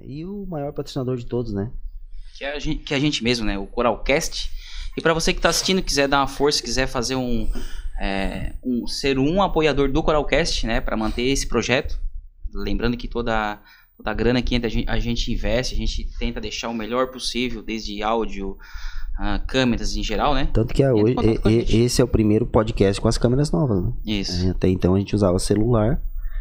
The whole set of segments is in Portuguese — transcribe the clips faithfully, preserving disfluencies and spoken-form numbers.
e o maior patrocinador de todos, né? Que é a gente, que é a gente mesmo, né? O Coralcast. E para você que tá assistindo, quiser dar uma força, quiser fazer um, é, um ser um apoiador do Coralcast, né? Para manter esse projeto. Lembrando que toda, toda a grana que entra a gente, a gente investe, a gente tenta deixar o melhor possível, desde áudio, uh, câmeras em geral, né? Tanto que é hoje, e, e, esse é o primeiro podcast com as câmeras novas, né? Isso. Até então a gente usava celular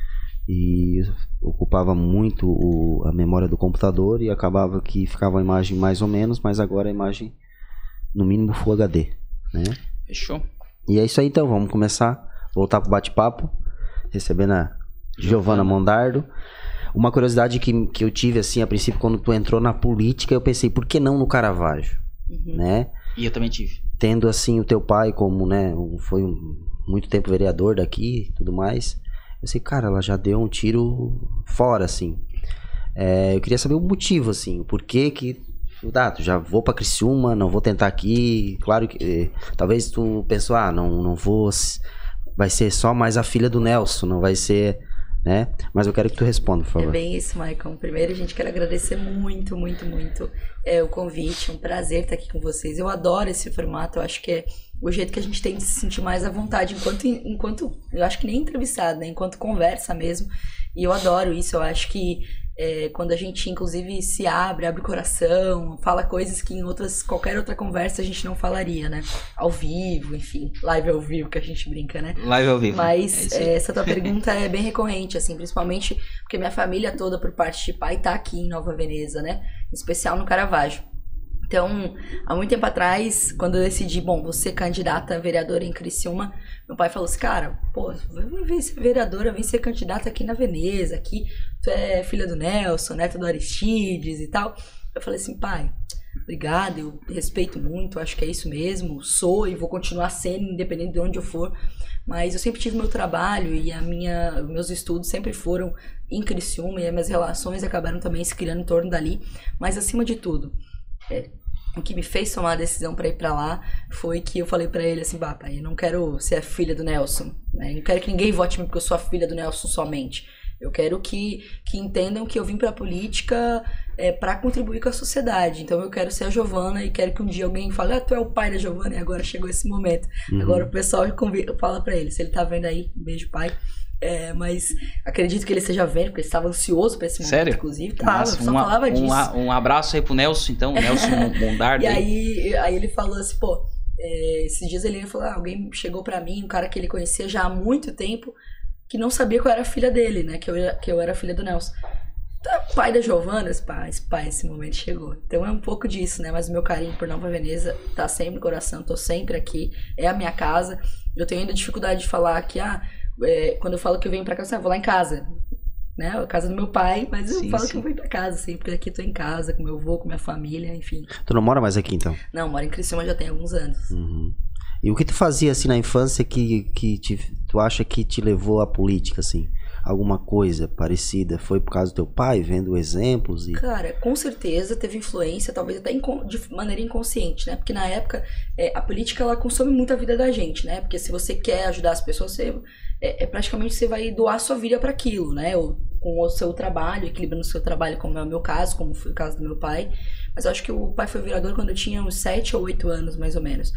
e ocupava muito o, a memória do computador e acabava que ficava a imagem mais ou menos, mas agora a imagem no mínimo Full H D, né? Fechou. E é isso aí então, vamos começar, voltar pro bate-papo, recebendo a Giovana Mondardo. Uma curiosidade que, que eu tive assim a princípio quando tu entrou na política, eu pensei, por que não no Caravaggio, uhum. né? E eu também tive. Tendo assim o teu pai como, né, foi um, muito tempo vereador daqui e tudo mais. Eu sei, cara, ela já deu um tiro fora, assim. É, eu queria saber o motivo, assim, o porquê que... Ah, já vou pra Criciúma, não vou tentar aqui. Claro que... Eh, talvez tu pensou, ah, não, não vou... Vai ser só mais a filha do Nelson, não vai ser... né? Mas eu quero que tu responda, por favor. É bem isso, Maicon. Primeiro, a gente quer agradecer muito, muito, muito é, o convite. É um prazer estar aqui com vocês. Eu adoro esse formato. Eu acho que é o jeito que a gente tem de se sentir mais à vontade. Enquanto, enquanto eu acho que nem entrevistado, né? Enquanto conversa mesmo. E eu adoro isso. Eu acho que é, quando a gente, inclusive, se abre, abre o coração, fala coisas que em outras, qualquer outra conversa a gente não falaria, né? Ao vivo, enfim. Live ao vivo, que a gente brinca, né? Live ao vivo. Mas é é, essa tua pergunta é bem recorrente, assim, principalmente porque minha família toda, por parte de pai, tá aqui em Nova Veneza, né? Em especial no Caravaggio. Então, há muito tempo atrás, quando eu decidi, bom, vou ser candidata a vereadora em Criciúma, meu pai falou assim, cara, pô, vem ser vereadora, vem ser candidata aqui na Veneza, aqui tu é filha do Nelson, neto do Aristides e tal. Eu falei assim, pai, obrigada, eu respeito muito, acho que é isso mesmo, sou e vou continuar sendo, independente de onde eu for. Mas eu sempre tive meu trabalho e a minha, meus estudos sempre foram em Criciúma e as minhas relações acabaram também se criando em torno dali. Mas acima de tudo, é, o que me fez tomar a decisão para ir para lá foi que eu falei para ele assim, bah, pai, eu não quero ser a filha do Nelson, né? Eu não quero que ninguém vote em mim porque eu sou a filha do Nelson somente. Eu quero que, que entendam que eu vim pra política é, para contribuir com a sociedade. Então eu quero ser a Giovana e quero que um dia alguém fale, ah, tu é o pai da Giovana e agora chegou esse momento. Uhum. Agora o pessoal convida, fala pra ele, se ele tá vendo aí, um beijo, pai. É, mas acredito que ele esteja vendo, porque ele estava ansioso pra esse momento. Sério? Inclusive. Tava, Nossa, só uma, falava disso. Um, um abraço aí pro Nelson, então, Nelson Mondardo. E aí, aí ele falou assim, pô, é, esses dias ele falou, ah, alguém chegou pra mim, um cara que ele conhecia já há muito tempo, que não sabia que eu era filha dele, né? Que eu, que eu era filha do Nelson. Então, pai da Giovana, esse pai, esse pai, esse momento chegou. Então é um pouco disso, né? Mas o meu carinho por Nova Veneza tá sempre no coração, tô sempre aqui, é a minha casa. Eu tenho ainda dificuldade de falar que, ah, é, quando eu falo que eu venho pra casa, eu vou lá em casa, né? A casa do meu pai, mas eu sim, falo sim. que eu vou pra casa, sempre, porque aqui eu tô em casa, com meu avô, com minha família, enfim. Tu não mora mais aqui, então? Não, moro em Criciúma já tem alguns anos. Uhum. E o que tu fazia, assim, na infância que, que te, tu acha que te levou à política, assim? Alguma coisa parecida? Foi por causa do teu pai, vendo exemplos? E... Cara, com certeza teve influência, talvez até de maneira inconsciente, né? Porque na época, é, a política, ela consome muito a vida da gente, né? Porque se você quer ajudar as pessoas, você, é, é praticamente você vai doar sua vida para aquilo, né? Ou, com o seu trabalho, equilibrando o seu trabalho, como é o meu caso, como foi o caso do meu pai. Mas eu acho que o pai foi vereador quando eu tinha uns sete ou oito anos, mais ou menos.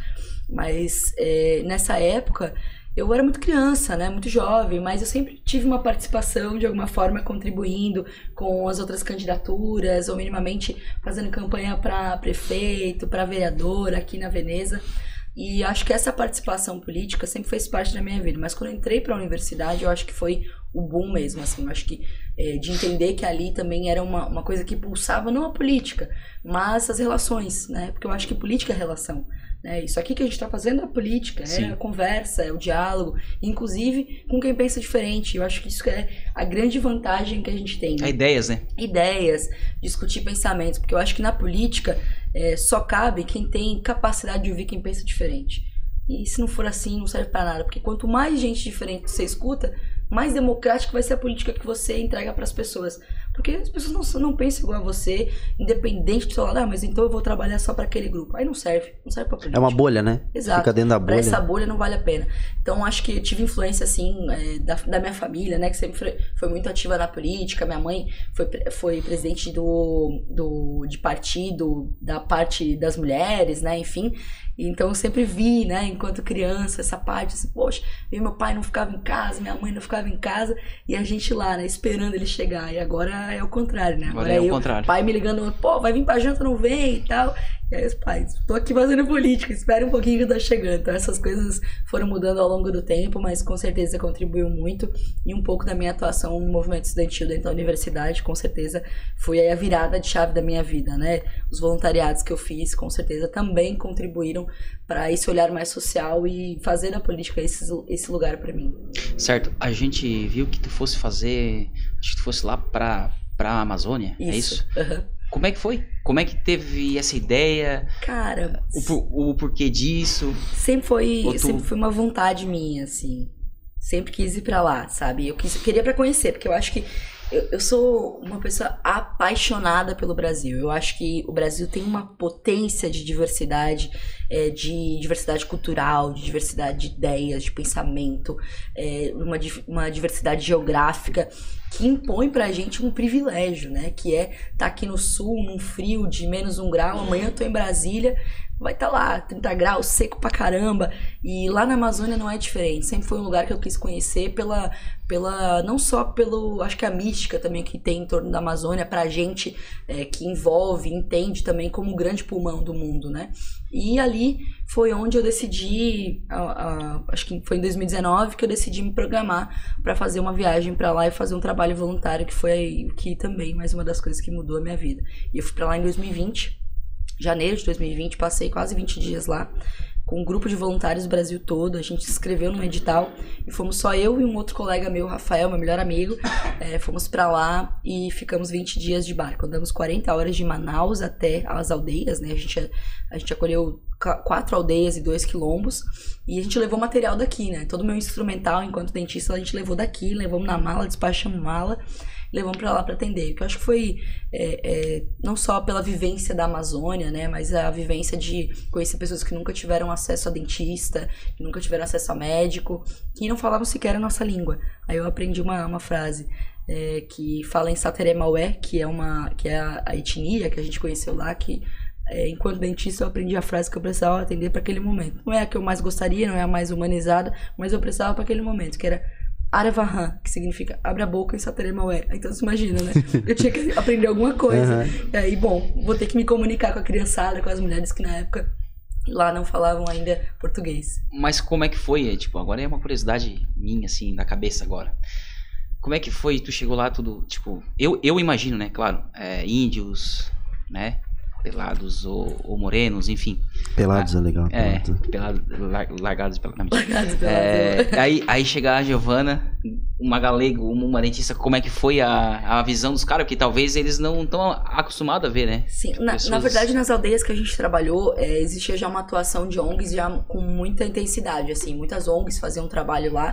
Mas é, nessa época eu era muito criança, né, muito jovem, mas eu sempre tive uma participação de alguma forma contribuindo com as outras candidaturas ou minimamente fazendo campanha para prefeito, para vereador aqui na Veneza. E acho que essa participação política sempre fez parte da minha vida. Mas quando eu entrei para a universidade, eu acho que foi o boom mesmo, assim. Eu acho que é, de entender que ali também era uma, uma coisa que pulsava não a política, mas as relações, né? Porque eu acho que política é relação. Né? Isso aqui que a gente está fazendo é a política, Sim. é a conversa, é o diálogo, inclusive com quem pensa diferente. Eu acho que isso é a grande vantagem que a gente tem. Né? É ideias, né? Ideias, discutir pensamentos, porque eu acho que na política é, só cabe quem tem capacidade de ouvir quem pensa diferente. E se não for assim, não serve para nada, porque quanto mais gente diferente você escuta, mais democrática vai ser a política que você entrega para as pessoas. Porque as pessoas não, não pensam igual a você, independente do seu lado, ah, mas então eu vou trabalhar só para aquele grupo. Aí não serve, não serve pra política. É uma bolha, né? Exato. Fica dentro da bolha. Pra essa bolha não vale a pena. Então acho que eu tive influência, assim, é, da, da minha família, né, que sempre foi, foi muito ativa na política. Minha mãe foi, foi presidente do, do, de partido, da parte das mulheres, né, enfim. Então eu sempre vi, né, enquanto criança, essa parte, assim, poxa, meu pai não ficava em casa, minha mãe não ficava em casa, e a gente lá, né, esperando ele chegar. E agora é o contrário, né? Agora, agora é o eu, contrário. Pai me ligando, pô, vai vir pra janta, não vem e tal. E aí os pais, tô aqui fazendo política, espere um pouquinho que tá chegando. Então essas coisas foram mudando ao longo do tempo, mas com certeza contribuiu muito. E um pouco da minha atuação no movimento estudantil dentro da universidade, com certeza foi aí a virada de chave da minha vida, né? Os voluntariados que eu fiz, com certeza, também contribuíram para esse olhar mais social e fazer da política esse, esse lugar para mim. Certo, a gente viu que tu fosse fazer, acho que tu fosse lá pra, pra Amazônia, isso. É isso? Uhum. Como é que foi? Como é que teve essa ideia? Cara, o, o porquê disso? Sempre foi, tu... sempre foi uma vontade minha, assim. Sempre quis ir pra lá, sabe? Eu quis, queria pra conhecer, porque eu acho que eu, eu sou uma pessoa apaixonada pelo Brasil. Eu acho que o Brasil tem uma potência de diversidade, é, de diversidade cultural, de diversidade de ideias, de pensamento, é, uma, uma diversidade geográfica que impõe pra gente um privilégio, né? Que é estar aqui no sul, num frio de menos um grau, amanhã eu tô em Brasília, vai estar tá lá, trinta graus, seco pra caramba. E lá na Amazônia não é diferente. Sempre foi um lugar que eu quis conhecer pela, pela não só pelo, acho que a mística também que tem em torno da Amazônia pra gente, é, que envolve, entende também como o grande pulmão do mundo, né? E ali foi onde eu decidi, a, a, acho que foi em dois mil e dezenove que eu decidi me programar para fazer uma viagem para lá e fazer um trabalho voluntário, que foi o que também mais uma das coisas que mudou a minha vida. E eu fui para lá em dois mil e vinte, janeiro de dois mil e vinte, passei quase vinte dias lá, com um grupo de voluntários do Brasil todo. A gente se inscreveu num edital e fomos só eu e um outro colega meu, Rafael, meu melhor amigo, é, fomos pra lá e ficamos vinte dias de barco. Andamos quarenta horas de Manaus até as aldeias, né? A gente, a gente acolheu quatro aldeias e dois quilombos e a gente levou material daqui, né? Todo o meu instrumental enquanto dentista a gente levou daqui, levamos na mala, despachamos mala, levamos pra lá pra atender. O que eu acho que foi é, é, não só pela vivência da Amazônia, né, mas a vivência de conhecer pessoas que nunca tiveram acesso a dentista, que nunca tiveram acesso a médico, que não falavam sequer a nossa língua. Aí eu aprendi uma, uma frase é, que fala em Sateré Maué, que é, uma, que é a, a etnia que a gente conheceu lá, que é, enquanto dentista eu aprendi a frase que eu precisava atender para aquele momento. Não é a que eu mais gostaria, não é a mais humanizada, mas eu precisava para aquele momento, que era Aravahan, que significa abre a boca em Sateré Maué. Então você imagina, né? Eu tinha que aprender alguma coisa. Uhum. E aí, bom, vou ter que me comunicar com a criançada, com as mulheres que na época lá não falavam ainda português. Mas como é que foi? Tipo, agora é uma curiosidade minha, assim, na cabeça agora. Como é que foi? Tu chegou lá tudo, tipo... Eu, eu imagino, né? Claro, é, índios, né? Pelados ou, ou morenos, enfim. Pelados ah, é legal. É, pelados, lar, largados pela Largados pela é, aí, aí chegar a Giovana, uma galega, uma dentista, como é que foi a, a visão dos caras? Porque talvez eles não estão acostumados a ver, né? Sim, na, pessoas... na verdade nas aldeias que a gente trabalhou, é, existia já uma atuação de O N Gs já com muita intensidade, assim, muitas O N Gs faziam trabalho lá.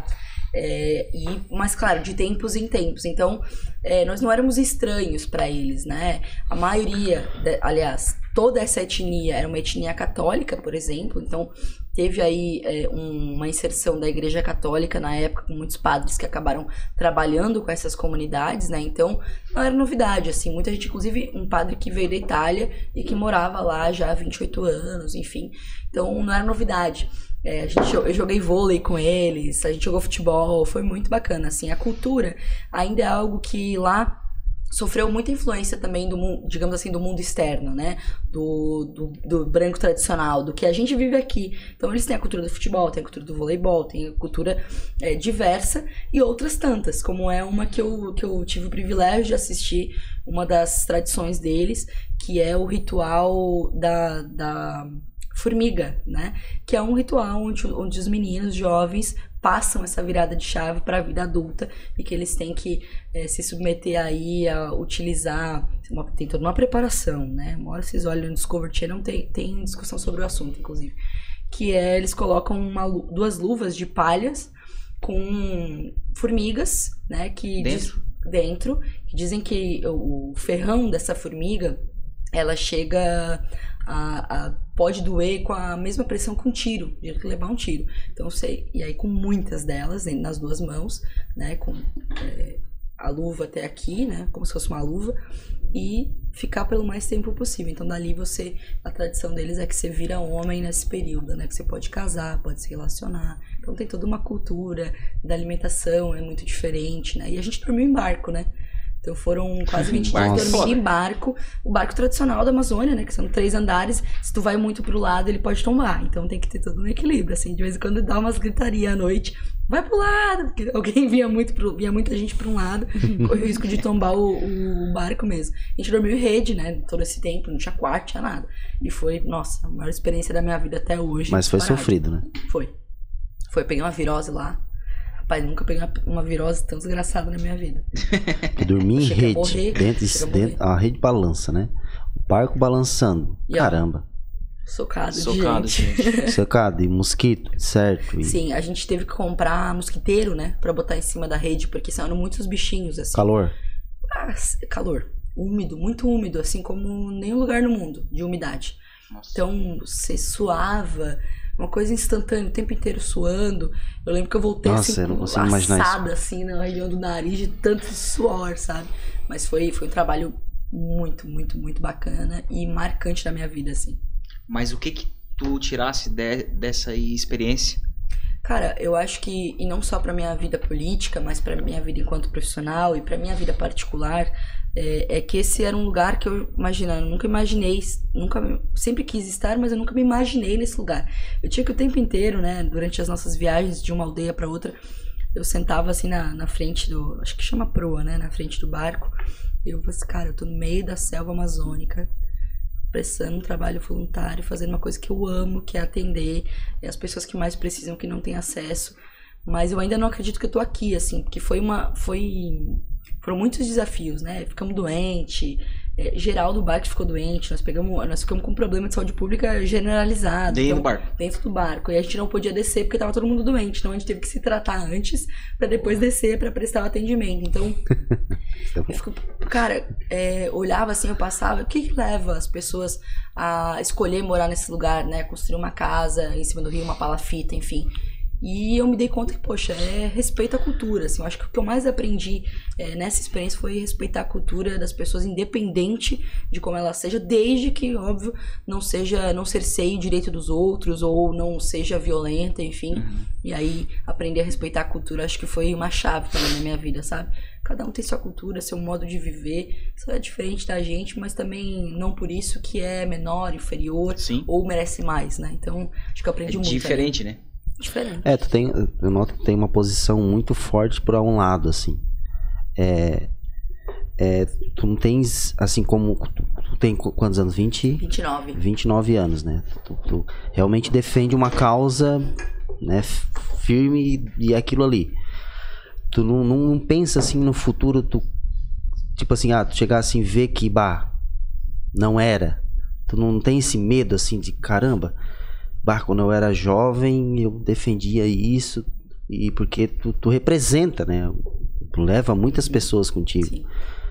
É, e, mas claro, de tempos em tempos. Então, é, nós não éramos estranhos para eles, né? A maioria, de, aliás, toda essa etnia era uma etnia católica, por exemplo. Então, teve aí é, um, uma inserção da Igreja Católica na época, com muitos padres que acabaram trabalhando com essas comunidades, né? Então, não era novidade, assim. Muita gente, inclusive, um padre que veio da Itália e que morava lá já há vinte e oito anos, enfim. Então, não era novidade. É, a gente, eu joguei vôlei com eles, a gente jogou futebol, foi muito bacana, assim. A cultura ainda é algo que lá sofreu muita influência também do mundo, digamos assim, do mundo externo, né? Do, do, do branco tradicional, do que a gente vive aqui. Então eles têm a cultura do futebol, tem a cultura do voleibol, tem a cultura é, diversa e outras tantas, como é uma que eu, que eu tive o privilégio de assistir, uma das tradições deles, que é o ritual da... da formiga, né? Que é um ritual onde, onde os meninos jovens passam essa virada de chave para a vida adulta e que eles têm que é, se submeter aí a utilizar, uma, tem toda uma preparação, né? Uma hora vocês olham no Discovery Channel, tem, tem discussão sobre o assunto, inclusive, que é, eles colocam uma, duas luvas de palhas com formigas, né? Que dentro? dentro, que dizem que o ferrão dessa formiga, ela chega a, a pode doer com a mesma pressão que um tiro, de levar um tiro. Então, sei, e aí com muitas delas, nas duas mãos, né, com é, a luva até aqui, né, como se fosse uma luva, e ficar pelo mais tempo possível. Então, dali você, a tradição deles é que você vira homem nesse período, né, que você pode casar, pode se relacionar. Então, tem toda uma cultura da alimentação, é muito diferente, né, e a gente dormiu em barco, né. Então foram quase vinte dias dormindo em barco, o barco tradicional da Amazônia, né, que são três andares, se tu vai muito pro lado ele pode tombar, então tem que ter todo um equilíbrio, assim, de vez em quando dá umas gritaria à noite, vai pro lado, porque alguém vinha, muito pro, vinha muita gente pra um lado, corre o risco de tombar o, o barco mesmo. A gente dormiu em rede, né, todo esse tempo, não tinha quarto, tinha nada, e foi, nossa, a maior experiência da minha vida até hoje. Mas foi parado. Sofrido, né? Foi, foi, peguei uma virose lá. Rapaz, nunca peguei uma virose tão desgraçada na minha vida. Dormir em rede, morrer, dentro, dentro, a rede balança, né? O barco balançando, e, caramba. Ó, socado, Socado, gente. gente. Socado, e mosquito, certo? E... Sim, a gente teve que comprar mosquiteiro, né? Pra botar em cima da rede, porque são muitos bichinhos, assim. Calor? Ah, calor. Úmido, muito úmido, assim como nenhum lugar no mundo, de umidade. Nossa. Então, você suava... Uma coisa instantânea, o tempo inteiro suando. Eu lembro que eu voltei Nossa, assim, assada, assim, na região do nariz, de tanto suor, sabe? Mas foi, foi um trabalho muito, muito, muito bacana e marcante na minha vida, assim. Mas o que que tu tirasse de, dessa experiência? Cara, eu acho que, e não só pra minha vida política, mas pra minha vida enquanto profissional e pra minha vida particular, é, é que esse era um lugar que eu, imagina, eu nunca imaginei, nunca, sempre quis estar, mas eu nunca me imaginei nesse lugar. Eu tinha que o tempo inteiro, né, durante as nossas viagens de uma aldeia pra outra, eu sentava assim na, na frente do, acho que chama proa, né, na frente do barco, e eu falei assim, cara, eu tô no meio da selva amazônica, prestando um trabalho voluntário, fazendo uma coisa que eu amo, que é atender as pessoas que mais precisam, que não têm acesso. Mas eu ainda não acredito que eu tô aqui, assim, porque foi uma... Foi, foram muitos desafios, né? Ficamos doentes, é, geral do barco ficou doente, nós, pegamos, nós ficamos com um problema de saúde pública generalizado. Dentro então, do barco? Dentro do barco. E a gente não podia descer porque tava todo mundo doente. Então a gente teve que se tratar antes pra depois descer pra prestar o atendimento. Então, eu fico, cara, é, olhava assim, eu passava, o que que leva as pessoas a escolher morar nesse lugar, né? Construir uma casa em cima do rio, uma palafita, enfim. E eu me dei conta que, poxa, é respeito à cultura, assim, eu acho que o que eu mais aprendi é, nessa experiência foi respeitar a cultura das pessoas, independente de como ela seja, desde que, óbvio, não seja, não cerceie o direito dos outros, ou não seja violenta, enfim, uhum. E aí aprender a respeitar a cultura, acho que foi uma chave também na minha vida, sabe? Cada um tem sua cultura, seu modo de viver, isso é diferente da gente, mas também não por isso que é menor, inferior, Sim. ou merece mais, né? Então, acho que eu aprendi é muito. Diferente, aí. né? Diferente. É, tu tem, eu noto que tem uma posição muito forte para um lado, assim. É, é, tu não tens, assim como, tu, tu tem quantos anos? vinte? vinte e nove. vinte e nove anos, né? Tu, tu realmente defende uma causa, né, firme e, e aquilo ali. Tu não, não, não pensa assim no futuro, tu, tipo assim, ah, tu chegar assim, ver que, bah, não era. Tu não tem esse medo, assim, de caramba... Bah, quando eu era jovem, eu defendia isso, e porque tu, tu representa, né? Tu leva muitas pessoas contigo. Sim.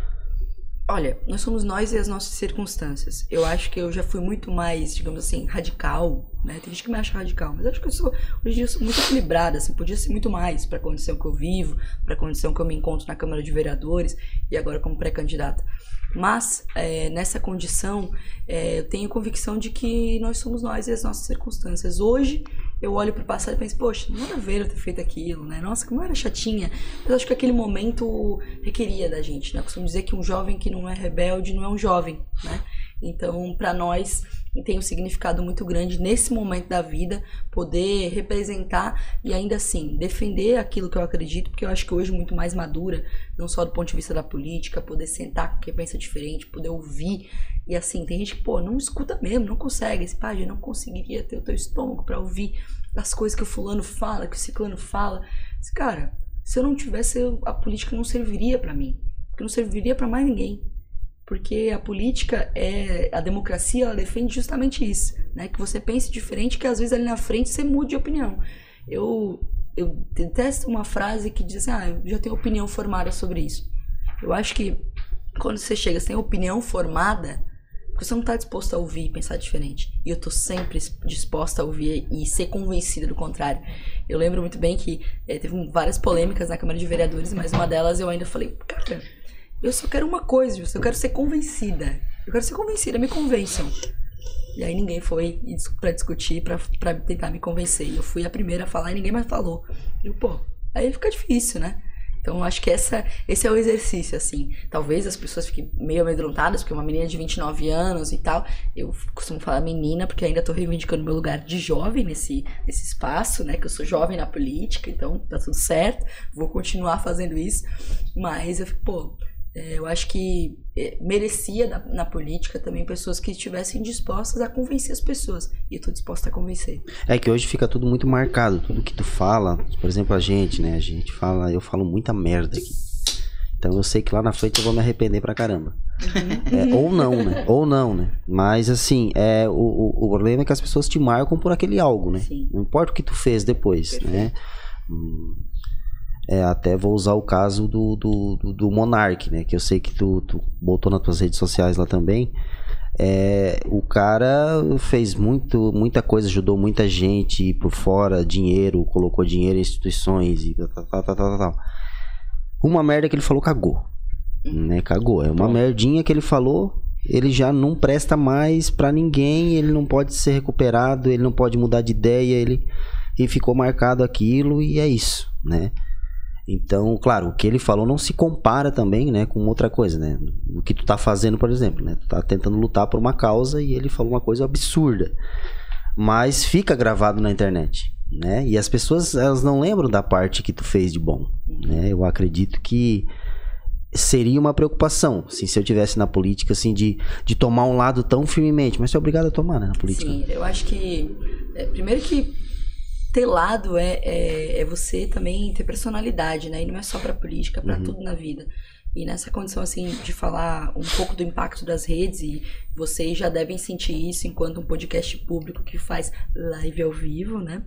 Olha, nós somos nós e as nossas circunstâncias. Eu acho que eu já fui muito mais, digamos assim, radical, né? Tem gente que me acha radical, mas eu acho que eu sou, hoje em dia eu sou muito equilibrada, assim, podia ser muito mais para a condição que eu vivo, para a condição que eu me encontro na Câmara de Vereadores e agora como pré-candidata. Mas, é, nessa condição, é, eu tenho convicção de que nós somos nós e as nossas circunstâncias. Hoje, eu olho pro passado e penso, poxa, nada a ver eu ter feito aquilo, né? Nossa, como eu era chatinha. Mas eu acho que aquele momento requeria da gente, né? Eu costumo dizer que um jovem que não é rebelde não é um jovem, né? Então, para nós, tem um significado muito grande nesse momento da vida, poder representar e ainda assim, defender aquilo que eu acredito, porque eu acho que hoje muito mais madura, não só do ponto de vista da política, poder sentar com quem pensa diferente, poder ouvir. E assim, tem gente que, pô, não escuta mesmo, não consegue. Esse pai, não conseguiria ter o teu estômago pra ouvir as coisas que o fulano fala, que o ciclano fala. Mas, cara, se eu não tivesse, a política não serviria pra mim. Porque não serviria pra mais ninguém. Porque a política, é a democracia, ela defende justamente isso, né? Que você pense diferente, que às vezes ali na frente você mude de opinião. Eu, eu detesto uma frase que diz assim, ah, eu já tenho opinião formada sobre isso. Eu acho que quando você chega sem opinião formada, porque você não tá disposto a ouvir e pensar diferente. E eu tô sempre disposta a ouvir e ser convencida do contrário. Eu lembro muito bem que é, teve várias polêmicas na Câmara de Vereadores, mas uma delas eu ainda falei, cara, eu só quero uma coisa, eu quero ser convencida. Eu quero ser convencida, me convençam. E aí ninguém foi pra discutir, pra, pra tentar me convencer. E eu fui a primeira a falar e ninguém mais falou. E eu, pô, aí fica difícil, né? Então, eu acho que essa, esse é o exercício, assim. Talvez as pessoas fiquem meio amedrontadas, porque uma menina de vinte e nove anos e tal. Eu costumo falar menina, porque ainda tô reivindicando meu lugar de jovem nesse, nesse espaço, né? Que eu sou jovem na política, então tá tudo certo. Vou continuar fazendo isso. Mas, eu fico, pô, é, eu acho que é, merecia na, na política também pessoas que estivessem dispostas a convencer as pessoas. E eu tô disposta a convencer. É que hoje fica tudo muito marcado. Tudo que tu fala, por exemplo, a gente, né? A gente fala, eu falo muita merda aqui. Então eu sei que lá na frente eu vou me arrepender pra caramba. Uhum. É, ou não, né? Ou não, né? Mas assim, é, o, o, o problema é que as pessoas te marcam por aquele algo, né? Sim. Não importa o que tu fez depois, perfeito, né? Hum, É, até vou usar o caso do, do, do, do Monark, né? Que eu sei que tu, tu botou nas tuas redes sociais lá também. É, o cara fez muito, muita coisa, ajudou muita gente por fora, dinheiro, colocou dinheiro em instituições e tal, tal, tal, tal, tal. Uma merda que ele falou, cagou. Né? Cagou. É uma merdinha que ele falou, ele já não presta mais pra ninguém, ele não pode ser recuperado, ele não pode mudar de ideia, ele, ele ficou marcado aquilo e é isso, né? Então, claro, o que ele falou não se compara também, né, com outra coisa, né? O que tu tá fazendo, por exemplo, né? Tu tá tentando lutar por uma causa e ele falou uma coisa absurda. Mas fica gravado na internet, né? E as pessoas, elas não lembram da parte que tu fez de bom, né? Eu acredito que seria uma preocupação, assim, se eu tivesse na política, assim, de, de tomar um lado tão firmemente. Mas você é obrigado a tomar, né, na política. Sim, eu acho que... É, primeiro que... ter lado é, é, é você também ter personalidade, né? E não é só pra política, é pra uhum. tudo na vida. E nessa condição, assim, de falar um pouco do impacto das redes, e vocês já devem sentir isso enquanto um podcast público que faz live ao vivo, né?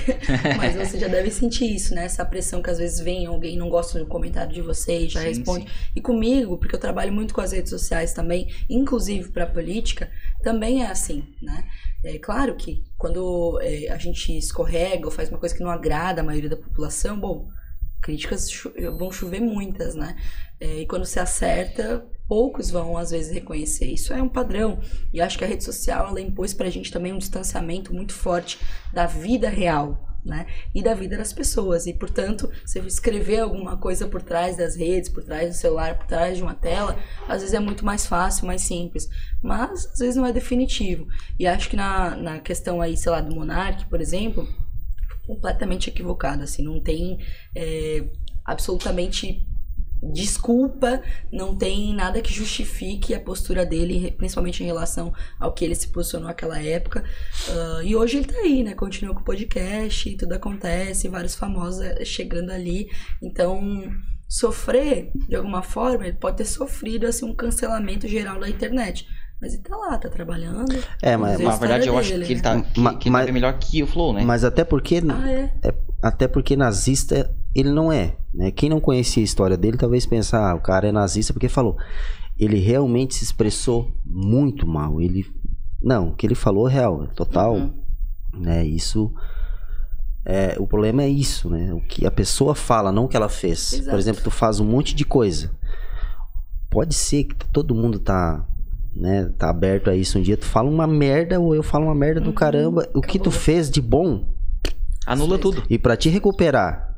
Mas você já deve sentir isso, né? Essa pressão que às vezes vem, alguém não gosta do comentário de vocês, já sim, responde. Sim. E comigo, porque eu trabalho muito com as redes sociais também, inclusive pra política, também é assim, né? É claro que quando é, a gente escorrega ou faz uma coisa que não agrada a maioria da população, bom, críticas cho- vão chover muitas, né? É, e quando você acerta, poucos vão às vezes reconhecer. Isso é um padrão. E acho que a rede social, ela impôs pra gente também um distanciamento muito forte da vida real, né? E da vida das pessoas. E, portanto, você escrever alguma coisa por trás das redes, por trás do celular, por trás de uma tela, às vezes é muito mais fácil, mais simples. Mas, às vezes, não é definitivo. E acho que na, na questão aí, sei lá, do Monark, por exemplo, completamente equivocado, assim, não tem é, absolutamente desculpa, não tem nada que justifique a postura dele, principalmente em relação ao que ele se posicionou naquela época. Uh, e hoje ele tá aí, né? Continua com o podcast, tudo acontece, vários famosos chegando ali. Então, sofrer, de alguma forma, ele pode ter sofrido, assim, um cancelamento geral da internet. Mas ele tá lá, tá trabalhando. É, mas na verdade eu acho dele, que ele né? tá que, Ma- que mas, ele é melhor que o Flow, né? Mas até porque Ah, é? é, até porque nazista ele não é, né? Quem não conhecia a história dele talvez pense, ah, o cara é nazista porque falou. Ele realmente se expressou muito mal. Ele não, o que ele falou é real, é total, uhum. né? Isso é, o problema é isso, né? O que a pessoa fala, não o que ela fez. Exato. Por exemplo, tu faz um monte de coisa. Pode ser que todo mundo tá né, tá aberto a isso um dia, tu fala uma merda ou eu falo uma merda do uhum, caramba, o que tu fez de bom anula tudo. E pra te recuperar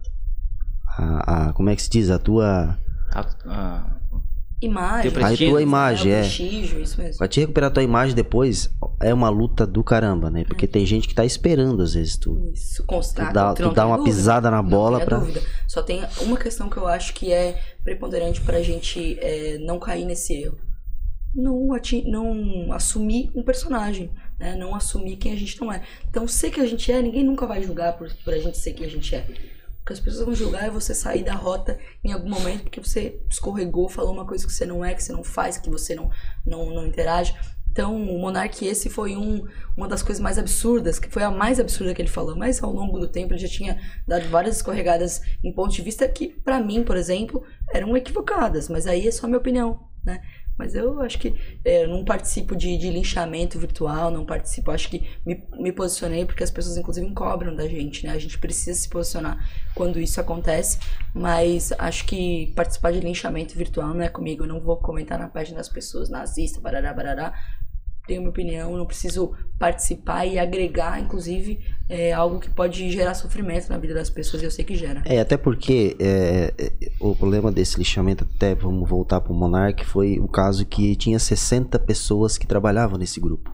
a, a como é que se diz, a tua a, a... imagem, a tua imagem, é, é, prestígio, isso mesmo. Pra te recuperar a tua imagem depois é uma luta do caramba, né, porque é. tem gente que tá esperando às vezes tu, isso, constar, tu dá, tu dá uma dúvida, pisada na bola não pra... dúvida. Só tem uma questão que eu acho que é preponderante pra gente é, não cair nesse erro. Não, ati- não assumir um personagem, né? Não assumir quem a gente não é. Então, ser quem a gente é, ninguém nunca vai julgar por, por a gente ser quem a gente é. O que as pessoas vão julgar é você sair da rota em algum momento porque você escorregou, falou uma coisa que você não é, que você não faz, que você não, não, não interage. Então, o Monark, esse foi um, uma das coisas mais absurdas, que foi a mais absurda que ele falou, mas ao longo do tempo ele já tinha dado várias escorregadas em pontos de vista que, pra mim, por exemplo, eram equivocadas, mas aí é só minha opinião, né? Mas eu acho que é, não participo de, de linchamento virtual, não participo, acho que me, me posicionei porque as pessoas inclusive cobram da gente, né? A gente precisa se posicionar quando isso acontece, mas acho que participar de linchamento virtual não é comigo, eu não vou comentar na página das pessoas, nazista, barará, barará. Tenho minha opinião, não preciso participar e agregar, inclusive, é, algo que pode gerar sofrimento na vida das pessoas, e eu sei que gera. É, até porque é, o problema desse lixamento, até vamos voltar pro Monark, foi o caso que tinha sessenta pessoas que trabalhavam nesse grupo.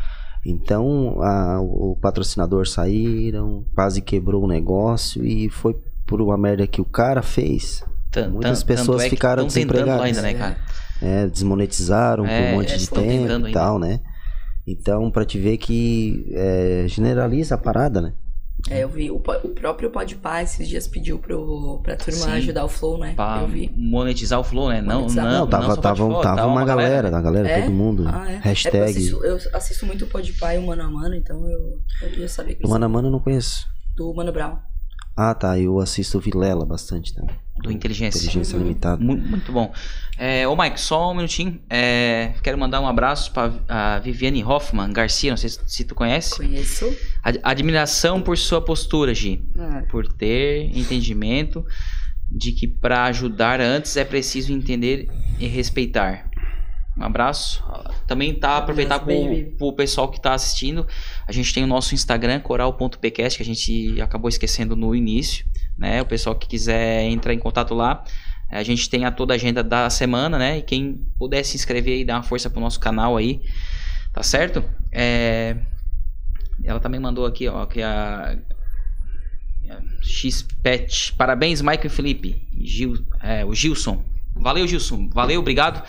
Então, a, o patrocinador saíram, quase quebrou o negócio e foi por uma merda que o cara fez. Tant, Muitas tant, pessoas é ficaram desempregadas. Ainda, né, cara? É, desmonetizaram é, por um monte é, de tempo e tal, né? Então, pra te ver que é, generaliza a parada, né? É, eu vi, o, o próprio Podpah esses dias pediu pro, pra turma Sim, ajudar o Flow, né? Pra eu vi. monetizar o Flow, né? Não, Monetizar. não, Não, tava, não só tava, Flow, tava, tava uma galera, da galera, É? todo mundo. Ah, é. Hashtag. É, eu, assisto, eu assisto muito o Podpah e o Mano a Mano, então eu, eu queria saber que Do Mano a Mano eu não conheço. do Mano Brown. Ah, tá, eu assisto o Vilela bastante também. Do Inteligência. Inteligência Uhum. Limitada. Muito, muito bom. É, ô Mike, só um minutinho. É, quero mandar um abraço para a Viviane Hoffman Garcia, não sei se, se tu conhece. Conheço. Ad, admiração por sua postura, Gi. Ah, Por ter entendimento de que para ajudar antes é preciso entender e respeitar. Um abraço. Também tá aproveitar pro, pro pessoal que tá assistindo. A gente tem o nosso Instagram, coral ponto p cast, que a gente acabou esquecendo no início, né? O pessoal que quiser entrar em contato lá, a gente tem a toda a agenda da semana, né? E quem puder se inscrever e dar uma força pro nosso canal aí, tá certo? É... Ela também mandou aqui, ó, que a X-Pet. Parabéns, Michael e Felipe. Gil, é, o Gilson. Valeu, Gilson. Valeu, obrigado.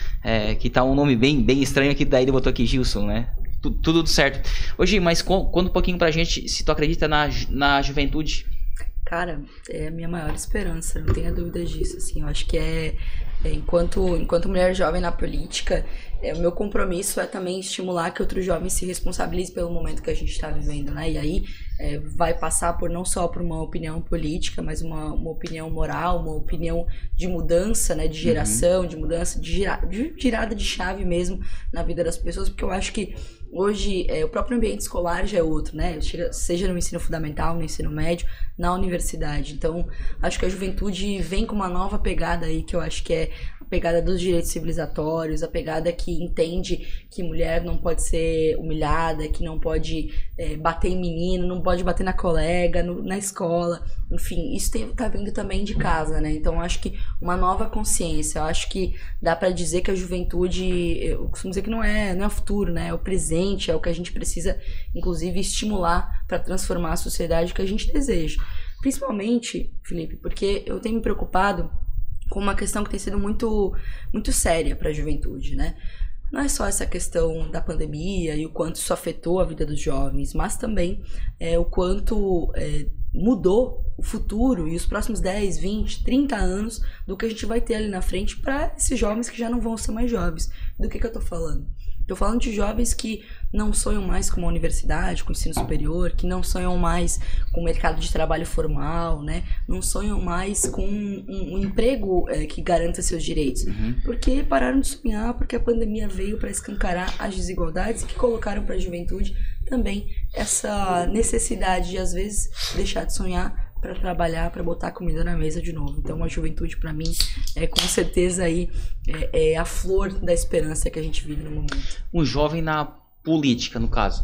É, que tá um nome bem, bem estranho aqui, daí ele botou aqui Gilson, né? Tudo, tudo certo. Hoje, mas conta um pouquinho pra gente se tu acredita na, na juventude. Cara, é a minha maior esperança, não tenha dúvidas disso, assim, eu acho que é, é enquanto, enquanto mulher jovem na política, é, o meu compromisso é também estimular que outros jovens se responsabilizem pelo momento que a gente está vivendo, né, e aí é, vai passar por não só por uma opinião política, mas uma, uma opinião moral, uma opinião de mudança, né, de geração, uhum. de mudança, de, gira, de girada de chave mesmo na vida das pessoas, porque eu acho que hoje, é, o próprio ambiente escolar já é outro, né? Seja no ensino fundamental, no ensino médio, na universidade. Então, acho que a juventude vem com uma nova pegada aí, que eu acho que é a pegada dos direitos civilizatórios, a pegada que entende que mulher não pode ser humilhada, que não pode é, bater em menino, não pode bater na colega, no, na escola. Enfim, isso tem, tá vindo também de casa, né? Então, acho que uma nova consciência. Eu acho que dá pra dizer que a juventude, eu costumo dizer que não é, não é o futuro, né? É o presente, é o que a gente precisa, inclusive, estimular para transformar a sociedade que a gente deseja. Principalmente, Felipe, porque eu tenho me preocupado com uma questão que tem sido muito, muito séria para a juventude, né? Não é só essa questão da pandemia e o quanto isso afetou a vida dos jovens, mas também é, o quanto é, mudou o futuro e os próximos dez, vinte, trinta anos do que a gente vai ter ali na frente para esses jovens que já não vão ser mais jovens. Do que, que eu tô falando? Tô falando de jovens que não sonham mais com uma universidade, com ensino superior, que não sonham mais com o mercado de trabalho formal, né? Não sonham mais com um, um emprego é, que garanta seus direitos. Uhum. Porque pararam de sonhar, porque a pandemia veio para escancarar as desigualdades que colocaram para a juventude também essa necessidade de, às vezes, deixar de sonhar para trabalhar, para botar comida na mesa de novo. Então, a juventude, para mim, é com certeza aí é, é a flor da esperança que a gente vive no momento. Um jovem na política, no caso,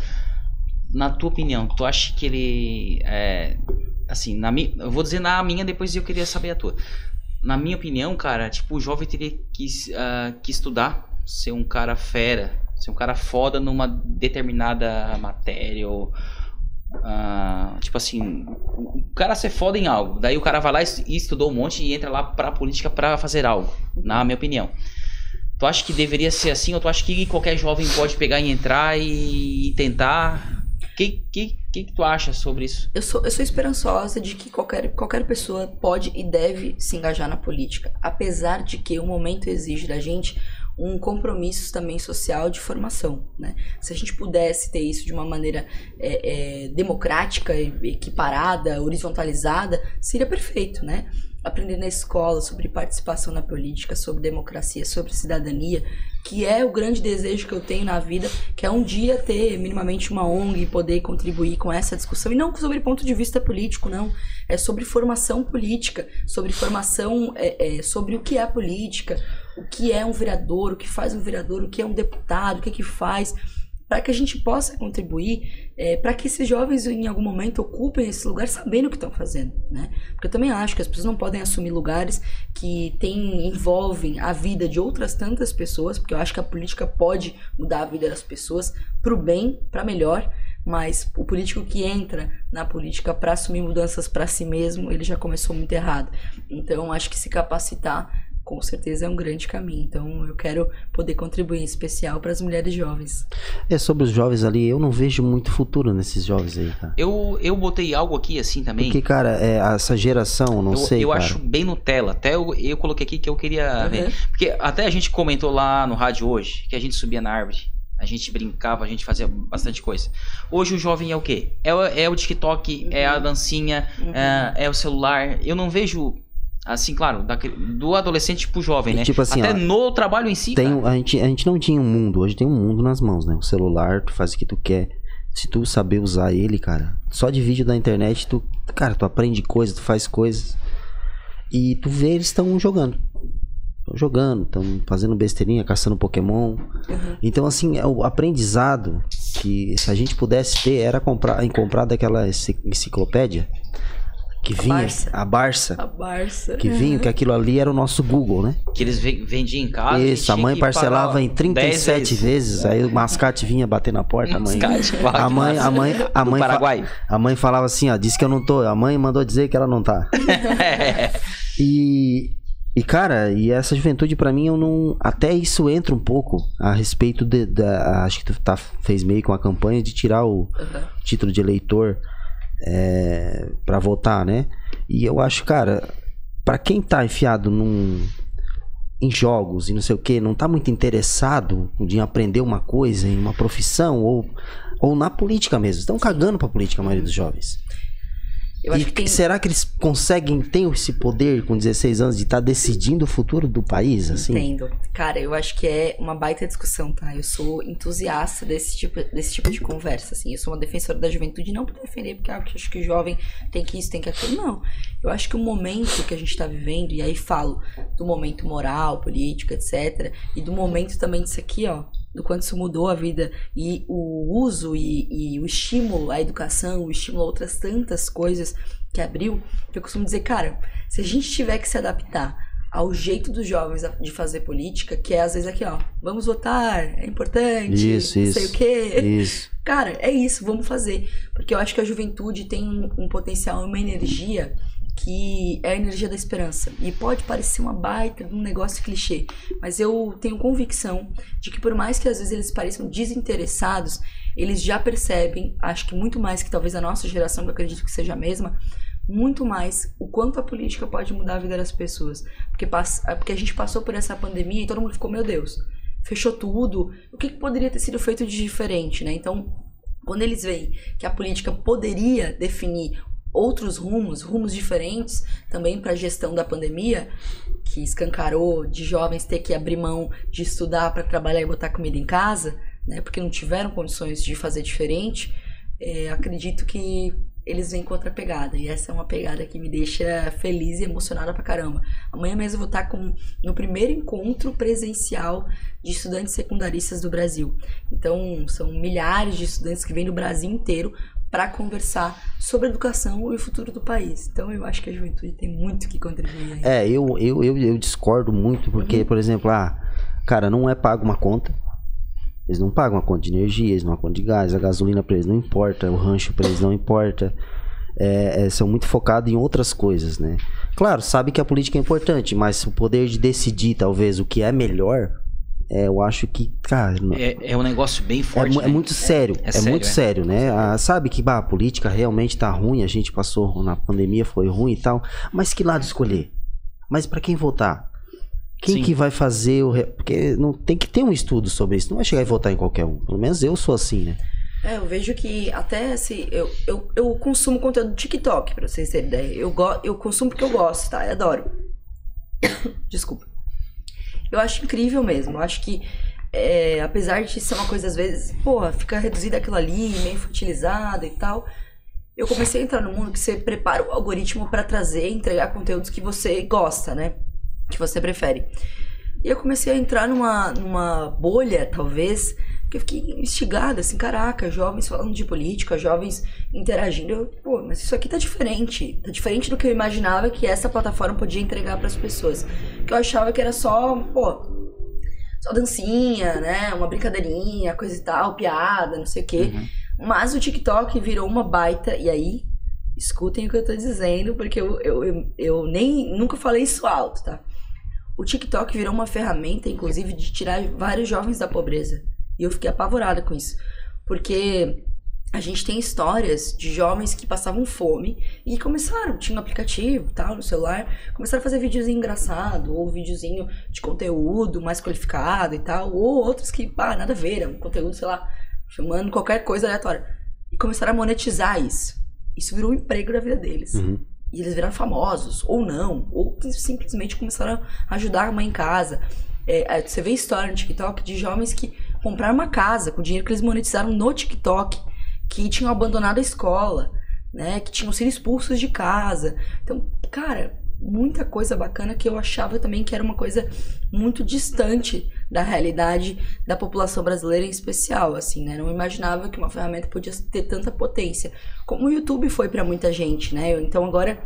na tua opinião, tu acha que ele, é, assim, na minha, eu vou dizer na minha, depois eu queria saber a tua. Na minha opinião, cara, tipo, o jovem teria que, uh, que estudar, ser um cara fera, ser um cara foda numa determinada matéria ou Uh, tipo assim, o cara ser foda em algo, daí o cara vai lá e estudou um monte e entra lá pra política pra fazer algo, na minha opinião. Tu acha que deveria ser assim ou tu acha que qualquer jovem pode pegar e entrar e tentar? O que, que, que, que tu acha sobre isso? Eu sou, eu sou esperançosa de que qualquer, qualquer pessoa pode e deve se engajar na política, apesar de que o momento exige da gente um compromisso também social de formação, né? Se a gente pudesse ter isso de uma maneira é, é, democrática, equiparada, horizontalizada, seria perfeito, né? Aprender na escola sobre participação na política, sobre democracia, sobre cidadania, que é o grande desejo que eu tenho na vida, que é um dia ter minimamente uma O N G e poder contribuir com essa discussão, e não sobre ponto de vista político, não. É sobre formação política, sobre formação, é, é, sobre o que é a política, o que é um vereador, o que faz um vereador, o que é um deputado, o que é que faz, para que a gente possa contribuir, é, para que esses jovens em algum momento ocupem esse lugar sabendo o que estão fazendo, né? Porque eu também acho que as pessoas não podem assumir lugares que tem, envolvem a vida de outras tantas pessoas, porque eu acho que a política pode mudar a vida das pessoas para o bem, para melhor, mas o político que entra na política para assumir mudanças para si mesmo, ele já começou muito errado. Então, acho que se capacitar com certeza é um grande caminho. Então eu quero poder contribuir em especial para as mulheres jovens. É, sobre os jovens ali, eu não vejo muito futuro nesses jovens aí, cara. Eu, eu botei algo aqui assim também. Porque, cara, é, essa geração, não eu, sei, Eu cara. acho bem Nutella. Até eu, eu coloquei aqui que eu queria Uhum. ver. Porque até a gente comentou lá no rádio hoje, que a gente subia na árvore. A gente brincava, a gente fazia bastante coisa. Hoje o jovem é o quê? É, o- é o TikTok, Uhum. é a dancinha, Uhum. é, é o celular. Eu não vejo... Assim, claro, daquele- do adolescente pro jovem, E né? tipo assim, Até ó, no trabalho em si, Tem, cara. um- a, gente, a gente não tinha um mundo, hoje tem um mundo nas mãos, né? O celular, tu faz o que tu quer. Se tu saber usar ele, cara, só de vídeo da internet, tu, cara, tu aprende coisas, tu faz coisas. E tu vê, eles estão jogando. Estão jogando, estão fazendo besteirinha, caçando Pokémon. Uhum. Então, assim, é o aprendizado que se a gente pudesse ter era comprar, em comprar daquela enci- enciclopédia que A vinha, Barça. a Barça, A Barça. que vinha, que aquilo ali era o nosso Google, né? Que eles ve- vendiam em casa. e Isso, a tinha mãe que parcelava pagar em trinta e dez sete vezes, aí o mascate vinha bater na porta, a mãe. Mascate, uau, A que mãe, massa. a mãe, a Do mãe, fa- Paraguai. a mãe falava assim, ó, disse que eu não tô, a mãe mandou dizer que ela não tá. E e cara, e essa juventude pra mim eu não, até isso entra um pouco a respeito de, da, acho que tu tá fez meio com a campanha de tirar o Uhum. título de eleitor é, para votar, né? E eu acho, cara, pra quem tá enfiado num, em jogos e não sei o que, não tá muito interessado em aprender uma coisa, em uma profissão ou, ou na política mesmo, estão cagando pra política a maioria dos jovens. Eu acho E que tem... será que eles conseguem ter esse poder com dezesseis anos de estar decidindo o futuro do país, assim? Entendo. Cara, eu acho que é uma baita discussão, tá? Eu sou entusiasta desse tipo, desse tipo de conversa, assim. Eu sou uma defensora da juventude, não por defender, porque ah, eu acho que o jovem tem que isso, tem que aquilo. Não. Eu acho que o momento que a gente tá vivendo, e aí falo do momento moral, político, etcétera, e do momento também disso aqui, ó, do quanto isso mudou a vida e o uso e, e o estímulo à educação, o estímulo a outras tantas coisas que abriu, que eu costumo dizer, cara, se a gente tiver que se adaptar ao jeito dos jovens de fazer política, que é às vezes aqui, ó, vamos votar, é importante, Isso, não isso. sei o quê. Isso. Cara, é isso, vamos fazer. Porque eu acho que a juventude tem um, um potencial, uma energia que é a energia da esperança. E pode parecer uma baita de um negócio clichê, mas eu tenho convicção de que por mais que às vezes eles pareçam desinteressados, eles já percebem, acho que muito mais que talvez a nossa geração, que eu acredito que seja a mesma, muito mais o quanto a política pode mudar a vida das pessoas. Porque, passa, porque a gente passou por essa pandemia e todo mundo ficou, meu Deus, fechou tudo, o que, que poderia ter sido feito de diferente, né? Então, quando eles veem que a política poderia definir outros rumos, rumos diferentes também para a gestão da pandemia, que escancarou de jovens ter que abrir mão de estudar para trabalhar e botar comida em casa, né, porque não tiveram condições de fazer diferente, é, acredito que eles vêm com outra pegada, e essa é uma pegada que me deixa feliz e emocionada pra caramba. Amanhã mesmo eu vou estar com, no primeiro encontro presencial de estudantes secundaristas do Brasil. Então, são milhares de estudantes que vêm do Brasil inteiro para conversar sobre a educação e o futuro do país. Então, eu acho que a juventude tem muito que contribuir aí. É, eu, eu, eu, eu discordo muito, porque, por exemplo, ah, cara, não é pago uma conta. Eles não pagam a conta de energia, eles não pagam a conta de gás, a gasolina pra eles não importa, o rancho pra eles não importa. É, é, são muito focados em outras coisas, né? Claro, sabe que a política é importante, mas o poder de decidir, talvez, o que é melhor, é, eu acho que, cara... É, é um negócio bem É, forte, mu- né? é muito sério, É é, sério, muito é. sério, né? Ah, sabe que bah, a política realmente tá ruim, a gente passou na pandemia, foi ruim e tal, mas que lado escolher? Mas pra quem votar? Quem Sim. que vai fazer o... Re... Porque não tem que ter um estudo sobre isso. Não vai chegar e votar em qualquer um. Pelo menos eu sou assim, né? É, eu vejo que até se eu, eu, eu consumo conteúdo do TikTok, pra vocês terem ideia. Eu, go, eu consumo porque eu gosto, tá? Eu adoro. Desculpa. Eu acho incrível mesmo. Eu acho que, é, apesar de ser uma coisa, às vezes, porra, fica reduzida aquilo ali, meio infantilizado e tal. Eu comecei a entrar no mundo que você prepara o algoritmo pra trazer e entregar conteúdos que você gosta, né? Que você prefere. E eu comecei a entrar numa, numa bolha, talvez, que eu fiquei instigada, assim, caraca, jovens falando de política, jovens interagindo. Eu, pô, mas isso aqui tá diferente. Tá diferente do que eu imaginava que essa plataforma podia entregar pras pessoas. Que eu achava que era só, pô, só dancinha, né? Uma brincadeirinha, coisa e tal, piada, não sei o quê. Uhum. Mas o TikTok virou uma baita, e aí, escutem o que eu tô dizendo, porque eu, eu, eu, eu nem, nunca falei isso alto, tá? O TikTok virou uma ferramenta, inclusive, de tirar vários jovens da pobreza. E eu fiquei apavorada com isso. Porque a gente tem histórias de jovens que passavam fome e começaram, tinha um aplicativo, tal, no celular, começaram a fazer videozinho engraçado, ou videozinho de conteúdo mais qualificado e tal, ou outros que, pá, nada a ver, era um conteúdo, sei lá, chamando qualquer coisa aleatória. E começaram a monetizar isso. Isso virou um emprego da vida deles. Uhum. E eles viraram famosos, ou não, ou simplesmente começaram a ajudar a mãe em casa. É, você vê história no TikTok de jovens que compraram uma casa com o dinheiro que eles monetizaram no TikTok, que tinham abandonado a escola, né, que tinham sido expulsos de casa. Então, cara, muita coisa bacana que eu achava também que era uma coisa muito distante da realidade da população brasileira em especial, assim, né? Não imaginava que uma ferramenta podia ter tanta potência, como o YouTube foi pra muita gente, né? Então agora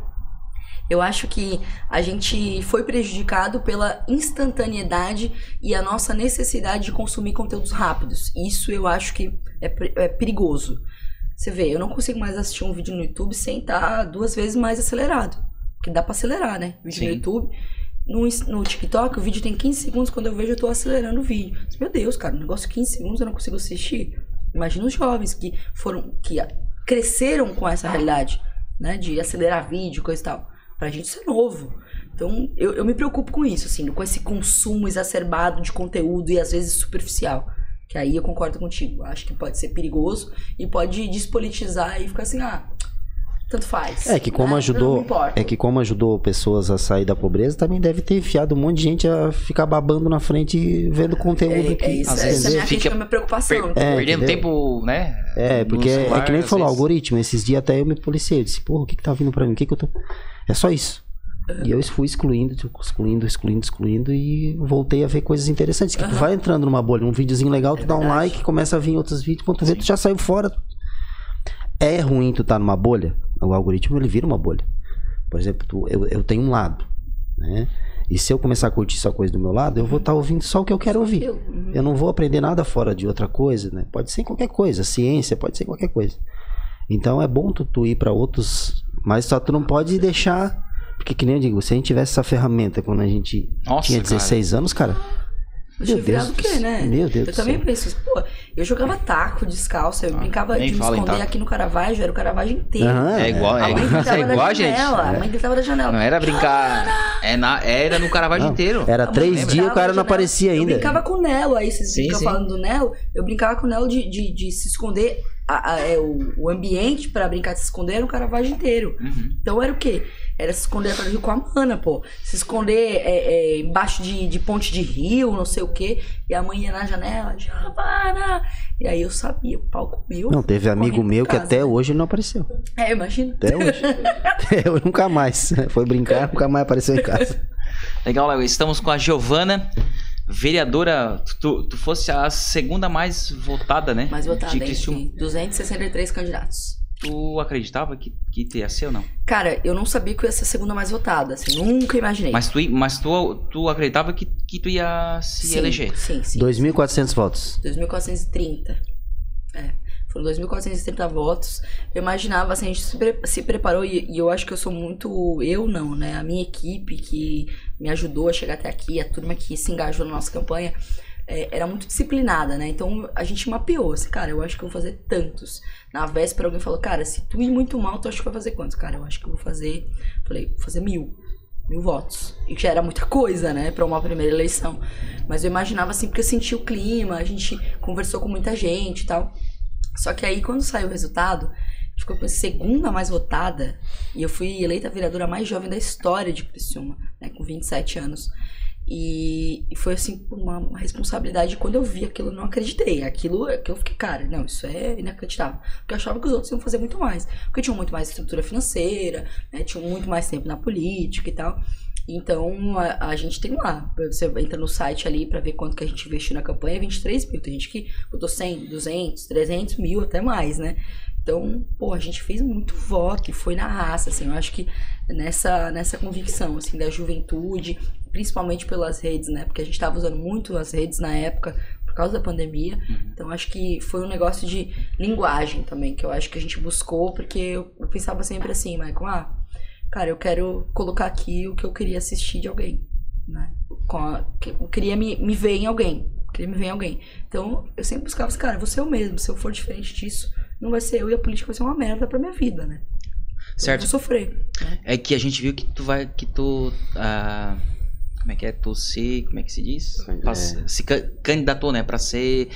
eu acho que a gente foi prejudicado pela instantaneidade e a nossa necessidade de consumir conteúdos rápidos. Isso eu acho que é, é perigoso. Você vê, eu não consigo mais assistir um vídeo no YouTube sem estar duas vezes mais acelerado. Porque dá pra acelerar, né? Vídeo Sim. no YouTube. No, no TikTok, o vídeo tem quinze segundos. Quando eu vejo, eu tô acelerando o vídeo. Meu Deus, cara, um negócio de quinze segundos eu não consigo assistir. Imagina os jovens que foram, que cresceram com essa realidade, né? De acelerar vídeo, coisa e tal. Pra gente isso é novo. Então, eu, eu me preocupo com isso, assim, com esse consumo exacerbado de conteúdo e às vezes superficial. Que aí eu concordo contigo. Acho que pode ser perigoso e pode despolitizar e ficar assim, ah, tanto faz. É que como né? ajudou, é que como ajudou pessoas a sair da pobreza, também deve ter enfiado um monte de gente a ficar babando na frente vendo conteúdo é, que é isso, às essa vezes é a minha fica crítica, a minha preocupação. per- É, perdendo entendeu? tempo, né? É, no porque celular, é que nem às falou, vezes. algoritmo. Esses dias até eu me policiei. Eu disse, porra, o que que tá vindo pra mim? O que que eu tô... É só isso. E eu fui excluindo, excluindo, excluindo, excluindo e voltei a ver coisas interessantes. Que tu vai entrando numa bolha, um videozinho legal, tu É dá um verdade. like, começa a vir outros vídeos, quando tu vê, tu já saiu fora. É ruim tu tá numa bolha, o algoritmo ele vira uma bolha. Por exemplo, tu, eu, eu tenho um lado, né? E se eu começar a curtir só coisa do meu lado, eu vou estar ouvindo só o que eu quero ouvir. Eu, uhum. Eu não vou aprender nada fora de outra coisa, né? Pode ser qualquer coisa, ciência, pode ser qualquer coisa. Então é bom tu, tu ir pra outros, mas só tu não pode deixar... Porque que nem eu digo, se a gente tivesse essa ferramenta quando a gente Nossa, tinha dezesseis anos, cara... Eu tinha Meu virado Deus o quê, do né? céu, meu Deus Eu do também céu. penso isso. Pô, eu jogava taco descalço, eu Ah, brincava nem de me fala em esconder taco. aqui no Caravaggio, era o Caravaggio inteiro. Aham, É igual, A é, mãe gritava é igual da a gente. janela, a mãe gritava da janela. Não era brincar. É na, era no Caravaggio Não, inteiro. era A mãe três brincava dias e o da cara não janela. aparecia ainda. Eu brincava com o Nelo, aí vocês Sim, ficam sim. falando do Nelo, eu brincava com o Nelo de, de, de se esconder, a, a, é, o, o ambiente pra brincar de se esconder era o Caravaggio inteiro. Uhum. Então era o quê? Era se esconder atrás do rio com a mana, pô. Se esconder é, é, embaixo de, de ponte de rio, não sei o quê. E a mãe ia na janela, Giovana! E aí eu sabia, o pau comeu. Não, teve amigo correndo meu pra que casa, até né? hoje ele não apareceu. É, imagina. Até hoje. Até hoje nunca mais. Foi brincar, nunca mais apareceu em casa. Legal, Léo. Estamos com a Giovana, vereadora. Tu, tu fosse a segunda mais votada, né? Mais votada, de hein? Criciúma. Sim. duzentos e sessenta e três candidatos. Tu acreditava que, que ia ser ou não? Cara, eu não sabia que eu ia ser a segunda mais votada, assim, nunca imaginei. Mas tu, mas tu, tu acreditava que, que tu ia se sim, eleger? Sim, sim. dois mil e quatrocentos votos. dois mil quatrocentos e trinta. É, foram dois mil quatrocentos e trinta votos. Eu imaginava, assim, a gente se, pre- se preparou e, e eu acho que eu sou muito... Eu não, né? A minha equipe que me ajudou a chegar até aqui, a turma que se engajou na nossa campanha, é, era muito disciplinada, né? Então a gente mapeou, assim, cara, eu acho que eu vou fazer tantos. Na véspera alguém falou, cara, se tu ir muito mal, tu acha que vai fazer quantos? Cara, eu acho que eu vou fazer... Falei, vou fazer mil. mil votos. E que já era muita coisa, né, pra uma primeira eleição. Mas eu imaginava assim, porque eu senti o clima, a gente conversou com muita gente e tal. Só que aí, quando saiu o resultado, ficou com a segunda mais votada, e eu fui eleita a vereadora mais jovem da história de Criciúma, né, com vinte e sete anos. E, e foi assim, uma, uma responsabilidade. Quando eu vi aquilo, eu não acreditei. Aquilo que eu fiquei, cara, não, isso é inacreditável. Porque eu achava que os outros iam fazer muito mais. Porque tinham muito mais estrutura financeira, né, tinham muito mais tempo na política e tal. Então, a, a gente tem lá, você entra no site ali pra ver quanto que a gente investiu na campanha, vinte e três mil. Tem gente que botou cem, duzentos, trezentos mil, até mais, né? Então, pô, a gente fez muito voto e foi na raça, assim, eu acho que nessa, nessa convicção, assim, da juventude, principalmente pelas redes, né? Porque a gente tava usando muito as redes na época por causa da pandemia. Uhum. Então, acho que foi um negócio de linguagem também, que eu acho que a gente buscou, porque eu, eu pensava sempre assim, Michael, ah, cara, eu quero colocar aqui o que eu queria assistir de alguém, né? Eu queria me, me ver em alguém, eu queria me ver em alguém. Então, eu sempre buscava assim, cara, vou ser eu mesmo, se eu for diferente disso, não vai ser eu e a política vai ser uma merda pra minha vida, né? Certo. Eu vou sofrer. Né? É que a gente viu que tu vai, que tu, ah, como é que é, tu se, como é que se diz? Pra, é. Se candidatou, né, pra ser,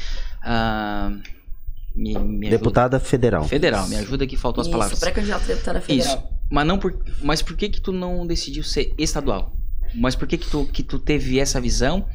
ah, me, me deputada federal. Federal, me ajuda que faltou as Isso, palavras. pré-candidato a deputada federal. Isso, mas não por, mas por que que tu não decidiu ser estadual? Mas por que que tu, que tu teve essa visão?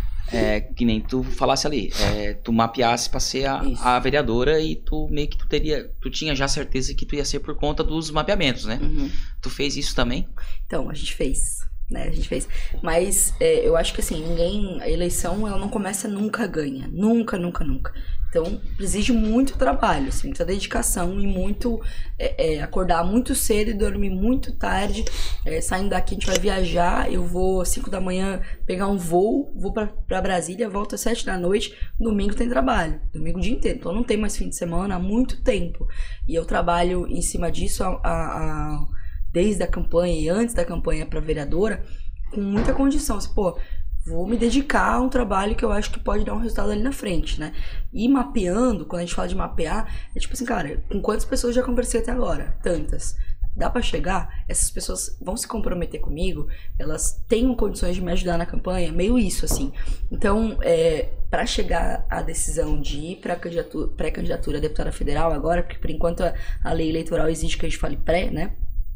É, que nem tu falasse ali, é, tu mapeasse pra ser a, a vereadora e tu meio que tu teria, tu tinha já certeza que tu ia ser por conta dos mapeamentos, né? Uhum. Tu fez isso também? Então, a gente fez, né? A gente fez. Mas é, eu acho que assim, ninguém, a eleição ela não começa nunca ganha, nunca, nunca, nunca. Então, exige muito trabalho, assim, muita dedicação e muito é, é, acordar muito cedo e dormir muito tarde. É, saindo daqui, a gente vai viajar, eu vou às cinco da manhã pegar um voo, vou pra, pra Brasília, volto às sete da noite, domingo tem trabalho, domingo o dia inteiro. Então, não tem mais fim de semana há muito tempo. E eu trabalho em cima disso a, a, a, desde a campanha e antes da campanha pra vereadora, com muita condição. Assim, pô, vou me dedicar a um trabalho que eu acho que pode dar um resultado ali na frente, né? E mapeando, quando a gente fala de mapear, é tipo assim, cara, com quantas pessoas eu já conversei até agora? Tantas. Dá pra chegar? Essas pessoas vão se comprometer comigo? Elas têm condições de me ajudar na campanha? Meio isso, assim. Então, é, pra chegar à decisão de ir pra candidatura, pré-candidatura a deputada federal agora, porque por enquanto a, a lei eleitoral exige que a gente fale pré, né?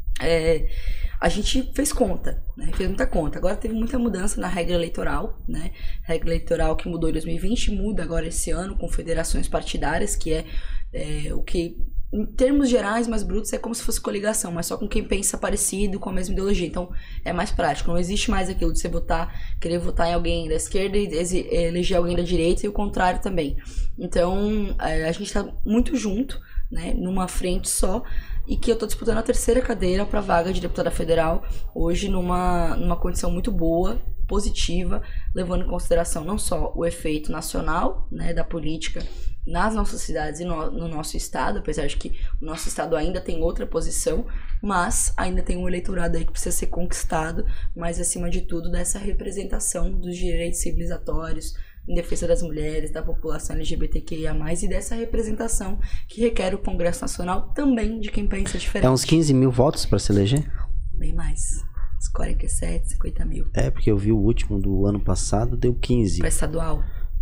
É, a gente fez conta, né? Fez muita conta. Agora teve muita mudança na regra eleitoral, né? Regra eleitoral que mudou em dois mil e vinte, muda agora esse ano com federações partidárias, que é, é o que, em termos gerais, mais brutos, é como se fosse coligação, mas só com quem pensa parecido, com a mesma ideologia. Então, é mais prático. Não existe mais aquilo de você votar, querer votar em alguém da esquerda e eleger alguém da direita e o contrário também. Então, a gente tá muito junto, né? Numa frente só. E que eu tô disputando a terceira cadeira para vaga de deputada federal, hoje numa, numa condição muito boa, positiva, levando em consideração não só o efeito nacional, né, da política nas nossas cidades e no, no nosso estado, apesar de que o nosso estado ainda tem outra posição, mas ainda tem um eleitorado aí que precisa ser conquistado, mas acima de tudo dessa representação dos direitos civilizatórios, em defesa das mulheres, da população L G B T Q I A mais, e dessa representação que requer o Congresso Nacional também de quem pensa diferente. É uns quinze mil votos para se eleger? Bem mais. Uns quarenta e sete, cinquenta mil. É, porque eu vi o último do ano passado, deu quinze. Para estadual?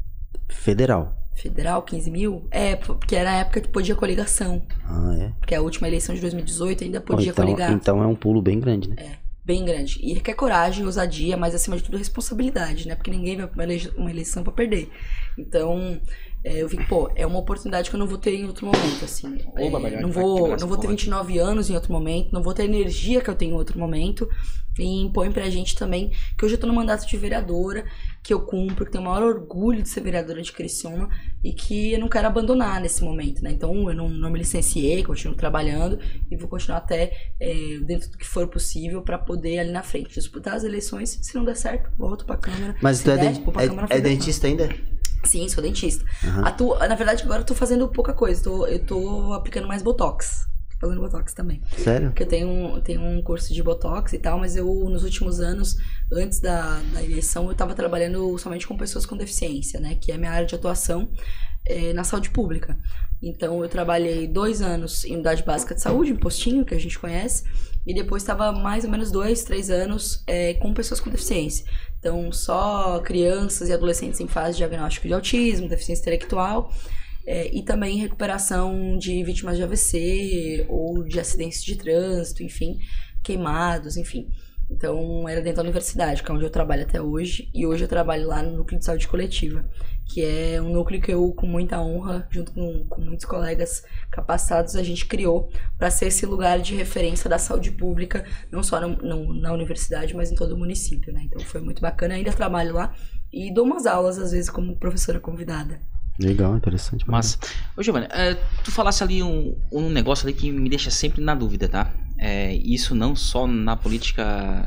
Federal. Federal, quinze mil? É, porque era a época que podia coligação. Ah, é? Porque a última eleição de dois mil e dezoito ainda podia então, coligar. Então é um pulo bem grande, né? É. Bem grande. E requer coragem, ousadia, mas acima de tudo responsabilidade, né? Porque ninguém vai pra uma eleição pra perder. Então, é, eu vi que, pô, é uma oportunidade que eu não vou ter em outro momento, assim. É, não vou, não vou ter vinte e nove anos em outro momento, não vou ter a energia que eu tenho em outro momento. E impõe pra gente também que hoje eu tô no mandato de vereadora, que eu cumpro, que tenho o maior orgulho de ser vereadora de Criciúma e que eu não quero abandonar nesse momento, né? Então, eu não, não me licenciei, continuo trabalhando e vou continuar até é, dentro do que for possível pra poder ali na frente disputar as eleições. Se não der certo, volto pra Câmara. Mas se tu é, der, de, é, é dentista ainda? Sim, sou dentista. Uhum. Atuo, na verdade, agora eu tô fazendo pouca coisa. Tô, eu tô aplicando mais Botox. Fazendo Botox também. Sério? Porque eu tenho, tenho um curso de Botox e tal, mas eu, nos últimos anos, antes da, da eleição, eu tava trabalhando somente com pessoas com deficiência, né? Que é a minha área de atuação. é, na saúde pública. Então, eu trabalhei dois anos em unidade básica de saúde, em postinho, que a gente conhece, e depois estava mais ou menos dois, três anos é, com pessoas com deficiência. Então, só crianças e adolescentes em fase de diagnóstico de autismo, deficiência intelectual, é, e também recuperação de vítimas de A V C ou de acidentes de trânsito, enfim, queimados, enfim. Então, era dentro da universidade, que é onde eu trabalho até hoje. E hoje eu trabalho lá no Núcleo de Saúde Coletiva, que é um núcleo que eu, com muita honra, junto com, com muitos colegas capacitados, a gente criou para ser esse lugar de referência da saúde pública, não só no, no, na universidade, mas em todo o município, né? Então, foi muito bacana. Eu ainda trabalho lá e dou umas aulas, às vezes, como professora convidada. Legal, interessante. Mas, ô Giovanni, é, tu falasse ali um, um negócio ali que me deixa sempre na dúvida, tá? É, isso não só na política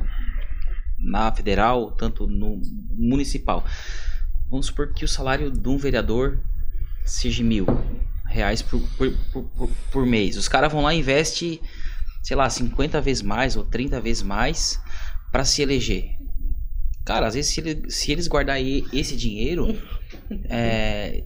na federal, tanto no municipal. Vamos supor que o salário de um vereador seja mil reais por, por, por, por mês. Os caras vão lá e investem, sei lá, cinquenta vezes mais ou trinta vezes mais para se eleger. Cara, às vezes se, ele, se eles guardarem esse dinheiro é,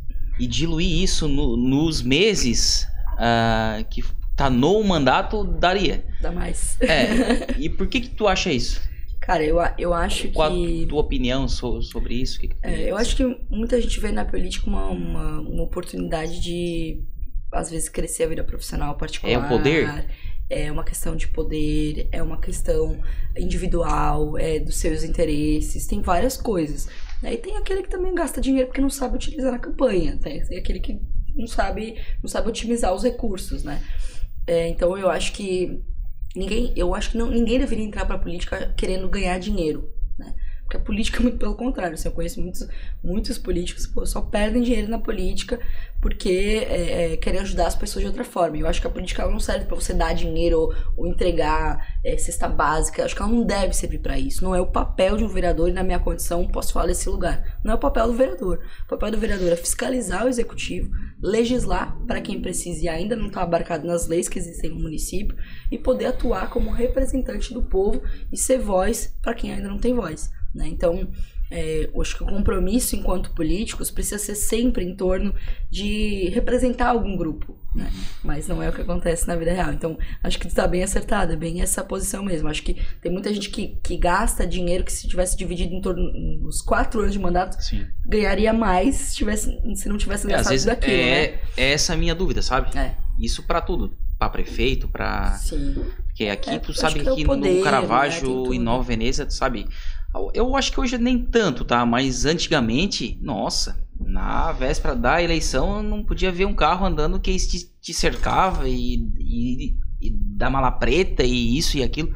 e diluir isso no, nos meses uh, que tá no mandato, daria. Dá mais. É. E por que que tu acha isso? Cara, eu, eu acho que... Qual a tua opinião so, sobre isso? Que que é, eu acho que muita gente vê na política uma, uma, uma oportunidade de, às vezes, crescer a vida profissional particular. É o poder? É uma questão de poder, é uma questão individual, é dos seus interesses, tem várias coisas. E tem aquele que também gasta dinheiro porque não sabe utilizar na campanha, tem, tem aquele que não sabe, não sabe otimizar os recursos, né? É, então eu acho que ninguém, eu acho que não, ninguém deveria entrar para a política querendo ganhar dinheiro, né? Porque a política é muito pelo contrário. Assim, eu conheço muitos, muitos políticos que pô, só perdem dinheiro na política porque é, é, querem ajudar as pessoas de outra forma. Eu acho que a política ela não serve para você dar dinheiro ou, ou entregar é, cesta básica. Eu acho que ela não deve servir para isso. Não é o papel de um vereador, e na minha condição posso falar desse lugar. Não é o papel do vereador. O papel do vereador é fiscalizar o executivo, legislar para quem precisa e ainda não está abarcado nas leis que existem no município e poder atuar como representante do povo e ser voz para quem ainda não tem voz. Né? Então, é, eu acho que o compromisso enquanto políticos precisa ser sempre em torno de representar algum grupo, né? Mas não é o que acontece na vida real. Então, acho que está bem acertado, é bem essa posição mesmo. Acho que tem muita gente que, que gasta dinheiro que se tivesse dividido em torno dos quatro anos de mandato, sim, ganharia mais se, tivesse, se não tivesse é, gastado daquilo. É, né? é essa a minha dúvida, sabe? É. Isso para tudo. Para prefeito, para... Sim. Porque aqui, é, tu sabe que, que é poder, no Caravaggio né? e Nova Veneza, tu sabe... Eu acho que hoje nem tanto, tá? Mas antigamente, nossa, na véspera da eleição não podia ver um carro andando que te, te cercava e, e, e da mala preta e isso e aquilo.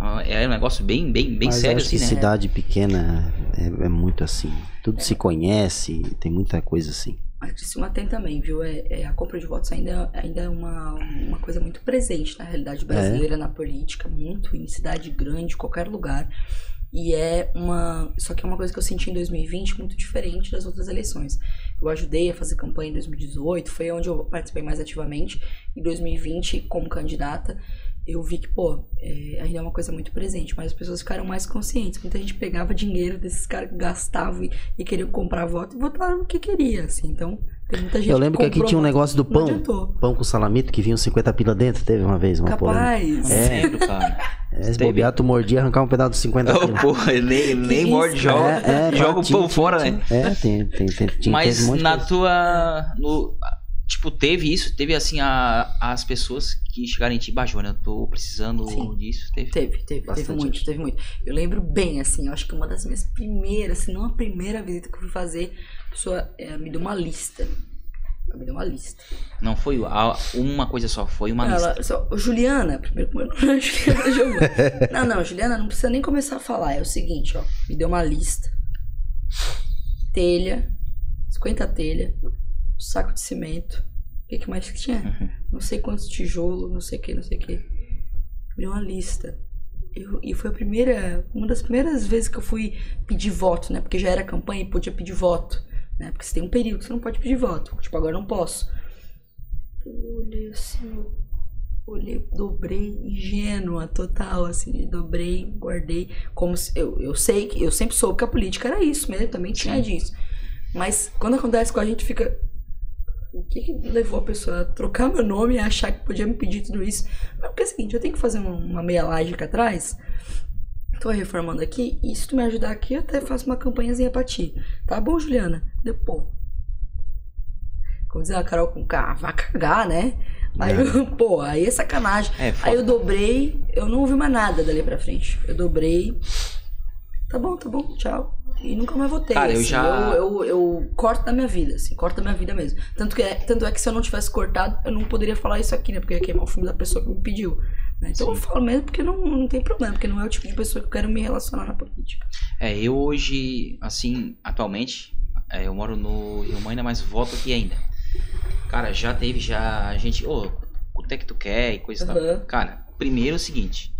É um negócio bem, bem, bem Mas sério, acho assim, que né? Cidade pequena é, é muito assim. Tudo é. se conhece, tem muita coisa assim. Mas Criciúma tem também, viu? É, é, a compra de votos ainda, ainda é uma, uma coisa muito presente na realidade brasileira, é. na política, muito em cidade grande, qualquer lugar. E é uma... Só que é uma coisa que eu senti em dois mil e vinte muito diferente das outras eleições. Eu ajudei a fazer campanha em dois mil e dezoito, foi onde eu participei mais ativamente. Em dois mil e vinte, como candidata, eu vi que, pô, é, ainda é uma coisa muito presente, mas as pessoas ficaram mais conscientes. Muita gente pegava dinheiro desses caras que gastavam e, e queriam comprar voto e votaram o que queria, assim. Então, tem muita gente eu lembro que, que aqui tinha um negócio do pão, pão com salamito, que vinha uns cinquenta pila dentro, teve uma vez, uma Capaz. É, lembro, cara. É, se bobear, tu mordia e arrancar um pedaço dos cinquenta oh, pila. Porra, nem, nem morde, joga, é, é, joga o pão fora, né? É, tem, tem, tem, tem Mas um monte na de tua... No, tipo, teve isso? Teve, assim, a, as pessoas que chegaram em ti, bah, Joana, eu tô precisando Sim. disso? Teve, teve, teve, teve muito, gente. teve muito. Eu lembro bem, assim, eu acho que uma das minhas primeiras, se não a primeira visita que eu fui fazer, a pessoa é, me deu uma lista. Me deu uma lista. Não foi uma coisa só, foi uma ela, lista. Só, Juliana, primeiro como eu Juliana Não, não, Juliana, não precisa nem começar a falar. É o seguinte, ó. Me deu uma lista. Telha, cinquenta telha, saco de cimento. O que, que mais que tinha? Uhum. Não sei quantos tijolos, não sei o que, não sei o que. Me deu uma lista. Eu, e foi a primeira, uma das primeiras vezes que eu fui pedir voto, né? Porque já era campanha e podia pedir voto. Né? Porque você tem um período que você não pode pedir voto. Tipo, agora eu não posso. Eu olhei assim, olhei, dobrei, ingênua, total, assim, dobrei, guardei. Como se, eu, eu sei que, eu sempre soube que a política era isso mesmo, também tinha Sim. disso. Mas quando acontece com a gente, fica, que, que levou a pessoa a trocar meu nome e achar que podia me pedir tudo isso? Não, porque é o seguinte, eu tenho que fazer uma, uma meia laje aqui atrás, tô reformando aqui, e se tu me ajudar aqui, eu até faço uma campanhazinha pra ti. Tá bom, Juliana? Deu, pô. Como diz a Carol com K, vai cagar, né? Aí, eu, pô, aí é sacanagem. É, aí eu dobrei, eu não ouvi mais nada dali pra frente. Eu dobrei. Tá bom, tá bom, tchau. E nunca mais voltei. Cara, assim, eu já. Eu, eu, eu corto da minha vida, assim, corto da minha vida mesmo. Tanto, que é, tanto é que se eu não tivesse cortado, eu não poderia falar isso aqui, né? Porque eu ia queimar o filme da pessoa que me pediu. Né? Então Sim. eu falo mesmo porque não, não tem problema, porque não é o tipo de pessoa que eu quero me relacionar na política. É, eu hoje, assim, atualmente, é, eu moro no Rio Maina, mas voto aqui ainda. Cara, já teve, já a gente, ô, oh, quanto é que tu quer e coisa e uhum. tal. Cara, primeiro é o seguinte,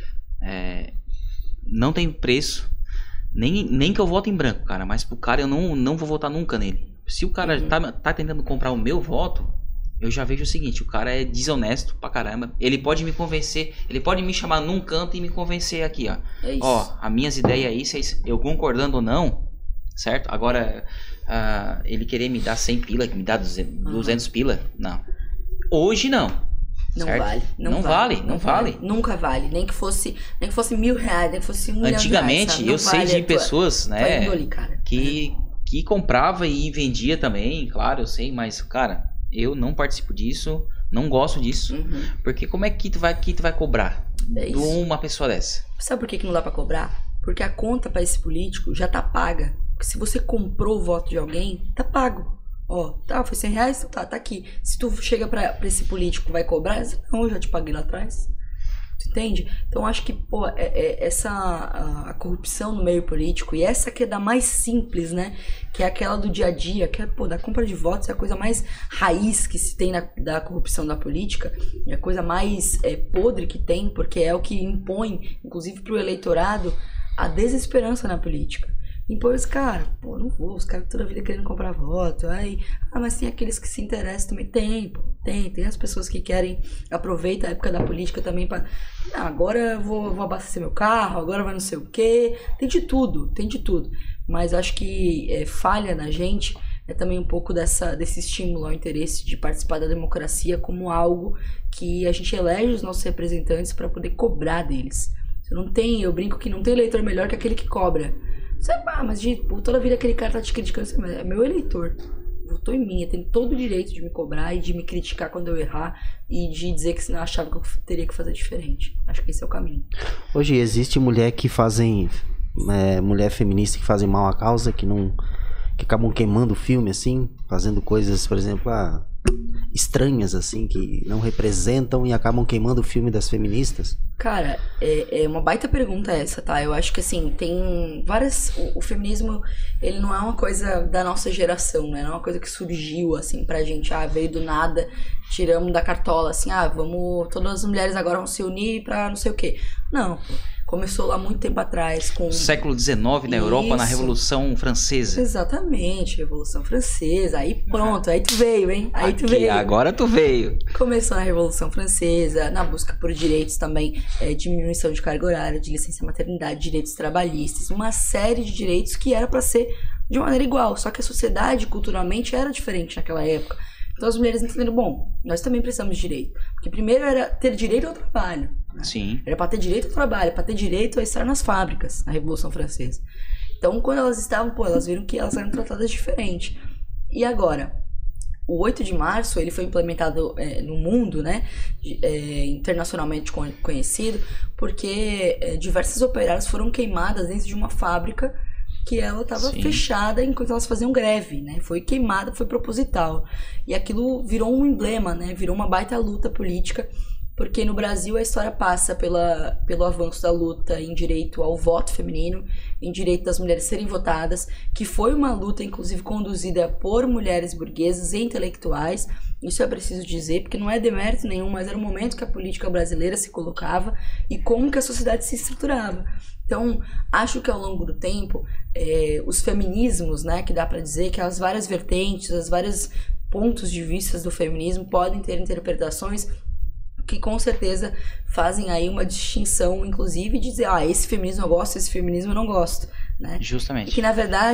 é, não tem preço, nem, nem que eu vote em branco, cara, mas pro cara eu não, não vou votar nunca nele. Se o cara uhum. tá, tá tentando comprar o meu voto, eu já vejo o seguinte, o cara é desonesto pra caramba, ele pode me convencer, ele pode me chamar num canto e me convencer aqui, ó. É isso. Ó, as minhas ideias é isso, é isso, eu concordando ou não, certo? Agora... Uh, ele querer me dar cem pila, me dar duzentos uhum. pila, não. Hoje não. Não certo? vale. Não, não vale, vale, não vale. vale. Nunca vale. Nem que fosse, nem que fosse mil reais, nem que fosse um Antigamente, milhão de reais, eu sei de pessoas, tua, né, tua índole, cara. que, que comprava e vendia também, claro, eu sei, mas, cara, eu não participo disso, não gosto disso, uhum. porque como é que tu vai, que tu vai cobrar é de uma pessoa dessa? Sabe por que, que não dá pra cobrar? Porque a conta pra esse político já tá paga. Se você comprou o voto de alguém, tá pago. Ó, tá, foi cem reais, tá, tá aqui. Se tu chega pra, pra esse político, vai cobrar? Não, eu já te paguei lá atrás. Tu entende? Então, acho que, pô, é, é, essa a, a corrupção no meio político, e essa que é da mais simples, né? Que é aquela do dia a dia, que é, pô, da compra de votos, é a coisa mais raiz que se tem na, da corrupção da política, é a coisa mais é, podre que tem, porque é o que impõe, inclusive pro eleitorado, a desesperança na política. Impõe os caras, pô, não vou, os caras toda a vida querendo comprar voto, aí, ah, mas tem aqueles que se interessam também, tem, pô, tem, tem as pessoas que querem, aproveita a época da política também pra, ah, agora eu vou, vou abastecer meu carro, agora vai não sei o quê, tem de tudo, tem de tudo, mas acho que é, falha na gente é também um pouco dessa, desse estímulo ao interesse de participar da democracia como algo que a gente elege os nossos representantes para poder cobrar deles. Você não tem, eu brinco que não tem eleitor melhor que aquele que cobra. Você, ah, mas de, por toda a vida aquele cara tá te criticando, você, é meu eleitor, votou em mim, eu tenho todo o direito de me cobrar e de me criticar quando eu errar e de dizer que senão eu achava que eu teria que fazer diferente. Acho que esse é o caminho. Hoje existe mulher que fazem, é, mulher feminista que fazem mal à causa, que não, que acabam queimando o filme assim, fazendo coisas, por exemplo, ah, estranhas assim, que não representam e acabam queimando o filme das feministas? Cara, é, é uma baita pergunta essa, tá? Eu acho que, assim, tem várias... O, o feminismo, ele não é uma coisa da nossa geração, né? Não é uma coisa que surgiu, assim, pra gente. Ah, veio do nada, tiramos da cartola, assim, ah, vamos... Todas as mulheres agora vão se unir pra não sei o quê. Não, pô. Começou lá muito tempo atrás com... século dezenove na Europa, Isso. na Revolução Francesa. Exatamente, Revolução Francesa. Aí pronto, aí tu veio, hein? Aí Aqui, tu veio. Agora tu veio. Começou na Revolução Francesa, na busca por direitos também, é, diminuição de carga horária, de licença maternidade, direitos trabalhistas, uma série de direitos que era para ser de maneira igual. Só que a sociedade, culturalmente, era diferente naquela época. Então as mulheres entenderam, bom, nós também precisamos de direito. Porque primeiro era ter direito ao trabalho. Né? Sim. Era para ter direito ao trabalho, para ter direito a estar nas fábricas, na Revolução Francesa. Então, quando elas estavam, pô, elas viram que elas eram tratadas diferente. E agora, o oito de março, ele foi implementado é, no mundo, né, é, internacionalmente conhecido, porque é, diversas operárias foram queimadas dentro de uma fábrica que ela estava fechada enquanto elas faziam greve, né? Foi queimada, foi proposital. E aquilo virou um emblema, né? Virou uma baita luta política, porque no Brasil a história passa pela, pelo avanço da luta em direito ao voto feminino, em direito das mulheres serem votadas, que foi uma luta, inclusive, conduzida por mulheres burguesas e intelectuais. Isso é preciso dizer, porque não é demérito nenhum, mas era o momento que a política brasileira se colocava e como que a sociedade se estruturava. Então, acho que ao longo do tempo, é, os feminismos, né, que dá para dizer que as várias vertentes, as vários pontos de vista do feminismo podem ter interpretações que com certeza fazem aí uma distinção, inclusive, de dizer, ah, esse feminismo eu gosto, esse feminismo eu não gosto, né? Justamente. E que, na verdade,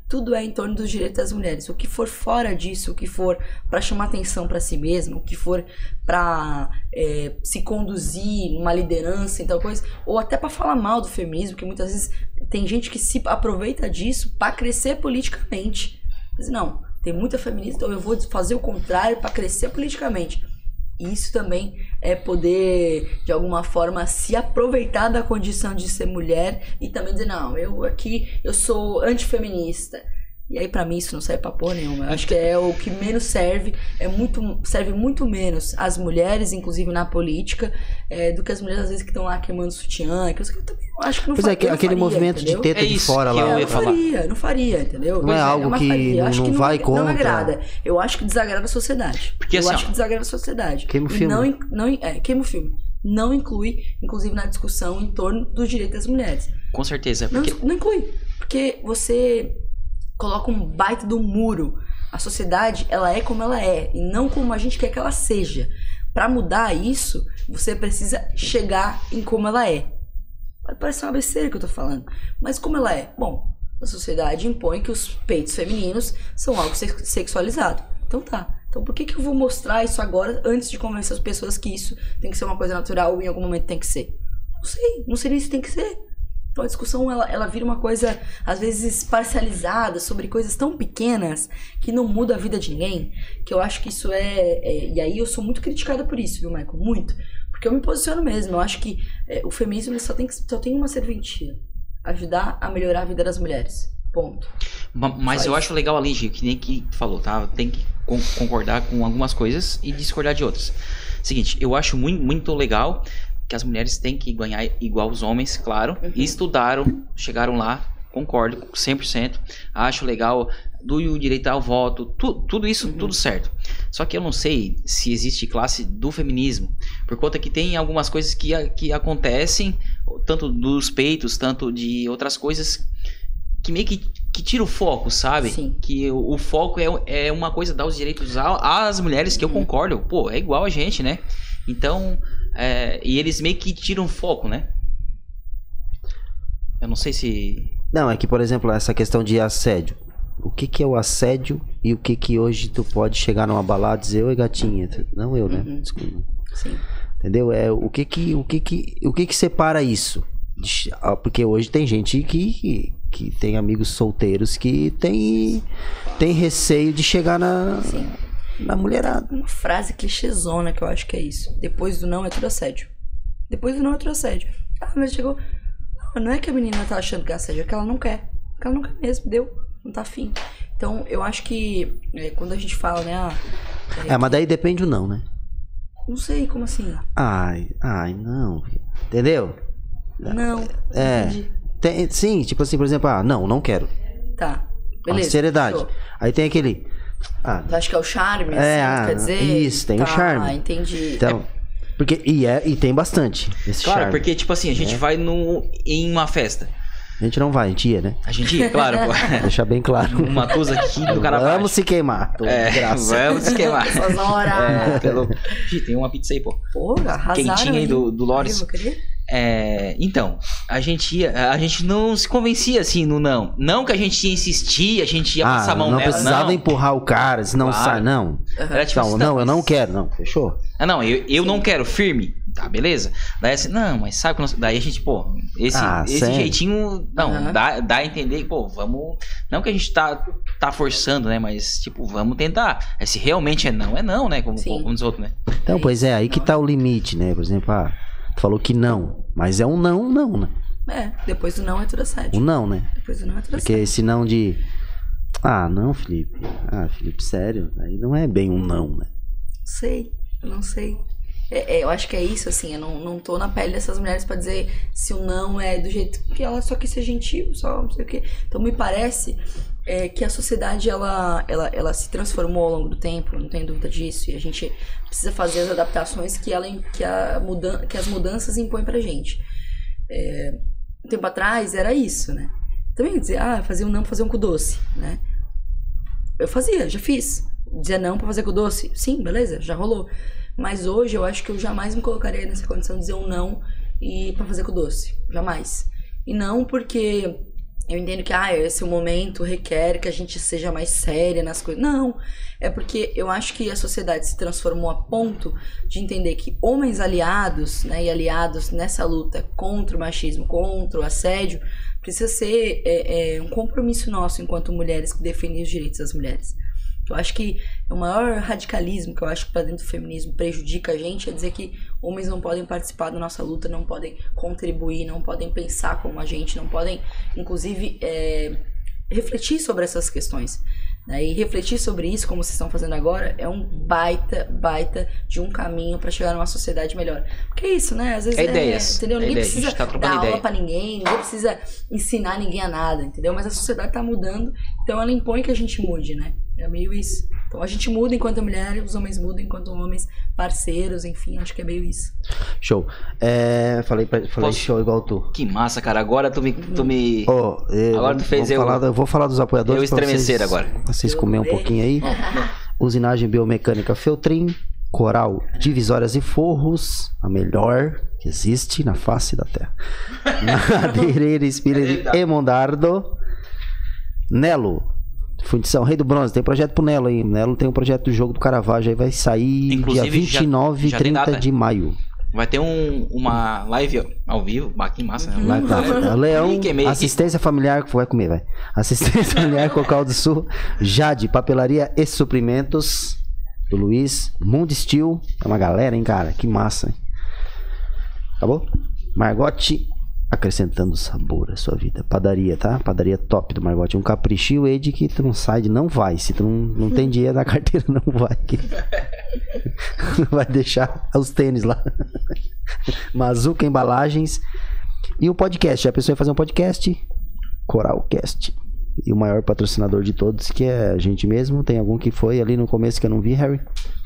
tudo é em torno dos direitos das mulheres. O que for fora disso, o que for para chamar atenção para si mesmo, o que for para é, se conduzir numa liderança e tal coisa, ou até para falar mal do feminismo, que muitas vezes tem gente que se aproveita disso para crescer politicamente. Mas não, tem muita feminista, então eu vou fazer o contrário para crescer politicamente. Isso também é poder, de alguma forma, se aproveitar da condição de ser mulher e também dizer, não, eu aqui, eu sou antifeminista. E aí, pra mim, isso não serve pra porra nenhuma. Eu acho que é o que menos serve, é muito, serve muito menos as mulheres, inclusive na política, é, do que as mulheres, às vezes, que estão lá queimando sutiã, que eu também acho que não, pois fa é, aquele faria, movimento entendeu? de teta É de isso fora que lá. eu Eu ia não falar. faria, não faria, entendeu? Não é algo uma que faria. Eu acho não que vai não, contra. Não agrada. Eu acho que desagrada a sociedade. Porque, eu assim, acho ó, que desagrada a sociedade. Queima o E filme. Não, in- não, in- é, queima o filme. Não inclui, inclusive, na discussão em torno dos direitos das mulheres. Com certeza. Não, Porque... não inclui. Porque você coloca um baita do muro. A sociedade, ela é como ela é. E não como a gente quer que ela seja. Pra mudar isso, você precisa chegar em como ela é. Pode parecer uma besteira que eu tô falando. Mas como ela é? Bom, a sociedade impõe que os peitos femininos são algo sex- sexualizado. Então tá. Então por que que eu vou mostrar isso agora antes de convencer as pessoas que isso tem que ser uma coisa natural ou em algum momento tem que ser? Não sei. Não sei nem se tem que ser. Então a discussão, ela, ela vira uma coisa, às vezes, parcializada sobre coisas tão pequenas que não muda a vida de ninguém, que eu acho que isso é... é e aí eu sou muito criticada por isso, viu, Michael? Muito. Porque eu me posiciono mesmo. Eu acho que é, o feminismo ele só, tem que, só tem uma serventia. Ajudar a melhorar a vida das mulheres. Ponto. Ma- Mas Só eu isso. acho legal ali, Gil, que nem que tu falou, tá? Tem que con- concordar com algumas coisas e discordar de outras. Seguinte, eu acho muito, muito legal que as mulheres têm que ganhar igual os homens, claro. Uhum. Estudaram, chegaram lá, concordo cem por cento. Acho legal do o direito ao voto, tu, tudo isso, Uhum. tudo certo. Só que eu não sei se existe classe do feminismo, por conta que tem algumas coisas que, a- que acontecem, tanto dos peitos, tanto de outras coisas, que meio que, que tira o foco, sabe? Sim. Que o, o foco é, é uma coisa dar os direitos a- às mulheres, que eu Uhum. concordo. Pô, é igual a gente, né? Então, é, e eles meio que tiram o foco, né? Eu não sei se... Não, é que, por exemplo, essa questão de assédio. O que que é o assédio e o que que hoje tu pode chegar numa balada e dizer, oi gatinha. Não eu, né? Uhum. Desculpa. Sim. Entendeu? É o que que o que que o que que separa isso? De- ah, Porque hoje tem gente que que tem amigos solteiros que tem tem receio de chegar na Sim. na mulherada. Uma frase clichêzona que eu acho que é isso. Depois do não é tudo assédio. Depois do não é tudo assédio. Ah, mas chegou... Não, não é que a menina tá achando que é assédio, é que ela não quer. Que ela não quer mesmo, deu. Não tá afim. Então, eu acho que é, quando a gente fala, né? Ah, É, mas daí depende o não, né? não sei, como assim? Ai, ai, não. Entendeu? Não, É. entendi. Tem, sim, tipo assim, por exemplo, ah, não, não quero. Tá, Ó, beleza. seriedade. show. Aí tem aquele ah, Tu acha que é o charme, É, assim, ah, quer dizer? isso, tem o tá, charme. entendi. então, porque e é e tem bastante esse Claro, charme. porque, tipo assim, a gente É. vai no, em uma festa. A gente não vai, a gente ia, né? A gente ia, claro, pô. Deixar bem claro. Uma tusa aqui do cara Vamos se queimar. Tô É, de graça. vamos se queimar. Essas horas. É, pelo... Gi, tem uma pizza aí, pô. Porra, arrasaram Quentinha aí do, do Aí, Lores. vou querer? É, então, a gente ia, a gente não se convencia assim no não. Não que a gente ia insistir, a gente ia passar a Ah, mão não nela, precisava não. empurrar o cara, senão Claro. sai, não. Era tipo Não, assim, não, eu não mas- quero, não. Fechou? Ah, não, eu, eu não quero firme. Tá, beleza. Daí assim, não, mas sabe quando... Daí a gente, pô, esse, Ah, esse sério? jeitinho, não, Aham. dá, dá a entender, pô, vamos... Não que a gente tá, tá forçando, né, mas, tipo, vamos tentar. É, se realmente é não, é não, né, como, Sim. como os outros, né. Então, É pois é, isso. aí que Não. tá o limite, né? Por exemplo, ah, tu falou que não, mas é um não, não, né? É, depois do não é tudo assédio. Um não, né? Depois do não é tudo Porque assédio. esse não de. Ah, não, Felipe. Ah, Felipe, sério. Aí não é bem um não, né? Sei, eu não sei. É, é, eu acho que é isso, assim, eu não, não tô na pele dessas mulheres pra dizer se o não é do jeito que ela só quis ser gentil, só não sei o quê. Então me parece é, que a sociedade, ela, ela, ela se transformou ao longo do tempo, não tenho dúvida disso, e a gente precisa fazer as adaptações que, ela, que, a mudan que as mudanças impõem pra gente. É, um tempo atrás era isso, né? Também dizer, ah, fazer um não pra fazer um com doce, né? Eu fazia, já fiz. Dizer não pra fazer com doce, sim, beleza, já rolou. Mas hoje eu acho que eu jamais me colocaria nessa condição de dizer um não e pra fazer com doce. Jamais. E não porque eu entendo que ah, esse momento requer que a gente seja mais séria nas coisas. Não, é porque eu acho que a sociedade se transformou a ponto de entender que homens aliados, né, e aliados nessa luta contra o machismo, contra o assédio, precisa ser é, é, um compromisso nosso enquanto mulheres que defendem os direitos das mulheres. Eu acho que o maior radicalismo que eu acho que para dentro do feminismo prejudica a gente é dizer que homens não podem participar da nossa luta, não podem contribuir, não podem pensar como a gente, não podem, inclusive, é, refletir sobre essas questões. Né? E refletir sobre isso, como vocês estão fazendo agora, é um baita, baita de um caminho para chegar numa sociedade melhor. Porque é isso, né? Às vezes é é, ideias. entendeu? Ninguém é precisa tá dar ideia. aula para ninguém, ninguém precisa ensinar ninguém a nada, entendeu? Mas a sociedade tá mudando, então ela impõe que a gente mude, né? É meio isso. Então a gente muda enquanto mulher, os homens mudam enquanto homens, parceiros, enfim, acho que é meio isso. Show. É, falei pra, falei Posso? show igual tu. Que massa, cara. Agora tu me... Tu me... Oh, eu, Agora tu fez eu... Falar, eu vou falar dos apoiadores. Eu estremecer vocês, agora. Pra vocês comerem um pouquinho aí. Usinagem Biomecânica Feltrin, Coral Divisórias e Forros, a melhor que existe na face da terra. Madeireira Espírito e Mondardo. Nelo, Fundição Rei do Bronze, tem projeto pro Nelo aí. Nelo tem um projeto do jogo do Caravaggio, aí vai sair Inclusive, dia vinte e nove e trinta de maio. Vai ter um, uma live ao vivo, aqui massa, né? Vai, tá. Leão, assistência familiar, vai comer, vai. Assistência familiar Cocal do Sul, Jade, papelaria e suprimentos do Luiz, Mundo Steel, é uma galera, hein, cara, que massa, hein? Acabou? Margote, acrescentando sabor à sua vida. Padaria, tá? Padaria top do Margote, um caprichinho, Ed, que tu não sai, não vai, se tu não, não tem dinheiro na carteira, não vai. Vai deixar os tênis lá. Mazuca Embalagens. E o podcast, a pessoa vai fazer um podcast, Coralcast. E o maior patrocinador de todos, que é a gente mesmo. Tem algum que foi ali no começo que eu não vi, Harry?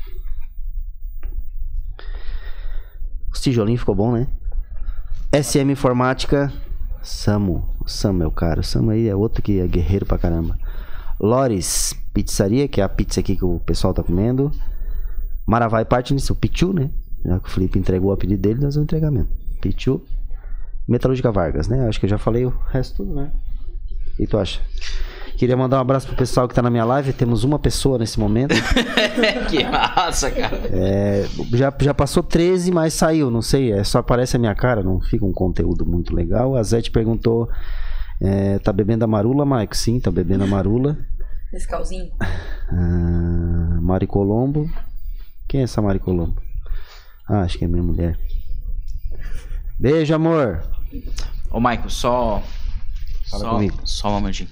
Os tijolinhos ficou bom, né? S M Informática, Samu. Samu é o cara. O Samu aí é outro que é guerreiro pra caramba. Lores Pizzaria, que é a pizza aqui que o pessoal tá comendo. Maravai Partners, o Pichu, né? Já que o Felipe entregou o apelido dele, nós vamos entregar mesmo. Pichu. Metalúrgica Vargas, né? Acho que eu já falei o resto tudo, né? O que tu acha? Queria mandar um abraço pro pessoal que tá na minha live. Temos uma pessoa nesse momento. Que massa, cara. É, já, já passou treze, mas saiu, não sei. É, só aparece a minha cara, não fica um conteúdo muito legal. A Zete perguntou: é, tá bebendo a marula, Maico? Sim, tá bebendo a marula. Esse calzinho. Ah, Mari Colombo. Quem é essa Mari Colombo? Ah, acho que é minha mulher. Beijo, amor. Ô, Maico, só... Fala só, comigo. Só um momentinho.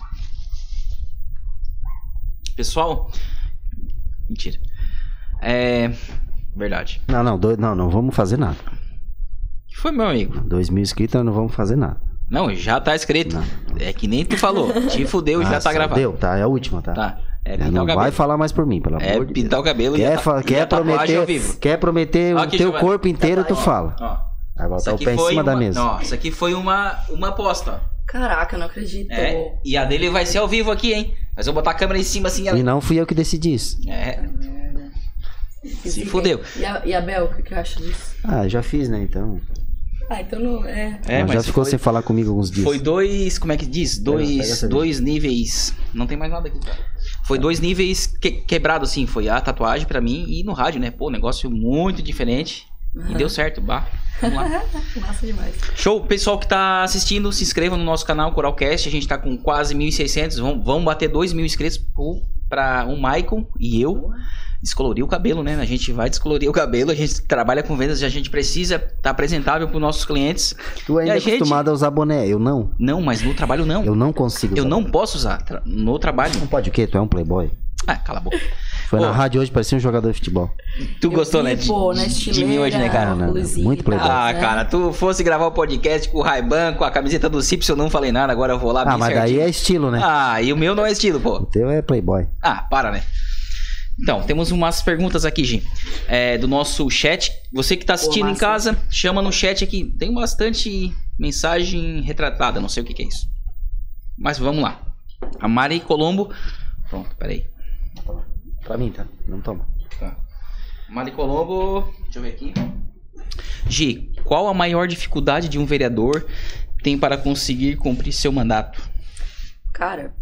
Pessoal... Mentira. É... Verdade. Não, não, dois, não, não vamos fazer nada. O que foi, meu amigo? Dois mil inscritos, nós não vamos fazer nada. Não, já tá escrito. Não. É que nem tu falou. Te fudeu e Ah, já tá só gravado. Deu, tá, é a última, tá? Tá. É É, pintar não o cabelo. vai falar mais por mim, pelo É amor de Deus. pintar o cabelo Quer, e, fa- a, quer e a tatuagem prometer, ao vivo. quer prometer Aqui, o teu Giovanni. corpo inteiro, tu fala. Ó, Aí isso botar o aqui pé em foi cima uma... da mesa. Não, isso aqui foi uma, uma aposta. Caraca, eu não acredito. É, e a dele vai ser ao vivo aqui, hein? Mas eu vou botar a câmera em cima assim. Ela... E não fui eu que decidi isso. É. Se fudeu. E a, e a Bel, o que que acha disso? Ah, já fiz, né, então. Ah, então não é. É, Ela mas já ficou foi, sem falar comigo alguns dias. foi dois, como é que diz? Pega- pega Dois, essa dois níveis. Não tem mais nada aqui, cara. Foi dois níveis que, quebrado assim, foi a tatuagem pra mim e no rádio, né? Pô, negócio muito diferente. E deu certo, bah. Vamos lá. Massa demais. Show, pessoal que tá assistindo, se inscreva no nosso canal Coralcast. A gente tá com quase mil e seiscentos. Vamos, vamos bater dois mil inscritos pro, pra o Maicon e eu descolorir o cabelo, né? A gente vai descolorir o cabelo. A gente trabalha com vendas e a gente precisa estar tá apresentável pros nossos clientes. Tu ainda E é a gente- acostumado a usar boné, eu não. Não, mas no trabalho não. Eu não consigo Eu usar não boné. posso usar. Tra- No trabalho. Não pode o quê? Tu é um playboy. Ah, cala a boca. Foi Pô. na rádio hoje, parecia um jogador de futebol. Tu Eu gostou, vi, né? De, pô, na de- de estileira, mim hoje, né, cara? Não, não, luzinha muito e tal, playboy. Ah, né? cara, tu fosse gravar o podcast com o Ray-Ban, com a camiseta do Cips, eu não falei nada, agora eu vou lá Ah, bem mas daí certinho. é estilo, né? Ah, e o meu não é estilo, pô. O teu é playboy. Ah, para, né? Então, temos umas perguntas aqui, Gi. É, do nosso chat. Você que tá assistindo Pô, em massa. casa, chama no chat aqui. Tem bastante mensagem retratada, não sei o que, que é isso. Mas vamos lá. A Mari Colombo. Pronto, peraí. Pra mim, tá? Não toma. Tá. Mari Colombo. Deixa eu ver aqui. Gi, qual a maior dificuldade de um vereador tem para conseguir cumprir seu mandato? Cara,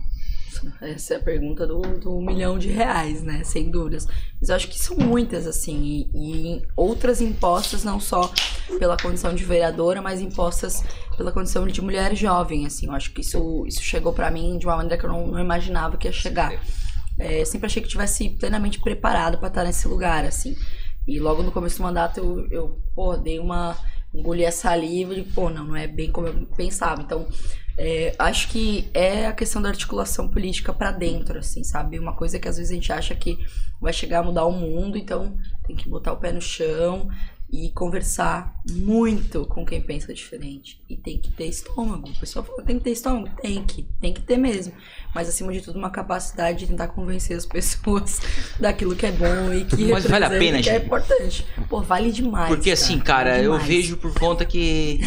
essa é a pergunta do, do milhão de reais, né? Sem dúvidas. Mas eu acho que são muitas, assim. E, e outras impostas não só pela condição de vereadora, mas impostas pela condição de mulher jovem, assim. Eu acho que isso, isso chegou pra mim de uma maneira que eu não, não imaginava que ia chegar. É, eu sempre achei que tivesse plenamente preparado pra estar nesse lugar, assim. E logo no começo do mandato eu, eu pô, dei uma... engoli a saliva e, pô, não, não é bem como eu pensava. Então... É, acho que é a questão da articulação política pra dentro, assim, sabe? Uma coisa que às vezes a gente acha que vai chegar a mudar o mundo, então tem que botar o pé no chão e conversar muito com quem pensa diferente. E tem que ter estômago. O pessoal fala, tem que ter estômago? Tem que, tem que ter mesmo. Mas acima de tudo, uma capacidade de tentar convencer as pessoas daquilo que é bom e que Mas vale a pena, que gente. É importante. Pô, vale demais. Porque cara, assim, cara, vale eu demais. vejo por conta que...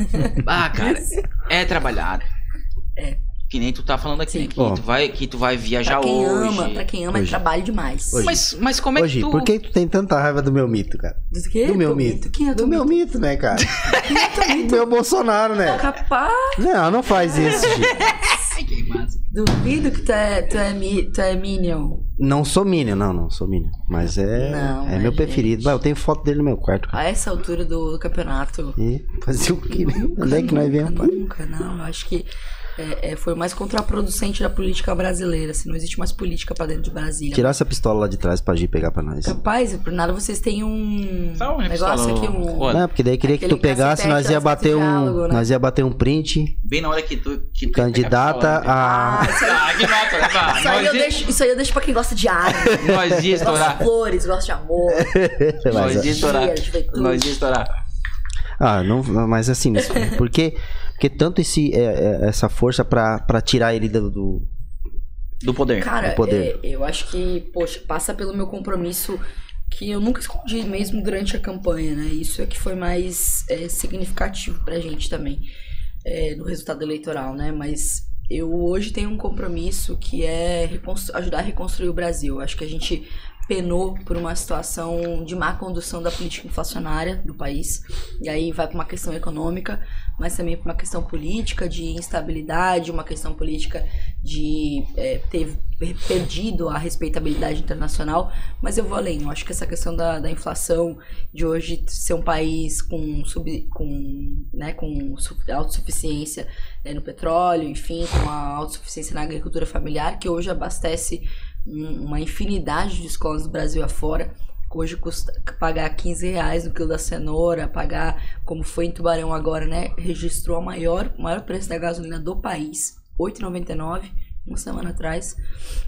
Ah, cara, é trabalhado. É. Que nem tu tá falando aqui, Sim. que, Ó. tu vai, que tu vai viajar Pra quem hoje. ama, pra quem ama, Hoje. é trabalho demais. Hoje. Mas, mas como é Hoje, que tu... por que tu tem tanta raiva do meu mito, cara? Do quê? Do meu Teu mito. Quem é Do teu meu mito? mito, né, cara? Quem é teu Do mito? meu Bolsonaro, né? Capaz. Não, não faz isso, gente. Ai, que massa. Duvido que tu é, tu é, mi, tu é Minion. Não sou Minion, não, não sou Minion. Mas é, Não, é é, meu gente. preferido. Vai, eu tenho foto dele no meu quarto, cara. A essa altura do campeonato. E fazer o quê? Nunca, Onde é que nós nunca, viemos, pai? Nunca, não. Eu acho que é, é, foi o mais contraproducente da política brasileira. Assim, não existe mais política pra dentro de Brasília. Tirar essa pistola lá de trás pra Gi pegar pra nós. Capaz, por nada vocês têm um Tá uma negócio pistola, aqui, um... olha. Não, porque daí queria que Aquele tu pegasse, nós ia cacetete bater de um. diálogo, né? Nós ia bater um print. Bem na hora que tu... Que tu Candidata a. Ah, isso aí, Ah, que massa, né? pá? isso, aí Nós eu ia- deixo, isso aí eu deixo pra quem gosta de arte. Nós ia Gosta de estourar. flores, gosta de amor. Mas, Nós ia Dia, estourar. juventude. Nós ia estourar. ah, não, mas assim, isso- porque, porque tanto esse, é, é, essa força pra, pra tirar ele do. do- Do poder. Cara, do poder. é, eu acho que, poxa, passa pelo meu compromisso que eu nunca escondi mesmo durante a campanha, né? Isso é que foi mais é, significativo pra gente também, é, no resultado eleitoral, né? Mas eu hoje tenho um compromisso que é reconstru- ajudar a reconstruir o Brasil. Acho que a gente penou por uma situação de má condução da política inflacionária do país. E aí vai para uma questão econômica, mas também para uma questão política de instabilidade, uma questão política de é, ter perdido a respeitabilidade internacional. Mas eu vou além. Eu acho que essa questão da, da inflação, de hoje ser um país com, sub, com, né, com su- autossuficiência né, no petróleo, enfim, com a autossuficiência na agricultura familiar, que hoje abastece uma infinidade de escolas do Brasil afora. Hoje custa pagar quinze reais no quilo da cenoura, pagar, como foi em Tubarão agora, né? Registrou o maior, maior preço da gasolina do país, oito reais e noventa e nove centavos, uma semana atrás.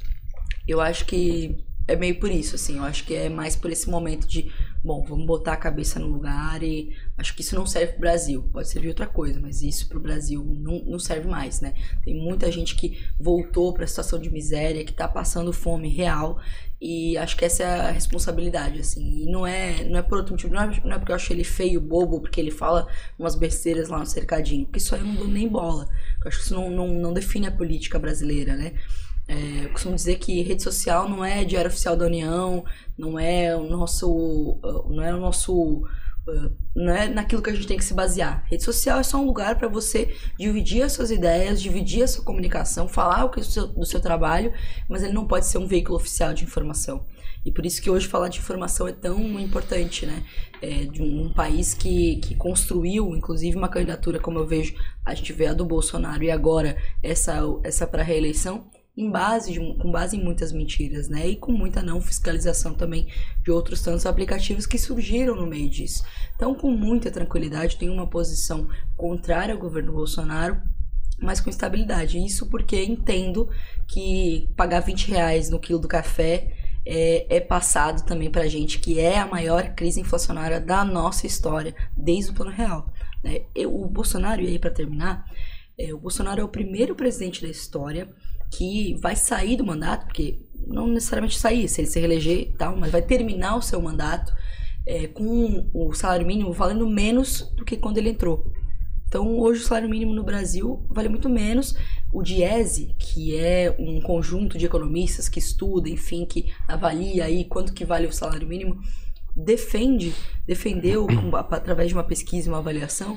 Eu acho que é meio por isso, assim. Eu acho que é mais por esse momento de, bom, vamos botar a cabeça no lugar e acho que isso não serve pro Brasil. Pode servir outra coisa, mas isso pro Brasil não, não serve mais, né? Tem muita gente que voltou pra situação de miséria, que tá passando fome real e acho que essa é a responsabilidade, assim. E não é, não é por outro motivo, não é, não é porque eu acho ele feio, bobo, porque ele fala umas besteiras lá no cercadinho, porque isso aí eu não dou nem bola. Eu acho que isso não, não, não define a política brasileira, né? É, eu costumo dizer que rede social não é diário oficial da União, não é o nosso, não é o nosso, não é naquilo que a gente tem que se basear. Rede social é só um lugar para você dividir as suas ideias, dividir a sua comunicação, falar o que é do seu, do seu trabalho, mas ele não pode ser um veículo oficial de informação. E por isso que hoje falar de informação é tão importante, né? É, de um país que, que construiu, inclusive, uma candidatura, como eu vejo, a gente vê a do Bolsonaro e agora essa, essa para reeleição, em base de, com base em muitas mentiras, né? E com muita não fiscalização também de outros tantos aplicativos que surgiram no meio disso. Então, com muita tranquilidade, tenho uma posição contrária ao governo Bolsonaro, mas com estabilidade. Isso porque entendo que pagar vinte reais no quilo do café é, é passado também pra gente, que é a maior crise inflacionária da nossa história, desde o Plano Real, né? Eu, o Bolsonaro, e aí pra terminar, é, o Bolsonaro é o primeiro presidente da história que vai sair do mandato, porque não necessariamente sair, se ele se reeleger e tal, mas vai terminar o seu mandato é, com o salário mínimo valendo menos do que quando ele entrou. Então, hoje o salário mínimo no Brasil vale muito menos. O DIESE, que é um conjunto de economistas que estuda, enfim, que avalia aí quanto que vale o salário mínimo, defende, defendeu, através de uma pesquisa e uma avaliação,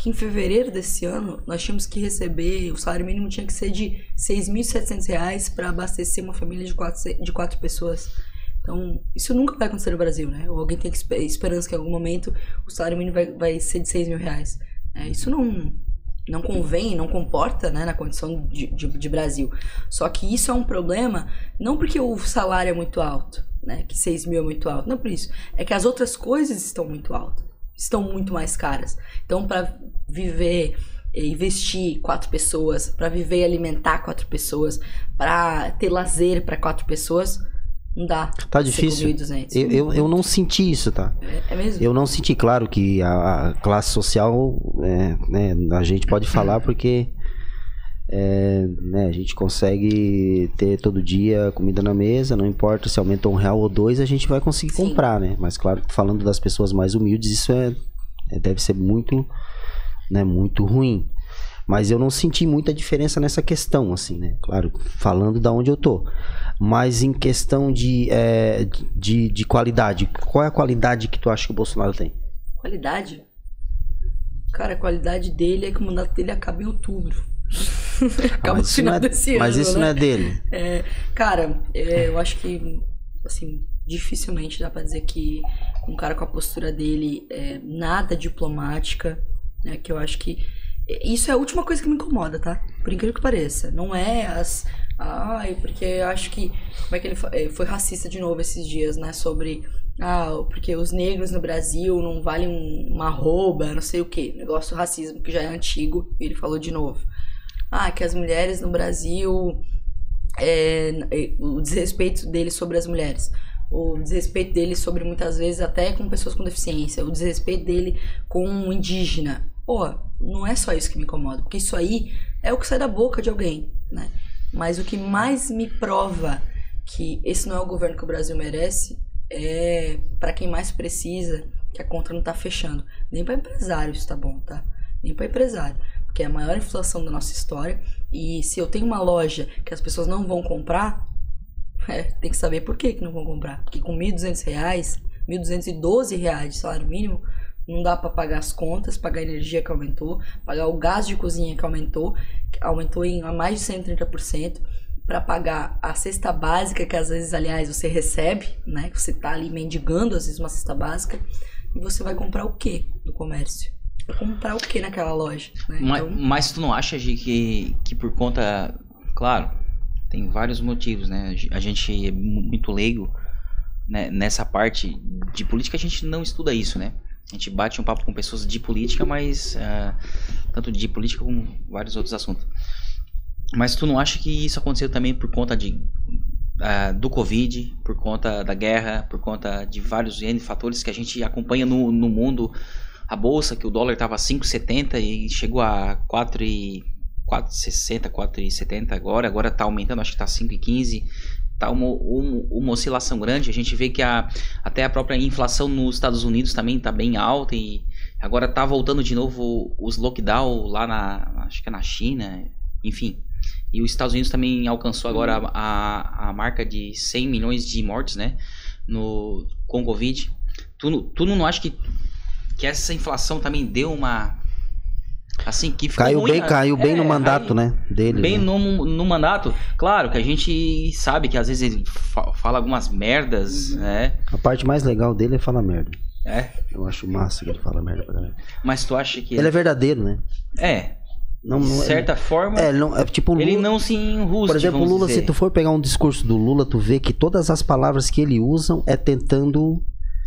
que em fevereiro desse ano nós tínhamos que receber, o salário mínimo tinha que ser de seis mil e setecentos reais para abastecer uma família de quatro, de quatro pessoas. Então, isso nunca vai acontecer no Brasil, né? Ou alguém tem que esper- esperança que em algum momento o salário mínimo vai, vai ser de seis mil reais. É, isso não, não convém, não comporta, né, na condição de, de, de Brasil. Só que isso é um problema, não porque o salário é muito alto, né? Que seis mil é muito alto, não por isso. É que as outras coisas estão muito altas, estão muito mais caras. Então, para viver, investir quatro pessoas, para viver e alimentar quatro pessoas, para ter lazer para quatro pessoas, não dá. Tá difícil. Eu, eu, eu não senti isso, tá? É, é mesmo? Eu não senti, claro que a, a classe social, é, né, a gente pode falar porque é, né, a gente consegue ter todo dia comida na mesa, não importa se aumentou um real ou dois, a gente vai conseguir Sim. comprar, né? Mas claro, falando das pessoas mais humildes, isso é, é deve ser muito, né, muito ruim. Mas eu não senti muita diferença nessa questão, assim, né? Claro, falando da onde eu tô. Mas em questão de, é, de, de qualidade, qual é a qualidade que tu acha que o Bolsonaro tem? Qualidade? Cara, a qualidade dele é que o mandato dele acaba em outubro. Acaba Ah, no final é, desse ano, mas isso né? não é dele. É, cara, é, eu acho que, assim, dificilmente dá pra dizer que um cara com a postura dele é nada diplomática, né? Que eu acho que isso é a última coisa que me incomoda, tá? Por incrível que pareça. Não é as... Ai, porque eu acho que... Como é que ele foi, foi racista de novo esses dias, né? Sobre... Ah, porque os negros no Brasil não valem uma arroba, não sei o quê. Negócio do racismo, que já é antigo. E ele falou de novo. Ah, que as mulheres no Brasil... É, o desrespeito dele sobre as mulheres. O desrespeito dele sobre, muitas vezes, até com pessoas com deficiência. O desrespeito dele com um indígena. Pô, não é só isso que me incomoda, porque isso aí é o que sai da boca de alguém, né? Mas o que mais me prova que esse não é o governo que o Brasil merece é para quem mais precisa, que a conta não tá fechando. Nem para empresário isso tá bom, tá? Nem para empresário, porque é a maior inflação da nossa história. E se eu tenho uma loja que as pessoas não vão comprar, é, tem que saber por que que não vão comprar. Porque com mil e duzentos reais, mil duzentos e doze reais de salário mínimo, não dá pra pagar as contas, pagar a energia que aumentou, pagar o gás de cozinha que aumentou, que aumentou em mais de cento e trinta por cento, pra pagar a cesta básica, que às vezes, aliás, você recebe, né? Você tá ali mendigando, às vezes, uma cesta básica, e você vai comprar o quê no comércio? Vai comprar o quê naquela loja? Né? Mas, Então... mas tu não acha, Gi, que, que por conta... Claro, tem vários motivos, né? A gente é muito leigo, né? Nessa parte de política, a gente não estuda isso, né? A gente bate um papo com pessoas de política, mas uh, tanto de política como vários outros assuntos. Mas tu não acha que isso aconteceu também por conta de, uh, do Covid, por conta da guerra, por conta de vários N fatores que a gente acompanha no, no mundo? A bolsa, que o dólar estava cinco e setenta e chegou a quatro e sessenta, quatro e setenta agora, agora está aumentando, acho que está cinco e quinze. Tá uma, uma, uma oscilação grande. A gente vê que a, até a própria inflação nos Estados Unidos também está bem alta e agora tá voltando de novo os lockdown lá na, acho que é na China, enfim. E os Estados Unidos também alcançou agora a, a, a marca de cem milhões de mortes, né, no, com Covid. Tu, tu não acha que, que essa inflação também deu uma... Assim, que ficou caiu ruim, bem, caiu bem é, no mandato, caiu, né, dele. Bem né? no, no mandato. Claro que a gente sabe que às vezes ele fa fala algumas merdas, uhum. né? A parte mais legal dele é falar merda. É. Eu acho massa que ele fala merda pra caralho. Mas tu acha que... Ele é verdadeiro, né? É. Não, de não é- certa forma, É, não, é tipo o Lula, ele não se enrusca. por exemplo, o Lula, se tu for pegar um discurso do Lula, tu vê que todas as palavras que ele usa é tentando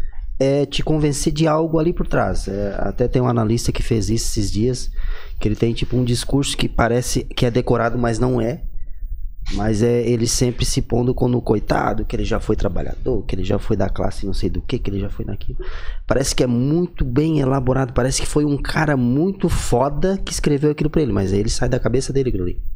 é, te convencer de algo ali por trás. É, até tem um analista que fez isso esses dias, que ele tem tipo um discurso que parece que é decorado, mas não é. Mas é ele sempre se pondo como coitado, que ele já foi trabalhador, que ele já foi da classe não sei do que, que ele já foi naquilo. Parece que é muito bem elaborado, parece que foi um cara muito foda que escreveu aquilo pra ele, mas aí ele sai da cabeça dele aquilo ali.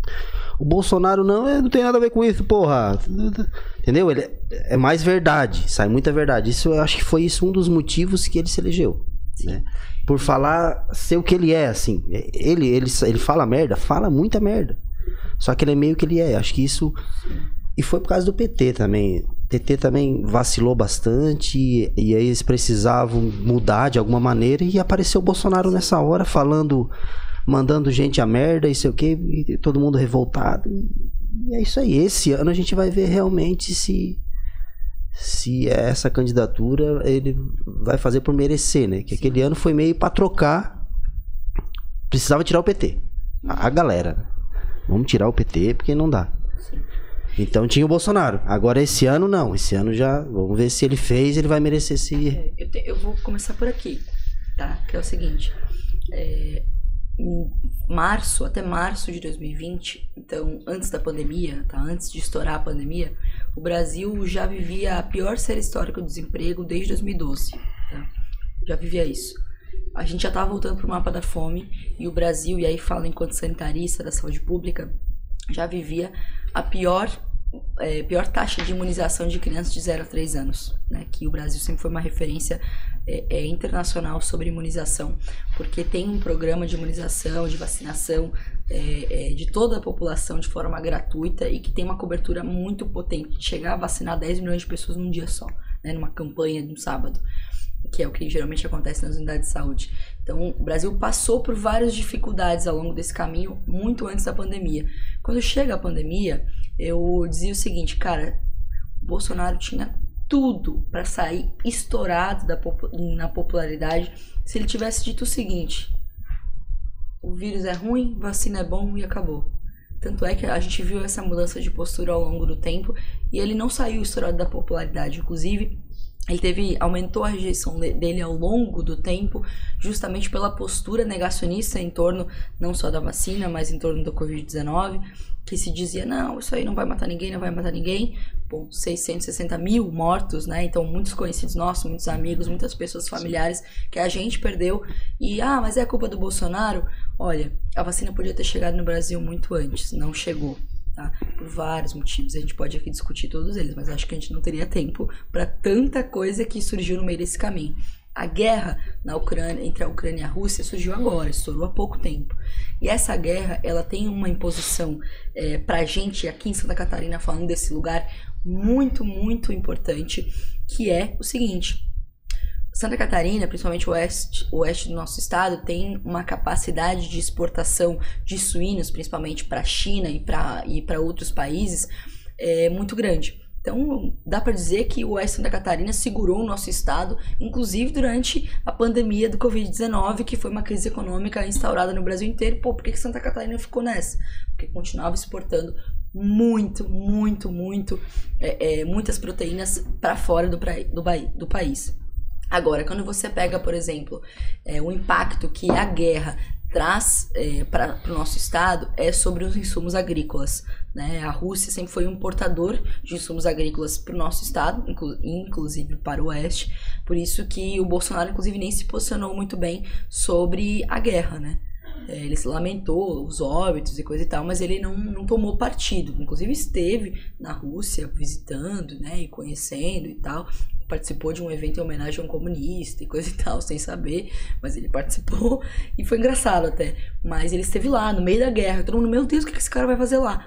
O Bolsonaro não, é, não tem nada a ver com isso, porra. Entendeu? Ele é, é mais verdade, sai muita verdade. Isso eu acho que foi isso um dos motivos que ele se elegeu, né? Por falar ser o que ele é, assim. Ele, ele, ele fala merda, fala muita merda. Só que ele é meio que ele é. Acho que isso... E foi por causa do P T também. T T também vacilou bastante e, e aí eles precisavam mudar de alguma maneira e apareceu o Bolsonaro nessa hora falando, mandando gente a merda e sei o que, e todo mundo revoltado. E é isso aí. Esse ano a gente vai ver realmente se se essa candidatura ele vai fazer por merecer, né? Que Sim. aquele ano foi meio pra trocar. Precisava tirar o P T. A, a galera. Vamos tirar o P T porque não dá. Sim. Então tinha o Bolsonaro. Agora esse ano não. Esse ano já. Vamos ver se ele fez, ele vai merecer se. É, eu, te, eu vou começar por aqui, tá? Que é o seguinte. É, em março, até março de dois mil e vinte, então antes da pandemia, tá? Antes de estourar a pandemia, o Brasil já vivia a pior série histórica do desemprego desde dois mil e doze, tá? Já vivia isso. A gente já estava voltando para o mapa da fome e o Brasil, e aí falo enquanto sanitarista da saúde pública, já vivia a pior, é, pior taxa de imunização de crianças de zero a três anos, né? Que o Brasil sempre foi uma referência é, é, internacional sobre imunização, porque tem um programa de imunização, de vacinação é, é, de toda a população de forma gratuita e que tem uma cobertura muito potente, de chegar a vacinar dez milhões de pessoas num dia só, né? Numa campanha de um sábado, que é o que geralmente acontece nas unidades de saúde. Então, o Brasil passou por várias dificuldades ao longo desse caminho, muito antes da pandemia. Quando chega a pandemia, eu dizia o seguinte, cara, o Bolsonaro tinha tudo para sair estourado da, na popularidade se ele tivesse dito o seguinte, o vírus é ruim, vacina é bom e acabou. Tanto é que a gente viu essa mudança de postura ao longo do tempo e ele não saiu estourado da popularidade, inclusive ele teve, aumentou a rejeição dele ao longo do tempo, justamente pela postura negacionista em torno não só da vacina, mas em torno do covid dezenove, que se dizia, não, isso aí não vai matar ninguém, não vai matar ninguém. Bom, seiscentos e sessenta mil mortos, né? Então, muitos conhecidos nossos, muitos amigos, muitas pessoas familiares que a gente perdeu. E, ah, mas é culpa do Bolsonaro? Olha, a vacina podia ter chegado no Brasil muito antes, não chegou. Tá? Por vários motivos, a gente pode aqui discutir todos eles, mas acho que a gente não teria tempo para tanta coisa que surgiu no meio desse caminho. A guerra na Ucrânia, entre a Ucrânia e a Rússia surgiu agora, estourou há pouco tempo. E essa guerra, ela tem uma imposição é, pra gente aqui em Santa Catarina, falando desse lugar muito, muito importante, que é o seguinte: Santa Catarina, principalmente o oeste, o oeste do nosso estado, tem uma capacidade de exportação de suínos, principalmente para a China e para e para outros países, é, muito grande. Então, dá para dizer que o oeste de Santa Catarina segurou o nosso estado, inclusive durante a pandemia do covid dezenove, que foi uma crise econômica instaurada no Brasil inteiro. Pô, por que Santa Catarina ficou nessa? Porque continuava exportando muito, muito, muito, é, é, muitas proteínas para fora do, do, do país. Agora, quando você pega, por exemplo, é, o impacto que a guerra traz é, para o nosso estado é sobre os insumos agrícolas, né? A Rússia sempre foi um importador de insumos agrícolas para o nosso estado, inclu inclusive para o oeste, por isso que o Bolsonaro, inclusive, nem se posicionou muito bem sobre a guerra, né? É, ele se lamentou os óbitos e coisa e tal, mas ele não, não tomou partido. Inclusive esteve na Rússia visitando, né, e conhecendo e tal. Participou de um evento em homenagem a um comunista e coisa e tal, sem saber, mas ele participou e foi engraçado até. Mas ele esteve lá, no meio da guerra, todo mundo, meu Deus, o que esse cara vai fazer lá?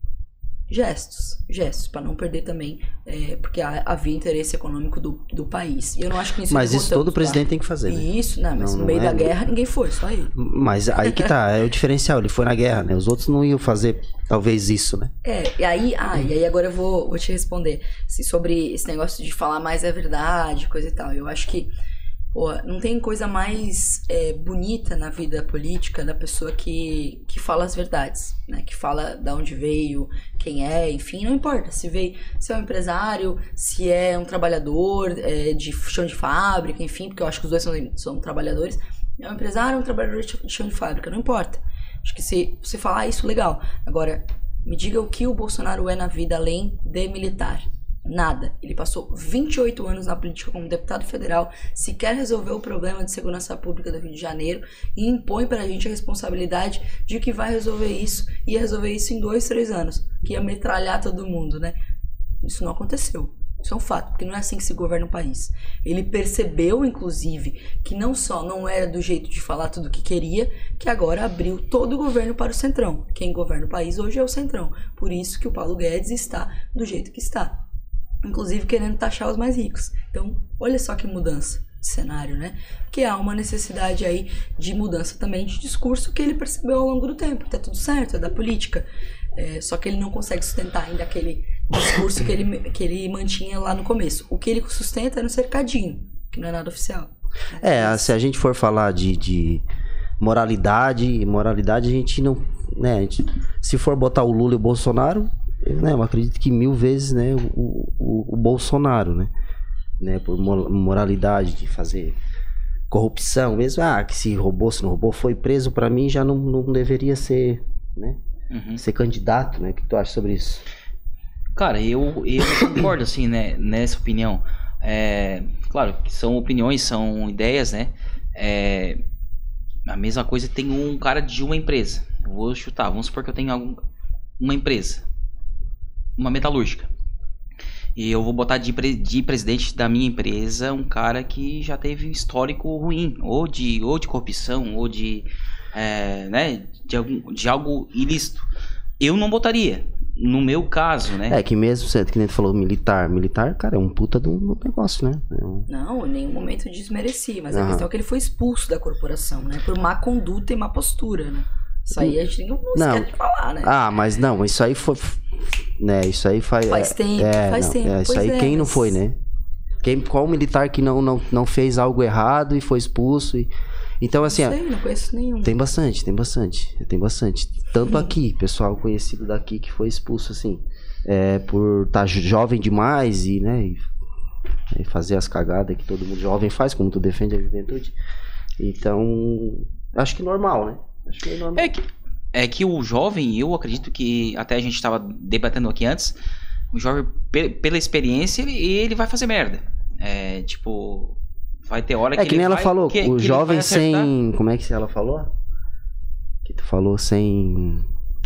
Gestos, gestos, para não perder também, é, porque havia interesse econômico do, do país. E eu não acho que isso Mas isso todo presidente tá? tem que fazer, né? Isso, não, mas não, no meio não é... da guerra ninguém foi, só ele. Mas aí que tá, é o diferencial, ele foi na guerra, né? Os outros não iam fazer, talvez, isso, né? É, e aí, ah, e aí agora eu vou, vou te responder se, sobre esse negócio de falar mais é verdade, coisa e tal. Eu acho que, pô, não tem coisa mais é, bonita na vida política da pessoa que, que fala as verdades, né? Que fala de onde veio, quem é, enfim, não importa se veio, se é um empresário, se é um trabalhador é, de chão de fábrica, enfim, porque eu acho que os dois são, são trabalhadores. É um empresário ou um trabalhador de chão de fábrica, não importa. Acho que se você falar isso, legal. Agora, me diga o que o Bolsonaro é na vida além de militar. Nada. Ele passou vinte e oito anos na política como deputado federal, sequer resolveu o problema de segurança pública do Rio de Janeiro e impõe pra gente a responsabilidade de que vai resolver isso, ia resolver isso em dois, três anos, que ia metralhar todo mundo, né? Isso não aconteceu. Isso é um fato, porque não é assim que se governa o país. Ele percebeu, inclusive, que não só não era do jeito de falar tudo o que queria, que agora abriu todo o governo para o Centrão. Quem governa o país hoje é o Centrão. Por isso que o Paulo Guedes está do jeito que está. inclusive querendo taxar os mais ricos. Então, olha só que mudança de cenário, né? Porque há uma necessidade aí de mudança também de discurso que ele percebeu ao longo do tempo. Tá tudo certo, é da política. É, só que ele não consegue sustentar ainda aquele discurso que ele, que ele mantinha lá no começo. O que ele sustenta é no cercadinho, que não é nada oficial. É, se a gente for falar de, de moralidade, moralidade a gente não... Né, a gente, se for botar o Lula e o Bolsonaro, né, eu acredito que mil vezes, né, o, o, o Bolsonaro, né? Né, por moralidade de fazer corrupção mesmo, ah, que se roubou, se não roubou, foi preso, pra mim já não, não deveria ser, né, uhum. ser candidato, né, o que tu acha sobre isso? Cara, eu, eu concordo, assim, né, nessa opinião, é, claro, que são opiniões, são ideias, né, é, a mesma coisa tem um cara de uma empresa, eu vou chutar, vamos supor que eu tenho algum, uma empresa, uma metalúrgica, e eu vou botar de, de presidente da minha empresa um cara que já teve um histórico ruim, ou de, ou de corrupção, ou de, é, né, de, algum, de algo ilícito. Eu não botaria, no meu caso, né? É que mesmo, que nem tu falou, militar. Militar, cara, é um puta do negócio, né? É um... Não, em nenhum momento desmereci, mas uhum. a questão é que ele foi expulso da corporação, né? Por má conduta e má postura, né? Isso aí a gente não, não esquece de falar, né? Ah, mas não, isso aí foi... Né, isso aí faz... Faz tempo, é, faz não, tempo. É, isso aí é, quem mas... não foi, né? Quem, qual militar que não, não, não fez algo errado e foi expulso? E... Então, assim... Não sei, não conheço nenhum. Tem bastante, tem bastante. Tem bastante. Tanto aqui, pessoal conhecido daqui que foi expulso, assim. É, por estar tá jovem demais e, né... E, e fazer as cagadas que todo mundo jovem faz, como tu defende a juventude. Então... Acho que normal, né? Acho que é normal. É que... É que o jovem, eu acredito que até a gente estava debatendo aqui antes, o jovem, pela experiência, ele, ele vai fazer merda. É, tipo, vai ter hora que É que nem ele ela vai, falou, que, o que jovem sem... Como é que ela falou? Que tu falou sem...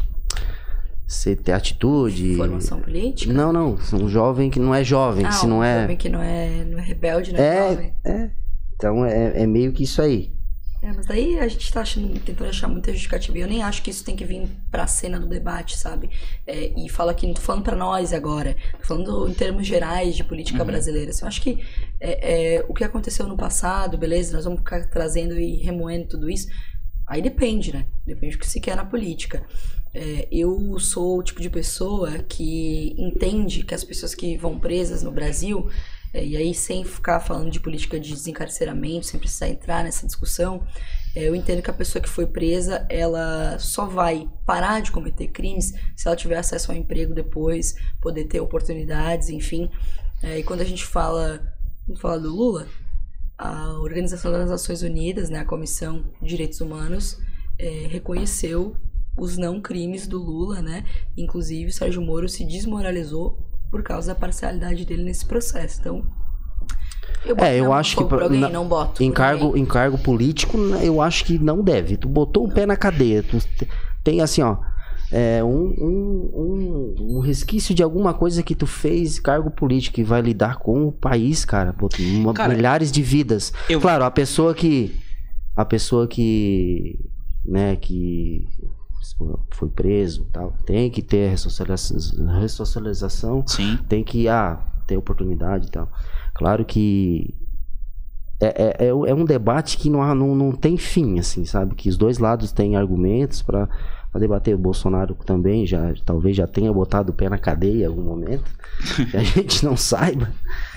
Sem ter atitude... Formação política? Não, não. Um jovem que não é jovem, ah, se um não é... jovem que não é, não é rebelde, não é, é jovem. É, então é, é meio que isso aí. É, mas daí a gente tá achando, tentando achar muita justificativa. Eu nem acho que isso tem que vir pra cena do debate, sabe? É, e fala que não tô falando pra nós agora, tô falando em termos gerais de política uhum. brasileira. Assim, eu acho que é, é, o que aconteceu no passado, beleza, nós vamos ficar trazendo e remoendo tudo isso. Aí depende, né? Depende do que se quer na política. É, eu sou o tipo de pessoa que entende que as pessoas que vão presas no Brasil... É, e aí, sem ficar falando de política de desencarceramento, sem precisar entrar nessa discussão, é, eu entendo que a pessoa que foi presa, ela só vai parar de cometer crimes se ela tiver acesso ao emprego depois, poder ter oportunidades, enfim. É, e quando a gente fala, vamos falar do Lula, a Organização das Nações Unidas, né, a Comissão de Direitos Humanos, é, reconheceu os não crimes do Lula, né? Inclusive, o Sérgio Moro se desmoralizou por causa da parcialidade dele nesse processo. Então, eu boto é, eu acho que alguém, na, não boto em cargo, em cargo político, eu acho que não deve. Tu botou o pé na cadeia, tu tem assim, ó, é, um, um, um, um resquício de alguma coisa que tu fez, cargo político, que vai lidar com o país, cara, uma, cara milhares de vidas. Eu... Claro, a pessoa que a pessoa que, né, que foi preso, tal, tem que ter ressocialização, ressocialização Sim. tem que ah, ter oportunidade e tal. Claro que é, é, é um debate que não, há, não, não tem fim, assim, sabe? Que os dois lados têm argumentos para debater. O Bolsonaro também já, talvez já tenha botado o pé na cadeia em algum momento, que a gente não saiba.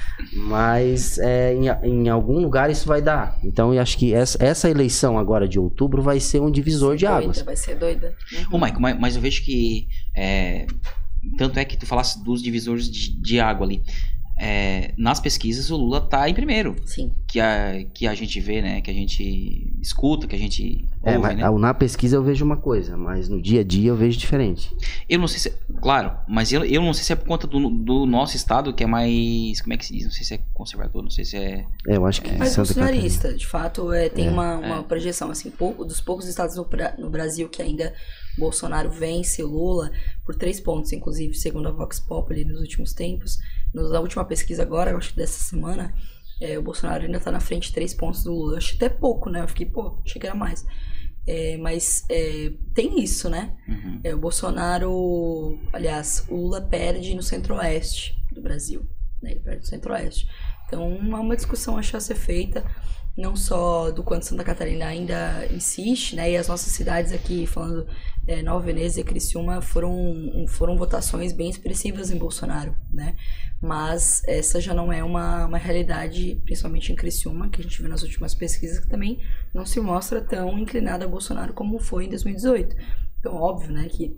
Mas é, em, em algum lugar isso vai dar. Então eu acho que essa, essa eleição agora de outubro vai ser um divisor de doida, águas. Vai ser doida. Uhum. Ô, Maico, mas, mas eu vejo que é, tanto é que tu falasse dos divisores de, de água ali. É, nas pesquisas o Lula tá em primeiro. Sim. Que a, que a gente vê, né? Que a gente escuta, que a gente é, ouve, mas, né? Na pesquisa eu vejo uma coisa, mas no dia a dia eu vejo diferente. Eu não sei se... Claro, mas eu, eu não sei se é por conta do, do nosso estado, que é mais... Como é que se diz? Não sei se é conservador, não sei se é... É, eu acho que... É, mas Santa bolsonarista, Catarina. de fato, é, tem é. uma, uma é. projeção, assim, pouco, dos poucos estados no, no Brasil que ainda Bolsonaro vence o Lula por três pontos, inclusive, segundo a Vox Populi nos últimos tempos. Na última pesquisa agora, eu acho que dessa semana, é, o Bolsonaro ainda tá na frente de três pontos do Lula. Eu achei até pouco, né? Eu fiquei, pô, achei que era mais. É, mas é, tem isso, né? Uhum. É, o Bolsonaro, aliás, o Lula perde no centro-oeste do Brasil. né, perto do Centro-Oeste. Então, é uma discussão acho a ser feita, não só do quanto Santa Catarina ainda insiste, né, e as nossas cidades aqui, falando é, Nova Veneza e Criciúma, foram, foram votações bem expressivas em Bolsonaro, né, mas essa já não é uma, uma realidade, principalmente em Criciúma, que a gente viu nas últimas pesquisas, que também não se mostra tão inclinada a Bolsonaro como foi em dois mil e dezoito. Então, óbvio, né, que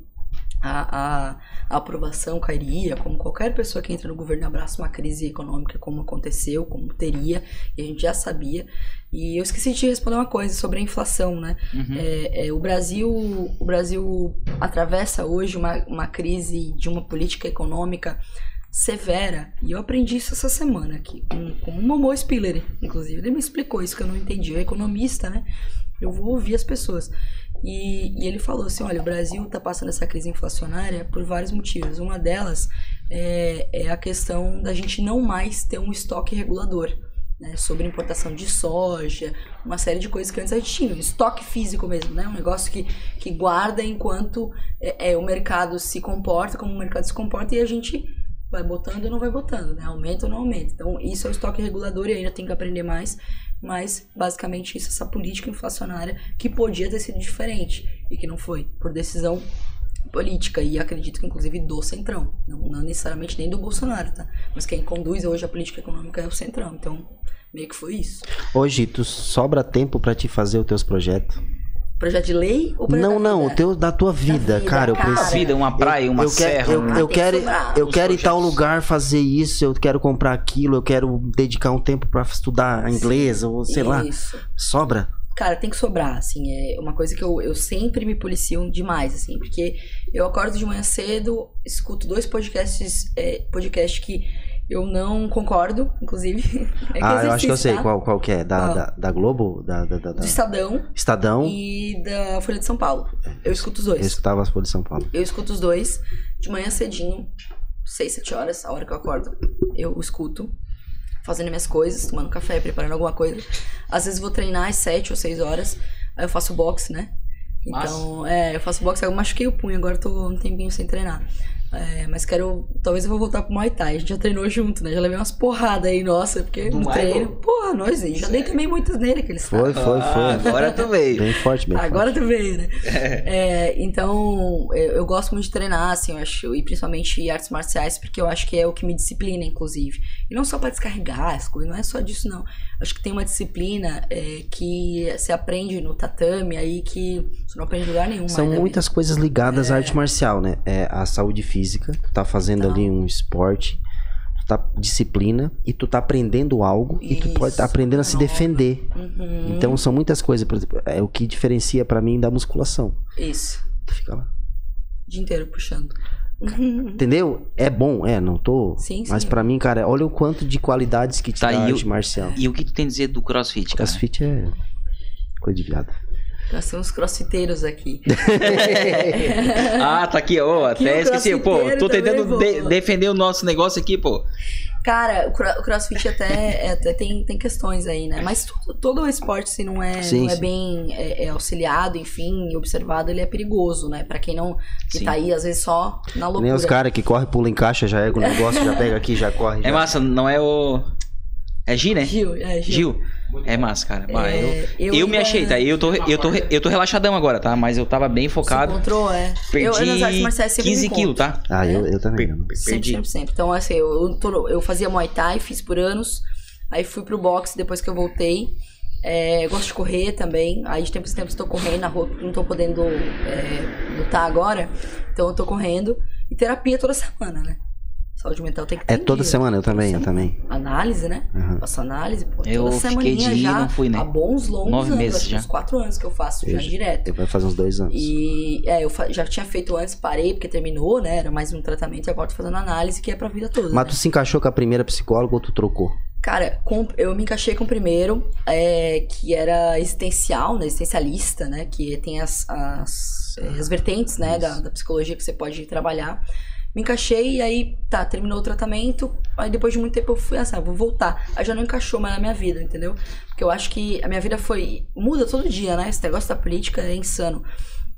A, a, a aprovação cairia, como qualquer pessoa que entra no governo abraça uma crise econômica, como aconteceu, como teria, e a gente já sabia. E eu esqueci de responder uma coisa sobre a inflação, né? Uhum. É, é, o Brasil, o Brasil atravessa hoje uma, uma crise de uma política econômica severa, e eu aprendi isso essa semana aqui, com, com o Momo Spiller, inclusive. Ele me explicou isso que eu não entendi, eu é economista, né? Eu vou ouvir as pessoas. E, e ele falou assim, olha, o Brasil está passando essa crise inflacionária por vários motivos. Uma delas é, é a questão da gente não mais ter um estoque regulador, né, sobre importação de soja, uma série de coisas que antes a gente tinha, um estoque físico mesmo, né, um negócio que, que guarda enquanto é, é, o mercado se comporta, como o mercado se comporta, e a gente vai botando ou não vai botando, né, aumenta ou não aumenta. Então isso é o estoque regulador e ainda tem que aprender mais. Mas, basicamente, isso, essa política inflacionária que podia ter sido diferente e que não foi, por decisão política. E acredito que, inclusive, do Centrão. Não, não necessariamente nem do Bolsonaro, tá? Mas quem conduz hoje a política econômica é o Centrão. Então, meio que foi isso. Hoje, tu sobra tempo pra te fazer os teus projetos? Projeto de lei ou projeto Não, não, o teu, da tua vida, da vida cara. cara. Eu Uma vida, uma praia, eu, uma eu serra. Quero, eu, ah, eu quero, sobrar, eu quero ir em tal projetos. lugar fazer isso, eu quero comprar aquilo, eu quero dedicar um tempo pra estudar inglês, ou sei lá. Isso. Sobra? Cara, tem que sobrar, assim, é uma coisa que eu, eu sempre me policio demais, assim, porque eu acordo de manhã cedo, escuto dois podcasts, é, podcast que eu não concordo, inclusive. É que ah, eu acho que eu sei tá? qual, qual que é, da, ah. da, da Globo? Da, da, da, Do Estadão. Estadão. E da Folha de São Paulo. Eu escuto os dois. Eu escutava as Folha de São Paulo. Eu escuto os dois, de manhã cedinho, seis, sete horas, a hora que eu acordo, eu escuto. Fazendo minhas coisas, tomando café, preparando alguma coisa. Às vezes vou treinar às sete ou seis horas. Aí eu faço boxe, né? Então, Mas... é, eu faço boxe. Eu machuquei o punho, agora tô um tempinho sem treinar. É, mas quero... Talvez eu vou voltar pro Muay Thai. A gente já treinou junto, né? Já levei umas porradas aí, nossa. Porque Do no treino... Porra, nós já dei também muitos nele, aquele Foi, foi, foi. Ah, agora tu veio. Bem forte, bem Agora forte. tu veio, né? É, então, eu, eu gosto muito de treinar, assim, eu acho. E principalmente artes marciais, porque eu acho que é o que me disciplina, inclusive. E não só pra descarregar as coisas, não é só disso, não. Acho que tem uma disciplina é, que você aprende no tatame aí que você não aprende em lugar nenhum. São mais muitas coisas ligadas é. à arte marcial, né? É a saúde física, tu tá fazendo Então. ali um esporte, tu tá disciplina e tu tá aprendendo algo e tu pode estar tá aprendendo a se Nova. defender. Uhum. Então são muitas coisas, por exemplo, é o que diferencia pra mim da musculação. Isso. Tu fica lá. O dia inteiro puxando. Uhum. Entendeu? É bom, é, não tô. Sim, sim. Mas pra mim, cara, olha o quanto de qualidades que te Tá, dá a e arte o- marcial. E o que tu tem a dizer do CrossFit, cara? CrossFit é coisa de viado. Nós temos crossfiteiros aqui. Ah, tá aqui, ó. Aqui Até o esqueci. Pô, crossfiteiro tô também tentando é de- bom. defender o nosso negócio aqui, pô. Cara, o, cro- o crossfit até, é, até tem, tem questões aí, né? Mas tudo, todo o esporte, se não é, Sim, não é sim. bem é, é auxiliado, enfim, observado, ele é perigoso, né? Pra quem não... Que Sim. tá aí, às vezes, só na loucura. Nem os caras que correm, pulam em caixa, já erga o negócio, já pega aqui, já corre. É já. massa, não é o... É Gi, né? Gil, é, Gil. Gil. É massa, cara. Bah, É, eu eu eu me ainda- achei, tá? Eu tô, eu, tô, eu tô relaxadão agora, tá? Mas eu tava bem Se focado. encontrou, é. Perdi eu, nas artes marciais sempre quinze me quilos, encontro. tá? Ah, eu, eu também. Per- não. per- Sempre, Perdi. sempre, sempre. Então, assim, eu, eu, tô- eu fazia Muay Thai, fiz por anos. Aí fui pro boxe depois que eu voltei. É, eu gosto de correr também. Aí de tempos em tempos tô correndo na rua, porque não tô podendo é, lutar agora. Então eu tô correndo. E terapia toda semana, né? Saúde mental tem que ter É toda dia. semana, eu também, eu Toda também. semana. Análise, né? Aham. Faço análise, pô. Eu toda fiquei semaninha de ir, já. não fui, né? Há bons longos Nove anos. meses acho que já. uns quatro anos que eu faço já Eu- direto. Eu vai fazer uns dois anos. E é, eu fa- já tinha feito antes, parei porque terminou, né? Era mais um tratamento e agora tô fazendo análise que é pra vida toda. Mas né? tu se encaixou com a primeira psicóloga ou tu trocou? Cara, com- eu me encaixei com o primeiro, é, que era existencial, né? Existencialista, né? Que tem as, as, é, as vertentes, né? Da, da psicologia que você pode trabalhar. Me encaixei e aí, tá, terminou o tratamento. Aí depois de muito tempo eu fui assim, ah, vou voltar. Aí já não encaixou mais na minha vida, entendeu? Porque eu acho que a minha vida foi... Muda todo dia, né? Esse negócio da política é insano.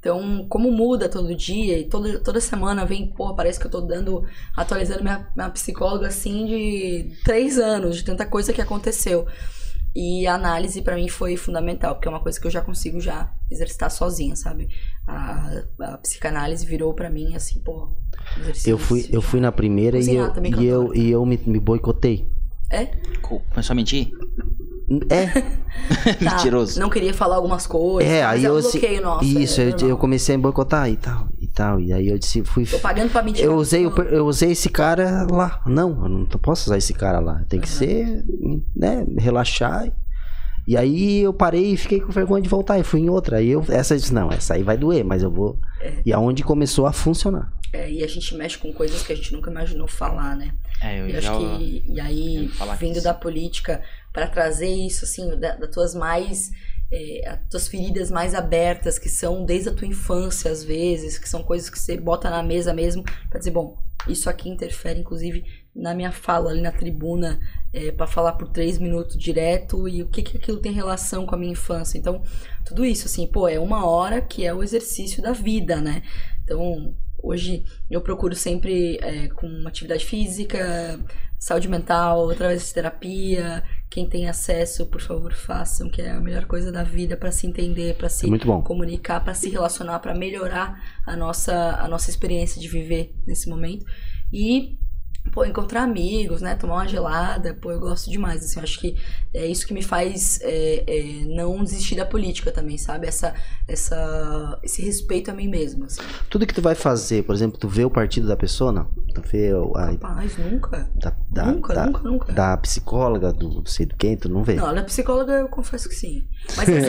Então, como muda todo dia e toda, toda semana vem, porra, parece que eu tô dando, atualizando minha, minha psicóloga, assim, de três anos, de tanta coisa que aconteceu. E a análise pra mim foi fundamental, porque é uma coisa que eu já consigo já exercitar sozinha, sabe? A, a psicanálise virou pra mim, assim, pô, exercício. Eu fui, eu fui na primeira e eu, e eu, e eu me, me boicotei. É? Começou a mentir? É. Tá, Mentiroso. não queria falar algumas coisas. É, aí mas eu... é um bloqueio nosso, isso, é eu, normal. eu comecei a boicotar e tal, e tal. E aí eu disse, fui... Tô pagando pra mentir. Eu usei, eu, eu usei esse cara lá. Não, eu não posso usar esse cara lá. Tem que Uhum. ser, né, relaxar. E aí eu parei e fiquei com vergonha de voltar. E fui em outra. Aí eu, essa eu disse, não, essa aí vai doer, mas eu vou... É. E aonde começou a funcionar. É, e a gente mexe com coisas que a gente nunca imaginou falar, né? É, eu E já... acho que, e aí, ia falar vindo disso. da política, pra trazer isso, assim, da- das tuas mais, é, as tuas feridas mais abertas, que são desde a tua infância, às vezes, que são coisas que você bota na mesa mesmo, pra dizer, bom, isso aqui interfere, inclusive, na minha fala ali na tribuna, é, pra falar por três minutos direto, e o que que aquilo tem relação com a minha infância. Então, tudo isso, assim, pô, é uma hora que é o exercício da vida, né? Então, hoje eu procuro sempre é, com atividade física, saúde mental, através de terapia. Quem tem acesso, por favor, façam, que é a melhor coisa da vida para se entender, para se É muito bom. comunicar, para se relacionar, para melhorar a nossa, a nossa experiência de viver nesse momento. E, pô, encontrar amigos, né? Tomar uma gelada, pô, eu gosto demais, assim, eu acho que é isso que me faz é, é, não desistir da política também, sabe? Essa, essa, esse respeito a mim mesmo, assim. Tudo que tu vai fazer, por exemplo, tu vê o partido da pessoa, não? Tu vê o- a, Rapaz, nunca. da, da, nunca, da, nunca, nunca. da psicóloga, do não sei do quem, tu não vê. Não, ela é psicóloga, eu confesso que sim. Mas essa,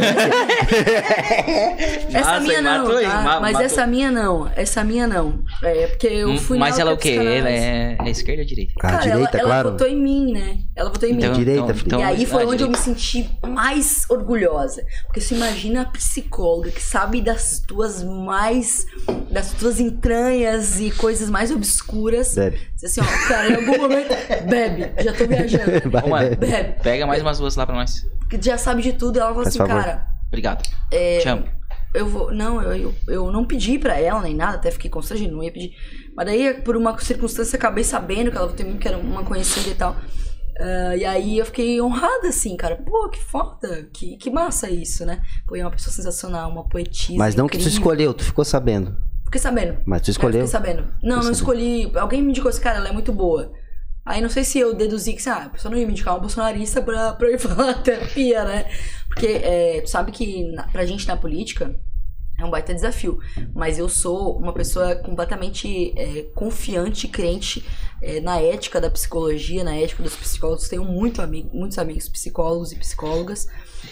essa Nossa, minha não, matou, hein? tá? Ma- Mas matou. essa minha não. Essa minha não. É porque eu fui Mas nela ela é o com quê? a Ela psicanálise. é, é esquerda ou direita? A Cara, direita, ela, claro. ela votou em mim, né? Ela votou em Então- mim. Direita, filho. E aí foi ah, onde eu me direita. senti mais orgulhosa. Porque você imagina a psicóloga que sabe das tuas mais... das tuas entranhas e coisas mais obscuras. Bebe. Diz assim, ó, cara, em algum momento... Bebe, já tô viajando. Vai, Ô, mano, bebe. Bebe. Pega mais umas duas lá pra nós. Que já sabe de tudo. Ela falou Faz assim, favor. cara... Obrigado. É, Te amo. Eu vou. Não, eu, eu, eu não pedi pra ela nem nada, até fiquei constrangido, não ia pedir. Mas daí, por uma circunstância, acabei sabendo que ela votou em mim, que era uma conhecida e tal. Ah, e aí eu fiquei honrada, assim, cara. Pô, que foda, que, que massa isso, né? Pô, é uma pessoa sensacional, uma poetisa. Mas não que tu incrível. escolheu, tu ficou sabendo. Fiquei sabendo. Mas tu É, escolheu. fiquei sabendo. Não, não sabendo. escolhi. Alguém me indicou assim, cara, ela é muito boa. Aí não sei se eu deduzi que, ah, a pessoa não ia me indicar um bolsonarista pra, pra eu ir falar terapia, né? Porque é, tu sabe que na, pra gente na política é um baita desafio. Mas eu sou uma pessoa completamente é, confiante e crente é, na ética da psicologia, na ética dos psicólogos. Tenho muito amigo, muitos amigos psicólogos e psicólogas.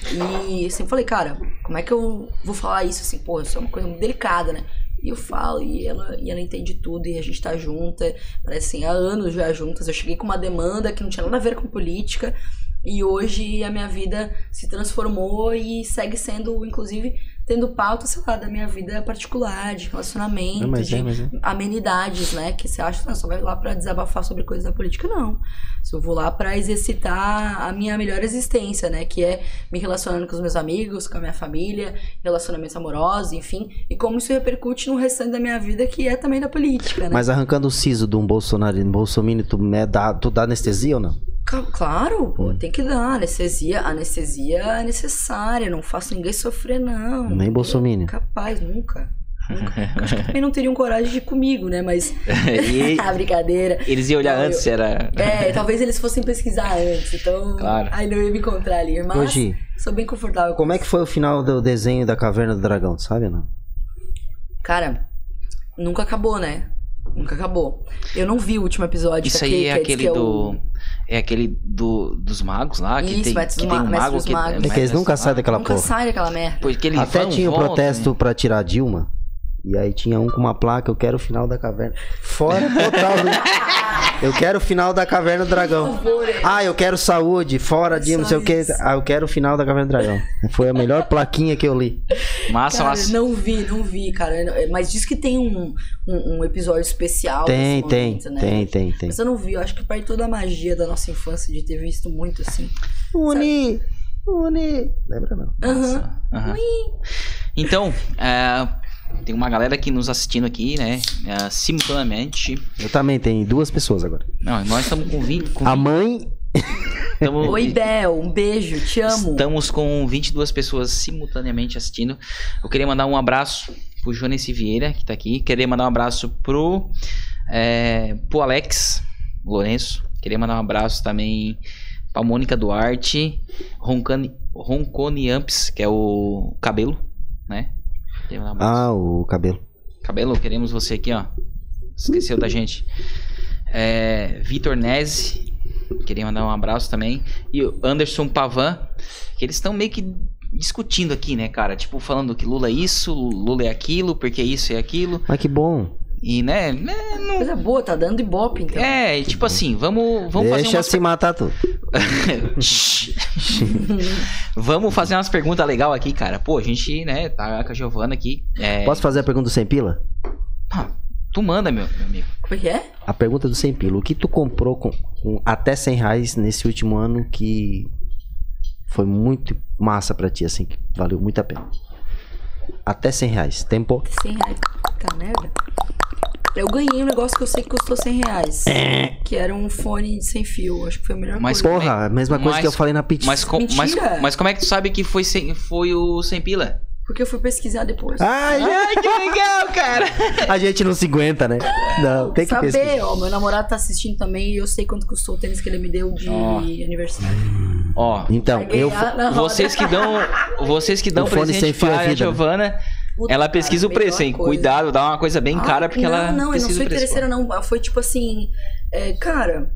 E eu sempre falei, cara, como é que eu vou falar isso assim? Pô, isso é uma coisa muito delicada, né? E eu falo, e ela, e ela entende tudo, e a gente tá junta, parece assim, há anos já juntas. Eu cheguei com uma demanda que não tinha nada a ver com política, e hoje a minha vida se transformou e segue sendo, inclusive, tendo pauta, sei lá, da minha vida particular, de relacionamento, Não, mas de é, mas é. amenidades, né? Que você acha que só vai lá pra desabafar sobre coisas da política, não. Eu vou lá pra exercitar a minha melhor existência, né? Que é me relacionando com os meus amigos, com a minha família, relacionamentos amorosos, enfim. E como isso repercute no restante da minha vida, que é também da política, né? Mas arrancando o siso de um Bolsonaro, um Bolsonaro, tu, me dá, tu dá anestesia ou não? Ca- Claro, pô, tem que dar. Anestesia, anestesia é necessária. Não faço ninguém sofrer, não. Nem Bolsonaro. Capaz, nunca. Nunca. Acho que também não teriam coragem de ir comigo, né? Mas. E Ah, brincadeira. eles iam olhar Não, antes eu- se era... É, talvez eles fossem pesquisar antes, então. Claro. Aí não ia me encontrar ali. Mas Hoje, sou bem confortável. com como é que foi o final do desenho da Caverna do Dragão, tu sabe ou não? Cara, nunca acabou, né? Nunca acabou. Eu não vi o último episódio. Isso que aí é que diz aquele que é o- do... É aquele do, dos magos lá, que Isso, tem, Mestre que dos tem um Ma- Mestre mago dos que... Magos. É que eles nunca saem daquela Nunca porra. sai daquela merda. Porque eles Até vão, tinha o voltam, protesto né? pra tirar a Dilma. E aí tinha um com uma placa, eu quero o final da caverna. Fora total. do- Eu quero o final da Caverna do Dragão. Ah, eu quero saúde, fora de não sei o que. isso. Ah, eu quero o final da Caverna do Dragão. Foi a melhor plaquinha que eu li. Massa, Cara, massa. não vi, não vi, cara. Mas diz que tem um, um, um episódio especial. Tem, nesse tem, momento, né? tem, tem, tem. Mas eu não vi, eu acho que perde toda a magia da nossa infância de ter visto muito assim. Uni, Uni. Lembra não? Aham. Aham. Então, é, Tem uma galera aqui nos assistindo aqui, né? É, simultaneamente. Eu também, tem duas pessoas agora. Não, nós estamos com vinte. Com A mãe... Tamo, Oi, Bel, um beijo, te amo. Estamos com vinte e duas pessoas simultaneamente assistindo. Eu queria mandar um abraço pro Jones Vieira, que tá aqui. Queria mandar um abraço pro, é, pro Alex Lourenço. Queria mandar um abraço também pra Mônica Duarte. Roncani, Roncone Amps, que é o Cabelo, né? Queria mandar um abraço. Ah, o cabelo. Cabelo, queremos você aqui, ó. Esqueceu da gente. É, Vitor Nese. Queria mandar um abraço também. E o Anderson Pavan, que eles estão meio que discutindo aqui, né, cara? Tipo, falando que Lula é isso, Lula é aquilo, porque isso é aquilo. Mas que bom. E, né, né não... Coisa boa, tá dando ibope, então. É, e tipo assim, vamos, vamos Deixa fazer umas... se matar tudo. Vamos fazer umas perguntas legais aqui, cara. Pô, a gente, né, tá com a Giovana aqui. É... Posso fazer a pergunta do Sem Pila? Ah, tu manda, meu, meu amigo. Como é que é? A pergunta do Sem Pila. O que tu comprou com, com até cem reais nesse último ano que foi muito massa pra ti, assim, que valeu muito a pena? Até cem reais. Tempo? cem reais. Tá merda. Eu ganhei um negócio que eu sei que custou cem reais. Que era um fone sem fio. Acho que foi a melhor Mas coisa. Porra, a mesma coisa Mas- que eu falei na pizza. Mas, com, mas, Mentira. mas como é que tu sabe que foi, sem, foi o Sem Pila? Porque eu fui pesquisar depois. Ai, Ai, que legal, cara! a gente não se aguenta, né? Não, tem que Saber, pesquisar. ó, meu namorado tá assistindo também e eu sei quanto custou o tênis que ele me deu de Ó. aniversário. Ó, Então, Paguei eu... a- na roda. vocês que dão, vocês que dão O fone sem presente fio é para a vida, né? Giovana, Puta, ela pesquisa cara, o preço, melhor hein? coisa. Cuidado, dá uma coisa bem Ah, cara, porque não, ela Não, eu não pesquisa sou o preço. interesseira, não. Foi tipo assim. É, cara.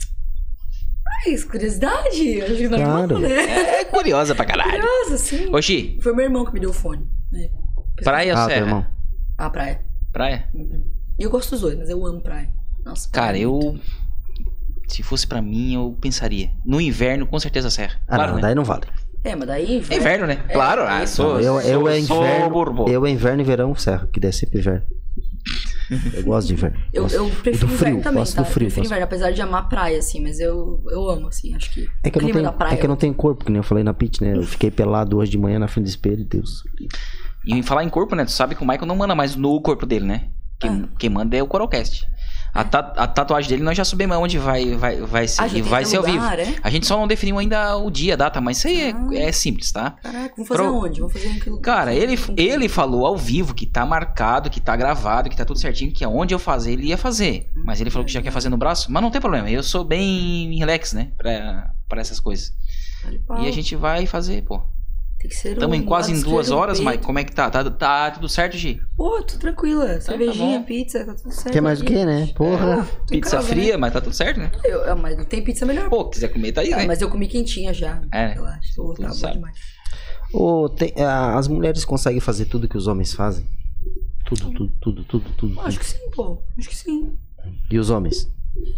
Ai, curiosidade. Acho que normal, Claro. né? É curiosa pra caralho. Curiosa, sim. Oxi, Foi meu irmão que me deu o fone. É. praia ou Ah, teu serra? irmão. Ah, praia. Praia? E eu gosto dos dois, mas eu amo praia. Nossa, Cara, praia é eu... muito. Se fosse pra mim, eu pensaria. No inverno, com certeza serra. Ah, Claro, não, né? daí não vale. É, mas daí. É inverno, né? Claro, ah, sou, eu, eu, sou, é sou inverno, borbô. eu é inverno e verão, serra, que der sempre inverno. Eu gosto de inverno. Eu, Gosto. eu E prefiro do inverno frio, também, gosto tá? do frio. Eu prefiro gosto- inverno, apesar de amar praia, assim, mas eu, eu amo, assim, acho que. É que, eu o não clima tenho, da praia. é que eu não tenho corpo, que nem eu falei na pit, né? Eu fiquei pelado hoje de manhã na frente do espelho, Deus. E em falar em corpo, né? Tu sabe que o Michael não manda mais no corpo dele, né? Quem, Ah. quem manda é o Coralcast. A, ta- a tatuagem dele nós já subimos aonde vai, vai, vai ser, Ah, já e tem vai ser ao vivo. lugar, é? A gente só não definiu ainda o dia, a data, mas isso aí Ah. é, é simples, tá? Caraca, vamos fazer Pro- onde? Vamos fazer em que lugar? Cara, ele, Com quem? ele falou ao vivo que tá marcado, que tá gravado, que tá tudo certinho, que aonde eu fazer, ele ia fazer. Mas ele falou que já quer fazer no braço. Mas não tem problema, eu sou bem relax, né? Pra, pra essas coisas. Vale pau. E a gente vai fazer, pô. Tem que ser Estamos um em quase em lado duas esquerdo, horas, peito. Mike. Como é que tá? Tá, tá tudo certo, Gi? Pô, tô tranquila. Cervejinha, bom. pizza, tá tudo certo. Quer mais o aqui. que, né? Porra. Tô em Pizza casa, fria, né? mas tá tudo certo, né? Eu, eu- mas não tem pizza melhor. Pô, quiser comer, tá aí, Ah, né? mas eu comi quentinha já. É, Relaxa. Pô, tu tá bom sabe. demais. Ô, tem- ah, as mulheres conseguem fazer tudo que os homens fazem? Tudo, tudo, tudo, tudo, tudo. Acho que sim, pô. Acho que sim. E os homens?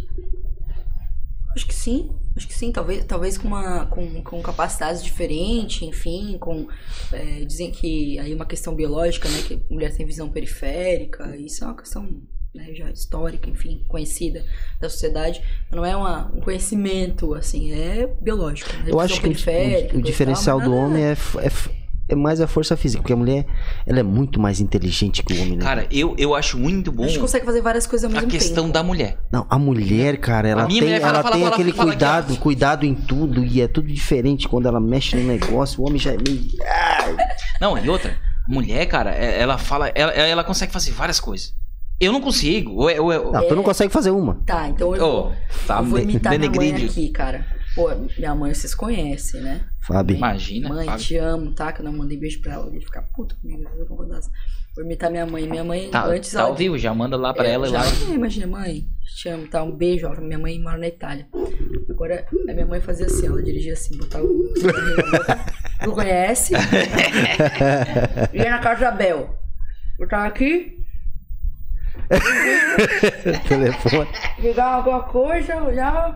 Acho que sim. Acho que sim. Talvez, talvez com, uma, com, com capacidades diferentes, enfim. Com, é, dizem que aí uma questão biológica, né? Que a mulher tem visão periférica. Isso é uma questão, né, já histórica, enfim, conhecida da sociedade. Não é uma, um conhecimento, assim, é biológico. Né? Eu Visão acho que o, periférica, o- o coisa e diferencial tal, mas do nada- homem é, f- é, f- é mais a força física, porque a mulher ela é muito mais inteligente que o homem, né? Cara, eu, eu acho muito bom A gente consegue fazer várias coisas ao a mesmo questão tempo. da mulher. Não, a mulher, cara, ela A minha tem, mulher fala, ela fala, tem fala, aquele fala aqui, cuidado, ó. cuidado em tudo, e é tudo diferente quando ela mexe no negócio, o homem já é meio... Não, e outra, a mulher, cara, é- ela fala, ela, ela consegue fazer várias coisas. Eu não consigo. Ou, é- ou, é- Não, tu não consegue fazer uma. Tá, então eu Ô, vou, tá eu vou de- imitar minha mãe denegrindo. aqui, cara. Pô, minha mãe vocês conhecem, né? Fábio. Imagina. Mãe, Fábio. te amo, tá? Que eu não mandei beijo pra ela. Ela ia ficar puta comigo. Eu não vou dar essa. Vou imitar minha mãe. Minha mãe, Tá, antes tá ela... ao vivo, já manda lá pra É, ela e já lá. mandei, imagina, mãe, te amo, tá? Um beijo. Ó, minha mãe mora na Itália. Agora, a minha mãe fazia assim, ela dirigia assim, botava o... Não conhece? Ia na casa da Bel. Botava aqui, Telefone. ligava alguma coisa, olhava...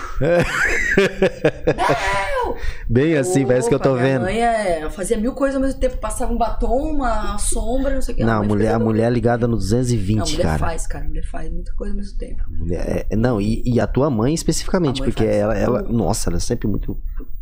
Bel! Bem assim, parece que eu tô Opa, minha vendo. mãe é, ela fazia mil coisas ao mesmo tempo. Passava um batom, uma sombra, não sei o que. Não, a mãe mulher, a fazia- mulher ligada no duzentos e Não, a vinte, mulher cara. faz, cara. A mulher faz muita coisa ao mesmo tempo. Mulher- é- não, e, e a tua mãe especificamente, A mãe porque faz ela, ela, tudo. nossa, ela é sempre muito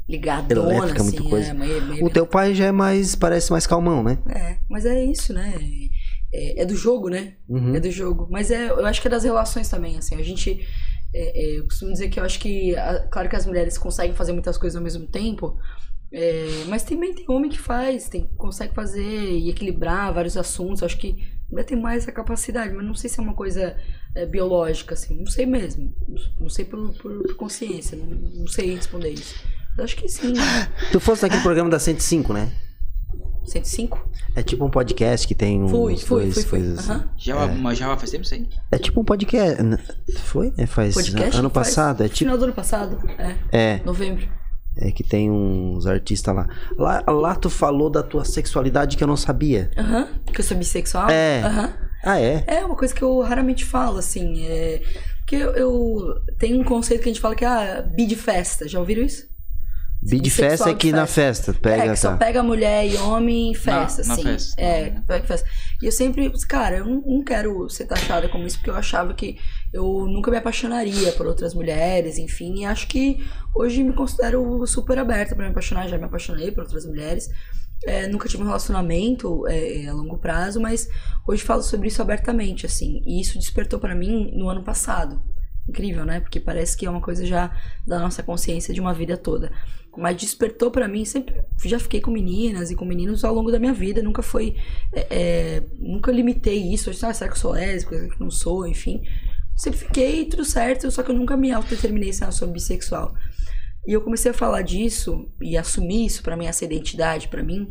ligadona, Elétrica, assim. muita coisa. É, meio, meio... O teu pai já é mais, parece mais calmão, né? É, mas é isso, né? É, é do jogo, né? Uhum. É do jogo. Mas é, eu acho que é das relações também, assim. A gente... É, é, eu costumo dizer que eu acho que... A, claro que as mulheres conseguem fazer muitas coisas ao mesmo tempo, é, mas também tem homem que faz, tem, consegue fazer e equilibrar vários assuntos. Eu acho que vai ter mais essa capacidade, mas não sei se é uma coisa é, biológica, assim. Não sei mesmo. Não sei por, por, por consciência. Não, não sei responder isso. Eu acho que sim. Tu fosse naquele programa da cento e cinco, né? cento e cinco? É tipo um podcast que tem uns Fui, fui, dois fui, fui. coisas Aham. assim. Já, mas já faz tempo isso aí? É tipo um podcast. Foi? É, faz Podcast ano faz passado. É tipo. Final do ano passado, é. É. Novembro. É que tem uns artistas lá. lá. Lá tu falou da tua sexualidade que eu não sabia. Aham. Uhum. Que eu sou bissexual? É. Aham. Uhum. Ah, é? É uma coisa que eu raramente falo, assim. É... Porque eu, eu tenho um conceito que a gente fala que é ah, bi de festa. Já ouviram isso? Bi de festa é que na festa. Pega, é, que só tá. pega mulher e homem em festa, na, assim. Na festa. É, pega festa. E eu sempre, cara, eu não, não quero ser taxada como isso, porque eu achava que eu nunca me apaixonaria por outras mulheres, enfim. E acho que hoje me considero super aberta pra me apaixonar. Já me apaixonei por outras mulheres. É, nunca tive um relacionamento é, a longo prazo, mas hoje falo sobre isso abertamente, assim. E isso despertou pra mim no ano passado. Incrível, né? Porque parece que é uma coisa já da nossa consciência de uma vida toda. Mas despertou pra mim, sempre já fiquei com meninas e com meninos ao longo da minha vida. Nunca foi... É, é, nunca limitei isso. Ah, será que eu sou lésbica? Será que eu não sou? Enfim. Sempre fiquei tudo certo, só que eu nunca me autodeterminei se eu sou bissexual. E eu comecei a falar disso e assumir isso pra mim, essa identidade pra mim,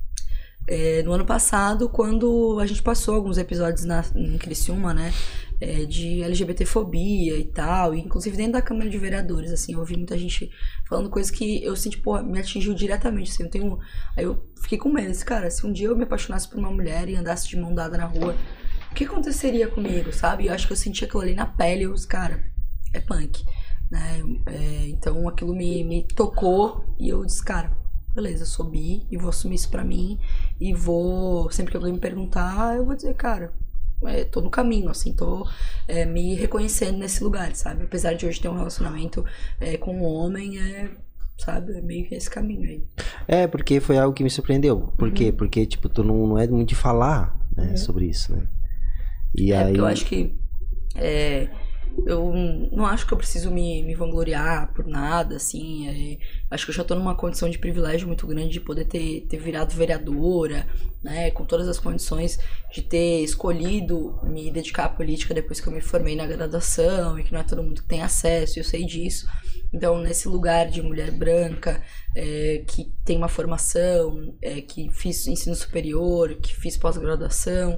é, no ano passado, quando a gente passou alguns episódios na, em Criciúma, né? É, de LGBTfobia e tal, e inclusive dentro da Câmara de Vereadores, assim, eu ouvi muita gente falando coisas que eu senti, pô, me atingiu diretamente, assim, eu tenho... Aí eu fiquei com medo, assim, cara, se um dia eu me apaixonasse por uma mulher e andasse de mão dada na rua, o que aconteceria comigo, sabe? Eu acho que eu senti aquilo ali na pele, os cara, é punk, né? É, então aquilo me, me tocou e eu disse, cara, beleza, eu sou bi e vou assumir isso pra mim e vou, sempre que alguém me perguntar, eu vou dizer, cara, é, tô no caminho, assim, tô é, me reconhecendo nesse lugar, sabe? Apesar de hoje ter um relacionamento é, com um homem, é, sabe? É meio que esse caminho aí. É, porque foi algo que me surpreendeu. Por uhum. quê? Porque, tipo, tu não, não é muito de falar, né, uhum. sobre isso, né? E é, aí... porque eu acho que... É, eu não acho que eu preciso me, me vangloriar por nada, assim. É, acho que eu já tô numa condição de privilégio muito grande de poder ter, ter virado vereadora, né? Com todas as condições de ter escolhido me dedicar à política depois que eu me formei na graduação e que não é todo mundo que tem acesso, eu sei disso. Então, nesse lugar de mulher branca, é, que tem uma formação, é, que fiz ensino superior, que fiz pós-graduação...